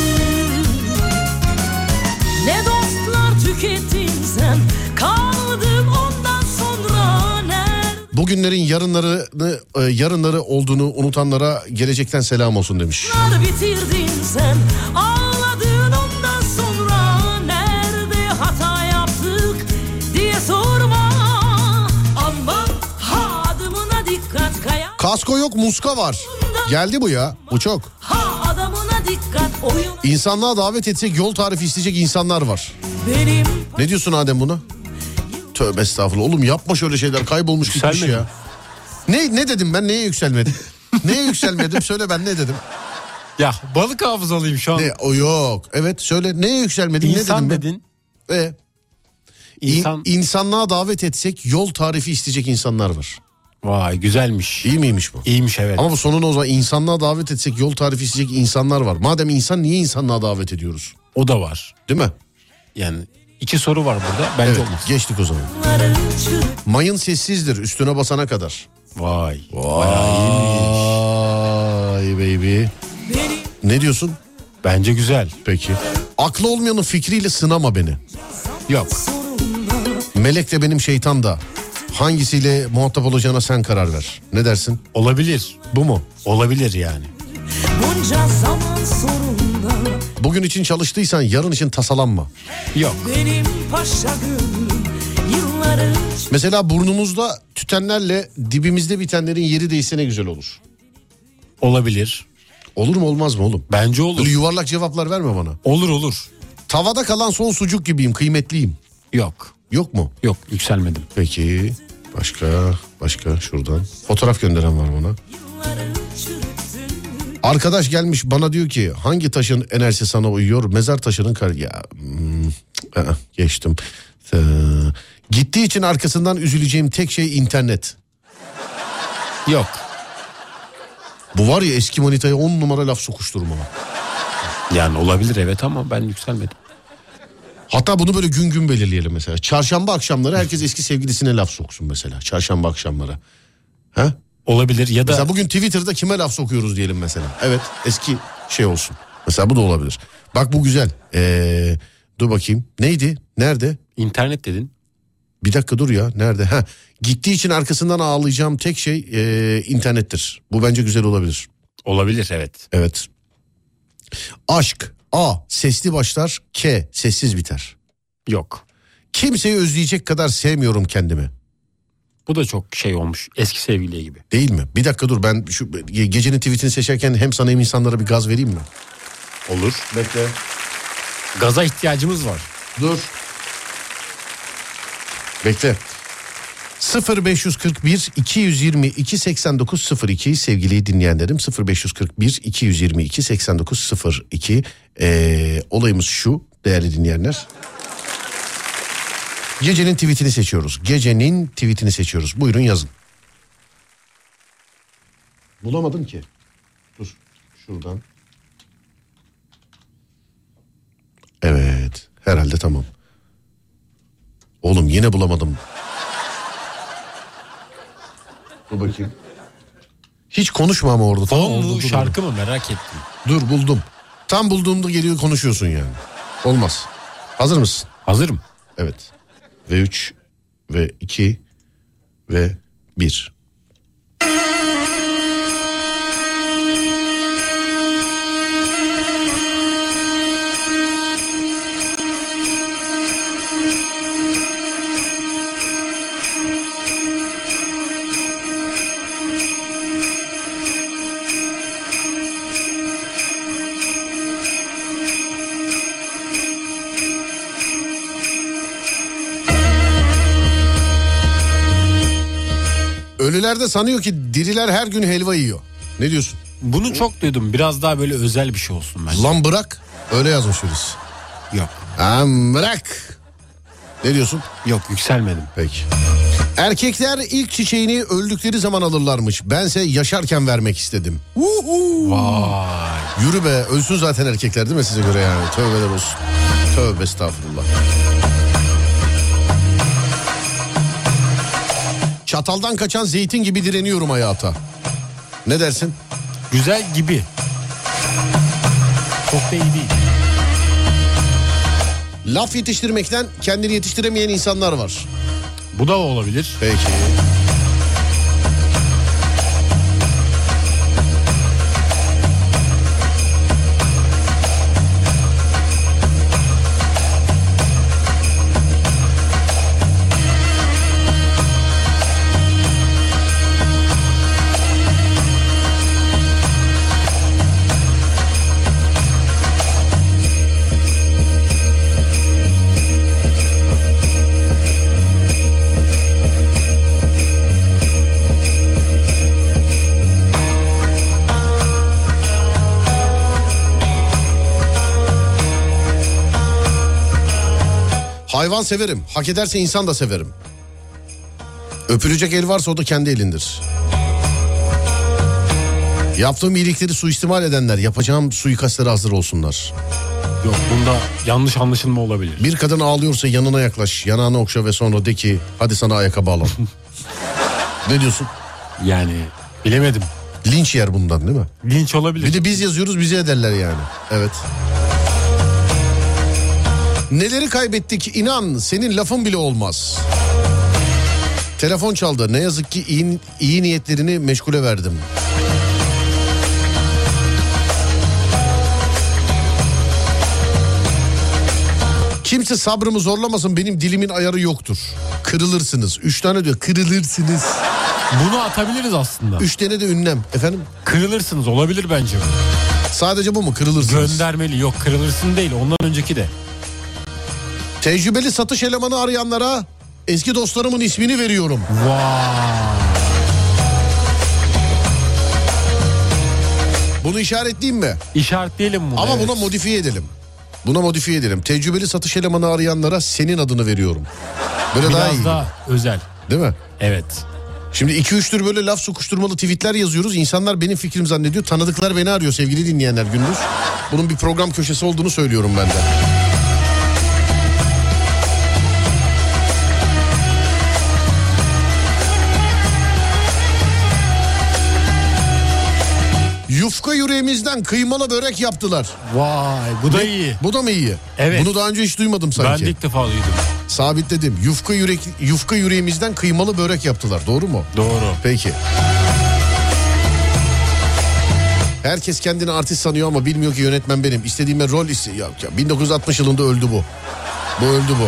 Ne dostlar tükettin sen, kaldım ondan sonra nerede? Bugünlerin yarınlarını e, yarınları olduğunu unutanlara gelecekten selam olsun demiş. Bitirdin sen, ağladın ondan sonra. Nerede hata yaptık diye sorma. Aman ha, adımına dikkat, kayar. Kasko yok, muska var. Geldi bu ya. Bu çok. Ha, adamına dikkat, oyun. İnsanlığa davet etsek yol tarifi isteyecek insanlar var. Benim Ne diyorsun Adem buna? Tövbe estağfurullah. Oğlum yapma şöyle şeyler. Kaybolmuş gitmiş Yükselmedim. ya. Ne ne dedim ben? Neye yükselmedim? Neye yükselmedim? Söyle, ben ne dedim? Ya balık hafızalıyım şu an. Ne? O yok. Evet söyle. Neye yükselmedim? İnsan ne dedim ben? dedin. E, İnsan. İn, insanlığa davet etsek yol tarifi isteyecek insanlar var. Vay güzelmiş. İyi miymiş bu? İyiymiş evet. Ama bu sonuna o zaman insanlığa davet etsek yol tarifi isteyecek insanlar var. Madem insan, niye insanlığa davet ediyoruz? O da var. Değil mi? Yani iki soru var burada. Bence Evet, olmaz. geçtik o zaman. Mayın sessizdir üstüne basana kadar. Vay. Vay baby. Ne diyorsun? Bence güzel. Peki. Aklı olmayanın fikriyle sınama beni. Yok. Melek de benim şeytan da. Hangisiyle muhatap olacağına sen karar ver. Ne dersin? Olabilir. Bu mu? Olabilir yani. bunca zaman sonunda. Bugün için çalıştıysan yarın için tasalanma. Yok. Benim paşa gönlüm, yılları. Mesela burnumuzda tütenlerle dibimizde bitenlerin yeri değişse ne güzel olur. Olabilir. Olur mu olmaz mı oğlum? Bence olur. Böyle yuvarlak cevaplar verme bana. Olur olur. Tavada kalan son sucuk gibiyim, kıymetliyim. Yok. Yok mu? Yok yükselmedim. Peki başka başka şuradan. Fotoğraf gönderen var bana. Arkadaş gelmiş bana diyor ki hangi taşın enerjisi sana uyuyor? Mezar taşının kar... Ya hmm, ı-ı, geçtim. Ee, gittiği için arkasından üzüleceğim tek şey internet. Yok. Bu var ya eski manitaya on numara laf sokuşturma. Yani olabilir evet ama ben yükselmedim. Hatta bunu böyle gün gün belirleyelim mesela. Çarşamba akşamları herkes eski sevgilisine laf soksun mesela. Çarşamba akşamları. He? Olabilir ya da... Mesela bugün Twitter'da kime laf sokuyoruz diyelim mesela. Evet, eski şey olsun. Mesela bu da olabilir. Bak bu güzel. Ee, dur bakayım. Neydi? Nerede? İnternet dedin. Bir dakika dur ya. Nerede? Ha, gittiği için arkasından ağlayacağım tek şey ee, internettir. Bu bence güzel olabilir. Olabilir evet. Evet. Aşk. A. Sesli başlar. K. Sessiz biter. Yok. Kimseyi özleyecek kadar sevmiyorum kendimi. Bu da çok şey olmuş. Eski sevgiliye gibi. Değil mi? Bir dakika dur, ben şu gecenin tweetini seçerken hem sana hem insanlara bir gaz vereyim mi? Olur. Bekle. Gaza ihtiyacımız var. Dur. Bekle. sıfır beş kırk bir iki yüz yirmi iki seksen dokuz sıfır iki sevgili dinleyenlerim, sıfır beş kırk bir iki yüz yirmi iki seksen dokuz sıfır iki. Ee, olayımız şu değerli dinleyenler. Gecenin tweetini seçiyoruz. Gecenin tweetini seçiyoruz. Buyurun yazın. Bulamadım ki. Dur şuradan. Evet herhalde tamam. Oğlum yine bulamadım. Dur bakayım. Hiç konuşma ama orada. Tamam, Fon mu oldu, dur, şarkı dur. mı merak ettim. Dur buldum. Tam bulduğumda geliyor konuşuyorsun yani. Olmaz. Hazır mısın? Hazırım. Evet. Ve üç ve iki ve bir. Ölüler de sanıyor ki diriler her gün helva yiyor. Ne diyorsun? Bunu çok duydum. Biraz daha böyle özel bir şey olsun bence. Lan bırak. Öyle yazmış birisi. Yok. Lan bırak. Ne diyorsun? Yok, yükselmedim. Peki. Erkekler ilk çiçeğini öldükleri zaman alırlarmış. Bense yaşarken vermek istedim. Uhu. Vay. Yürü be, ölsün zaten erkekler değil mi size göre yani? Tövbeler olsun. Tövbe estağfurullah. Çataldan kaçan zeytin gibi direniyorum hayata. Ne dersin? Güzel gibi. Çok da iyi değil. Laf yetiştirmekten kendini yetiştiremeyen insanlar var. Bu da olabilir. Peki. Hayvan severim. Hak ederse insan da severim. Öpülecek el varsa o da kendi elindir. Yaptığım iyilikleri suistimal edenler yapacağım suikastlere hazır olsunlar. Yok, bunda yanlış anlaşılma olabilir. Bir kadın ağlıyorsa yanına yaklaş, yanağını okşa ve sonra de ki hadi sana ayakkabı alalım. Ne diyorsun? Yani bilemedim. Linç yer bundan değil mi? Linç olabilir. Bir de biz yazıyoruz bize ederler yani. Evet. Neleri kaybettik inan senin lafın bile olmaz. Telefon çaldı. Ne yazık ki iyi, iyi niyetlerini meşgule verdim. Kimse sabrımı zorlamasın, benim dilimin ayarı yoktur. Kırılırsınız. Üç tane diyor, kırılırsınız. Bunu atabiliriz aslında. Üç tane de ünlem. Efendim? Kırılırsınız olabilir bence bu. Sadece bu mu? Kırılırsınız. Göndermeli, yok kırılırsın değil, ondan önceki de. Tecrübeli satış elemanı arayanlara eski dostlarımın ismini veriyorum. Vay. Bunu işaretleyeyim mi? İşaretleyelim bunu. Ama evet. buna modifiye edelim. Buna modifiye edelim. Tecrübeli satış elemanı arayanlara senin adını veriyorum. Böyle Biraz daha iyi. daha özel. Değil mi? Evet. Şimdi iki üçtür böyle laf sokuşturmalı tweetler yazıyoruz. İnsanlar benim fikrim zannediyor. Tanıdıklar beni arıyor sevgili dinleyenler gündüz. Bunun bir program köşesi olduğunu söylüyorum ben de. Yufka yüreğimizden kıymalı börek yaptılar. Vay, bu da iyi. Bu da mı iyi? Evet. Bunu daha önce hiç duymadım sanki. Ben de ilk defa duydum. Sabitledim. Yufka yürek yufka yüreğimizden kıymalı börek yaptılar. Doğru mu? Doğru. Peki. Herkes kendini artist sanıyor ama bilmiyor ki yönetmen benim. İstediğime rol iste... Ya, ya bin dokuz yüz altmış yılında öldü bu. Bu öldü bu.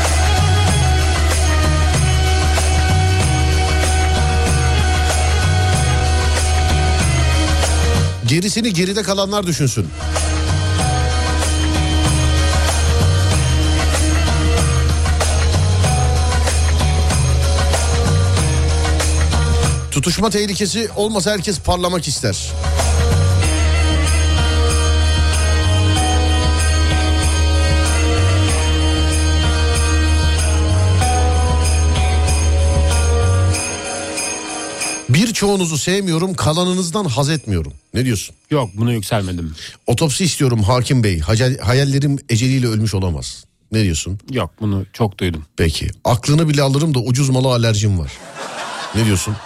Gerisini geride kalanlar düşünsün. Tutuşma tehlikesi olmasa herkes parlamak ister. Birçoğunuzu sevmiyorum, kalanınızdan haz etmiyorum. Ne diyorsun? Yok, buna yükselmedim. Otopsi istiyorum hakim bey. Hayal, hayallerim eceliyle ölmüş olamaz. Ne diyorsun? Yok, bunu çok duydum. Peki. Aklını bile alırım da ucuz mala alerjim var. Ne diyorsun?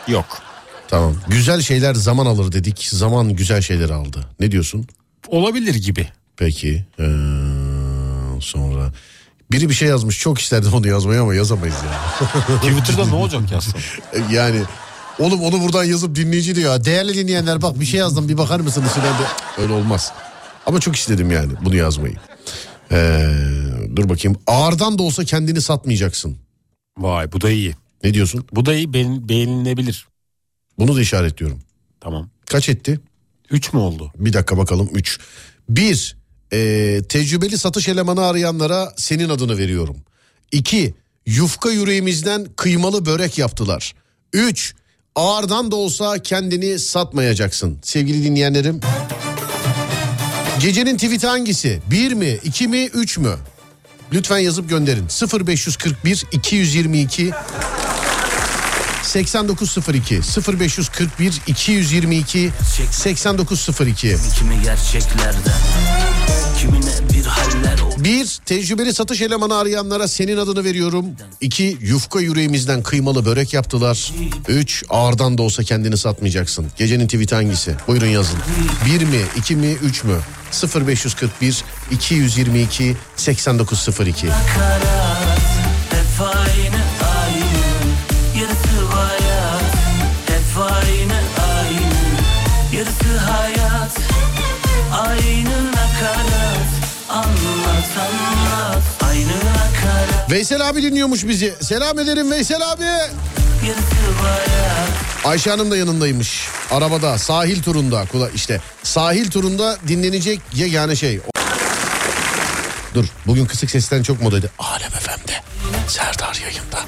Yok. Tamam. Güzel şeyler zaman alır dedik. Zaman güzel şeyleri aldı. Ne diyorsun? Olabilir gibi. Peki. Ee, sonra biri bir şey yazmış. Çok isterdim onu yazmayı ama yazamayız yani. Twitter'da ne olacak yazsam? Yani oğlum onu buradan yazıp dinleyici diyor. Ya, değerli dinleyenler bak bir şey yazdım bir bakar mısınız? De. Öyle olmaz. Ama çok istedim yani bunu yazmayı. Ee, dur bakayım. Ağırdan da olsa kendini satmayacaksın. Vay bu da iyi. Ne diyorsun? Bu da iyi, beğen- beğenilebilir. Bunu da işaretliyorum. Tamam. Kaç etti? Üç mü oldu? Bir dakika bakalım. Üç. Bir. E, tecrübeli satış elemanı arayanlara senin adını veriyorum. İki. Yufka yüreğimizden kıymalı börek yaptılar. Üç. Ağırdan da olsa kendini satmayacaksın. Sevgili dinleyenlerim. Gecenin tweet'i hangisi? Bir mi? İki mi? Üç mü? Lütfen yazıp gönderin. sıfır beş kırk bir iki yüz yirmi iki seksen dokuz sıfır iki sıfır beş kırk bir iki yüz yirmi iki seksen dokuz sıfır iki. Kimi gerçeklerden, kimine bir haller o. Bir, tecrübeli satış elemanı arayanlara senin adını veriyorum. İki, yufka yüreğimizden kıymalı börek yaptılar. Üç, ağırdan da olsa kendini satmayacaksın. Gecenin tweet'i hangisi? Buyurun yazın. Bir mi, iki mi, üç mü? sıfır beş kırk bir iki yüz yirmi iki seksen dokuz sıfır iki. Karat, hep aynı aynı, yarısı hayat. Hep aynı aynı, yarısı hayat. Aynı nakarat, anlat anlat. Aynı nakarat, Veysel abi dinliyormuş bizi. Selam ederim Veysel abi. yarısı hayat. Ayşe Hanım da yanındaymış. Arabada sahil turunda. Kula işte sahil turunda dinlenecek yegane şey. Dur bugün kısık sesten çok modaydı. Alem F M'de Serdar yayında.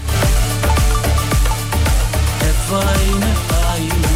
Hep aynı aynı.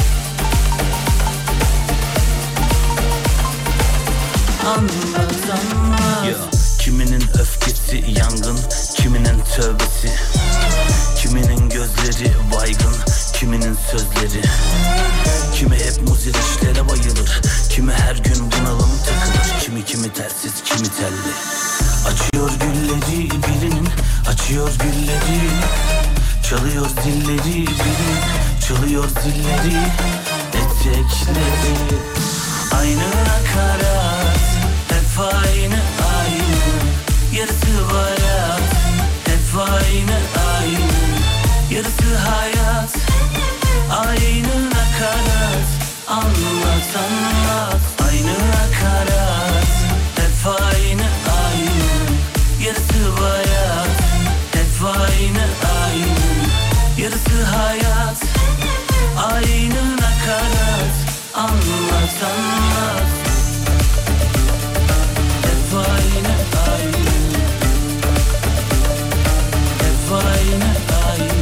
Anlat anlat. Kiminin öfkesi yangın, kiminin tövbesi. Kiminin gözleri baygın, kiminin sözleri. Kimi hep muzir işlere bayılır, kimi her gün bunalım takılır. Kimi kimi tersiz, kimi telli. Açıyor gülleri birinin, açıyor gülleri. Çalıyor zilleri birinin, çalıyor zilleri. Etekleri aynı nakarat, hep aynı aynı. Yarısı bayat, hep aynı aynı. Yarısı hayat, aynı nakarat. Anlat anlat, aynı nakarat. Hep aynı aynı, yarısı bayat. Hep aynı aynı, yarısı hayat. Aynı nakarat, anlat anlat. Hep aynı aynı, hep aynı aynı.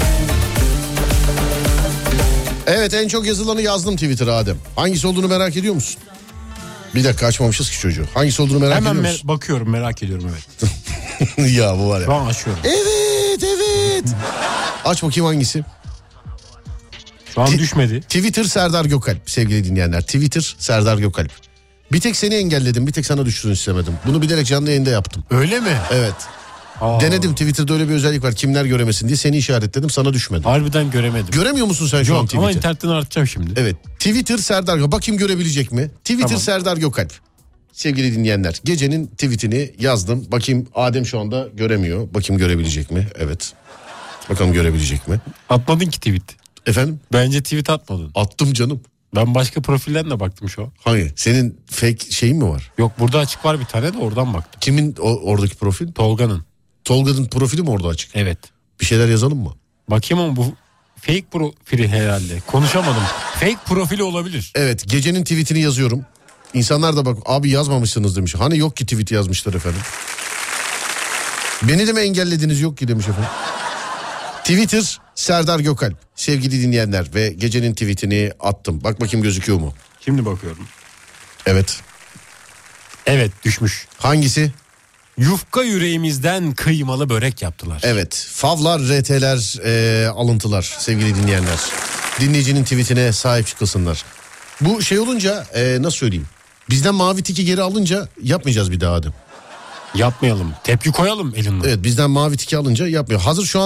Evet en çok yazılanı yazdım Twitter'a Adem. Hangisi olduğunu merak ediyor musun? Bir dakika açmamışız ki çocuğu. Hangisi olduğunu merak Hemen ediyor me- musun? bakıyorum, merak ediyorum, evet. Ya bu var ya. Şu an açıyorum. Evet evet. Aç bakayım hangisi? Şu an Ti- düşmedi. Twitter Serdar Gökalp sevgili dinleyenler. Twitter Serdar Gökalp. Bir tek seni engelledim, bir tek sana düşsün istemedim. Bunu bilerek canlı yayında yaptım. Öyle mi? Evet. Aa, Denedim, Twitter'da öyle bir özellik var. Kimler göremesin diye seni işaretledim, sana düşmedi. harbiden göremedim. Göremiyor musun sen şu an Yok Twitter'ı? ama internetten artacağım şimdi. Evet. Twitter Serdar Gökalp. Bakayım görebilecek mi? Twitter Tamam. Serdar Gökalp. Sevgili dinleyenler, gecenin tweetini yazdım. Bakayım Adem şu anda göremiyor. Bakayım görebilecek mi? Evet. Bakalım görebilecek mi? Atmadın ki tweet. Efendim? Bence tweet atmadın. Attım canım. Ben başka profilden de baktım şu an. Hangi? Senin fake şeyin mi var? Yok, burada açık var bir tane de oradan baktım. Kimin o, oradaki profil? Tolga'nın. Tolga'nın profili mi orada açık? Evet. Bir şeyler yazalım mı? Bakayım ama bu fake profili herhalde. Konuşamadım. Fake profili olabilir. Evet, gecenin tweetini yazıyorum. İnsanlar da bak abi yazmamışsınız demiş. Hani yok ki tweet yazmışlar efendim. Beni de mi engellediniz, yok ki demiş efendim. Twitter Serdar Gökalp sevgili dinleyenler ve gecenin tweetini attım. Bak bakayım gözüküyor mu? Şimdi bakıyorum. Evet. Evet, düşmüş. Hangisi? Yufka yüreğimizden kıymalı börek yaptılar. Evet. Favlar, R T'ler, e, alıntılar sevgili dinleyenler. Dinleyicinin tweetine sahip çıkılsınlar. Bu şey olunca e, nasıl söyleyeyim? Bizden mavi tiki geri alınca yapmayacağız bir daha Adem. Yapmayalım. Tepki koyalım elinden. Evet, bizden mavi tiki alınca yapmıyor. Hazır şu anda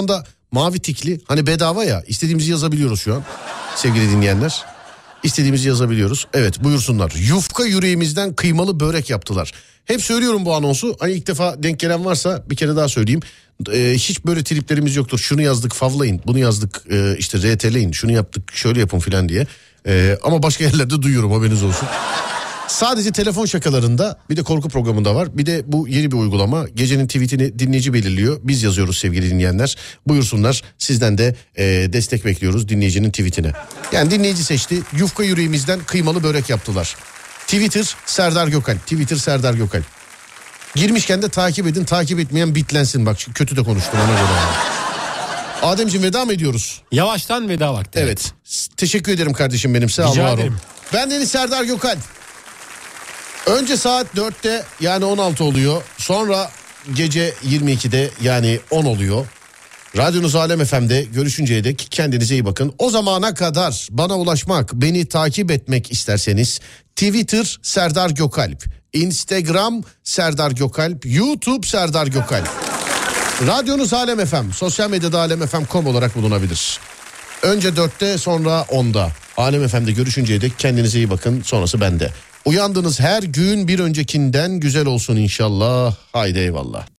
mavi tikli, hani bedava ya, istediğimizi yazabiliyoruz şu an sevgili dinleyenler. İstediğimizi yazabiliyoruz. Evet, buyursunlar. Yufka yüreğimizden kıymalı börek yaptılar. Hep söylüyorum bu anonsu. Hani ilk defa denk gelen varsa bir kere daha söyleyeyim. Ee, hiç böyle triplerimiz yoktur. Şunu yazdık favlayın, bunu yazdık e, işte R T'leyin, şunu yaptık şöyle yapın filan diye. Ee, ama başka yerlerde duyuyorum, haberiniz olsun. Sadece telefon şakalarında, bir de korku programında var. Bir de bu yeni bir uygulama. Gecenin tweetini dinleyici belirliyor. Biz yazıyoruz sevgili dinleyenler. Buyursunlar, sizden de e, destek bekliyoruz dinleyicinin tweetine. Yani dinleyici seçti. Yufka yüreğimizden kıymalı börek yaptılar. Twitter Serdar Gökalp. Twitter Serdar Gökalp. Girmişken de takip edin. Takip etmeyen bitlensin. Bak kötü de konuştum ona göre. Ademciğim, veda mı ediyoruz? Yavaştan veda vakti. Evet. Teşekkür ederim kardeşim benim. Sağ ol. Rica var ol. ederim. Ben Deniz Serdar Gökalp. Önce saat dörtte yani on altı oluyor. Sonra gece yirmi ikide yani on oluyor. Radyonuz Alem F M'de görüşünceye dek kendinize iyi bakın. O zamana kadar bana ulaşmak, beni takip etmek isterseniz Twitter Serdar Gökalp, Instagram Serdar Gökalp, YouTube Serdar Gökalp. Radyonuz Alem F M, sosyal medyada alem f m nokta com olarak bulunabilir. Önce dörtte, sonra onda. Alem F M'de görüşünceye dek kendinize iyi bakın, sonrası bende. Uyandığınız her gün bir öncekinden güzel olsun inşallah. Haydi eyvallah.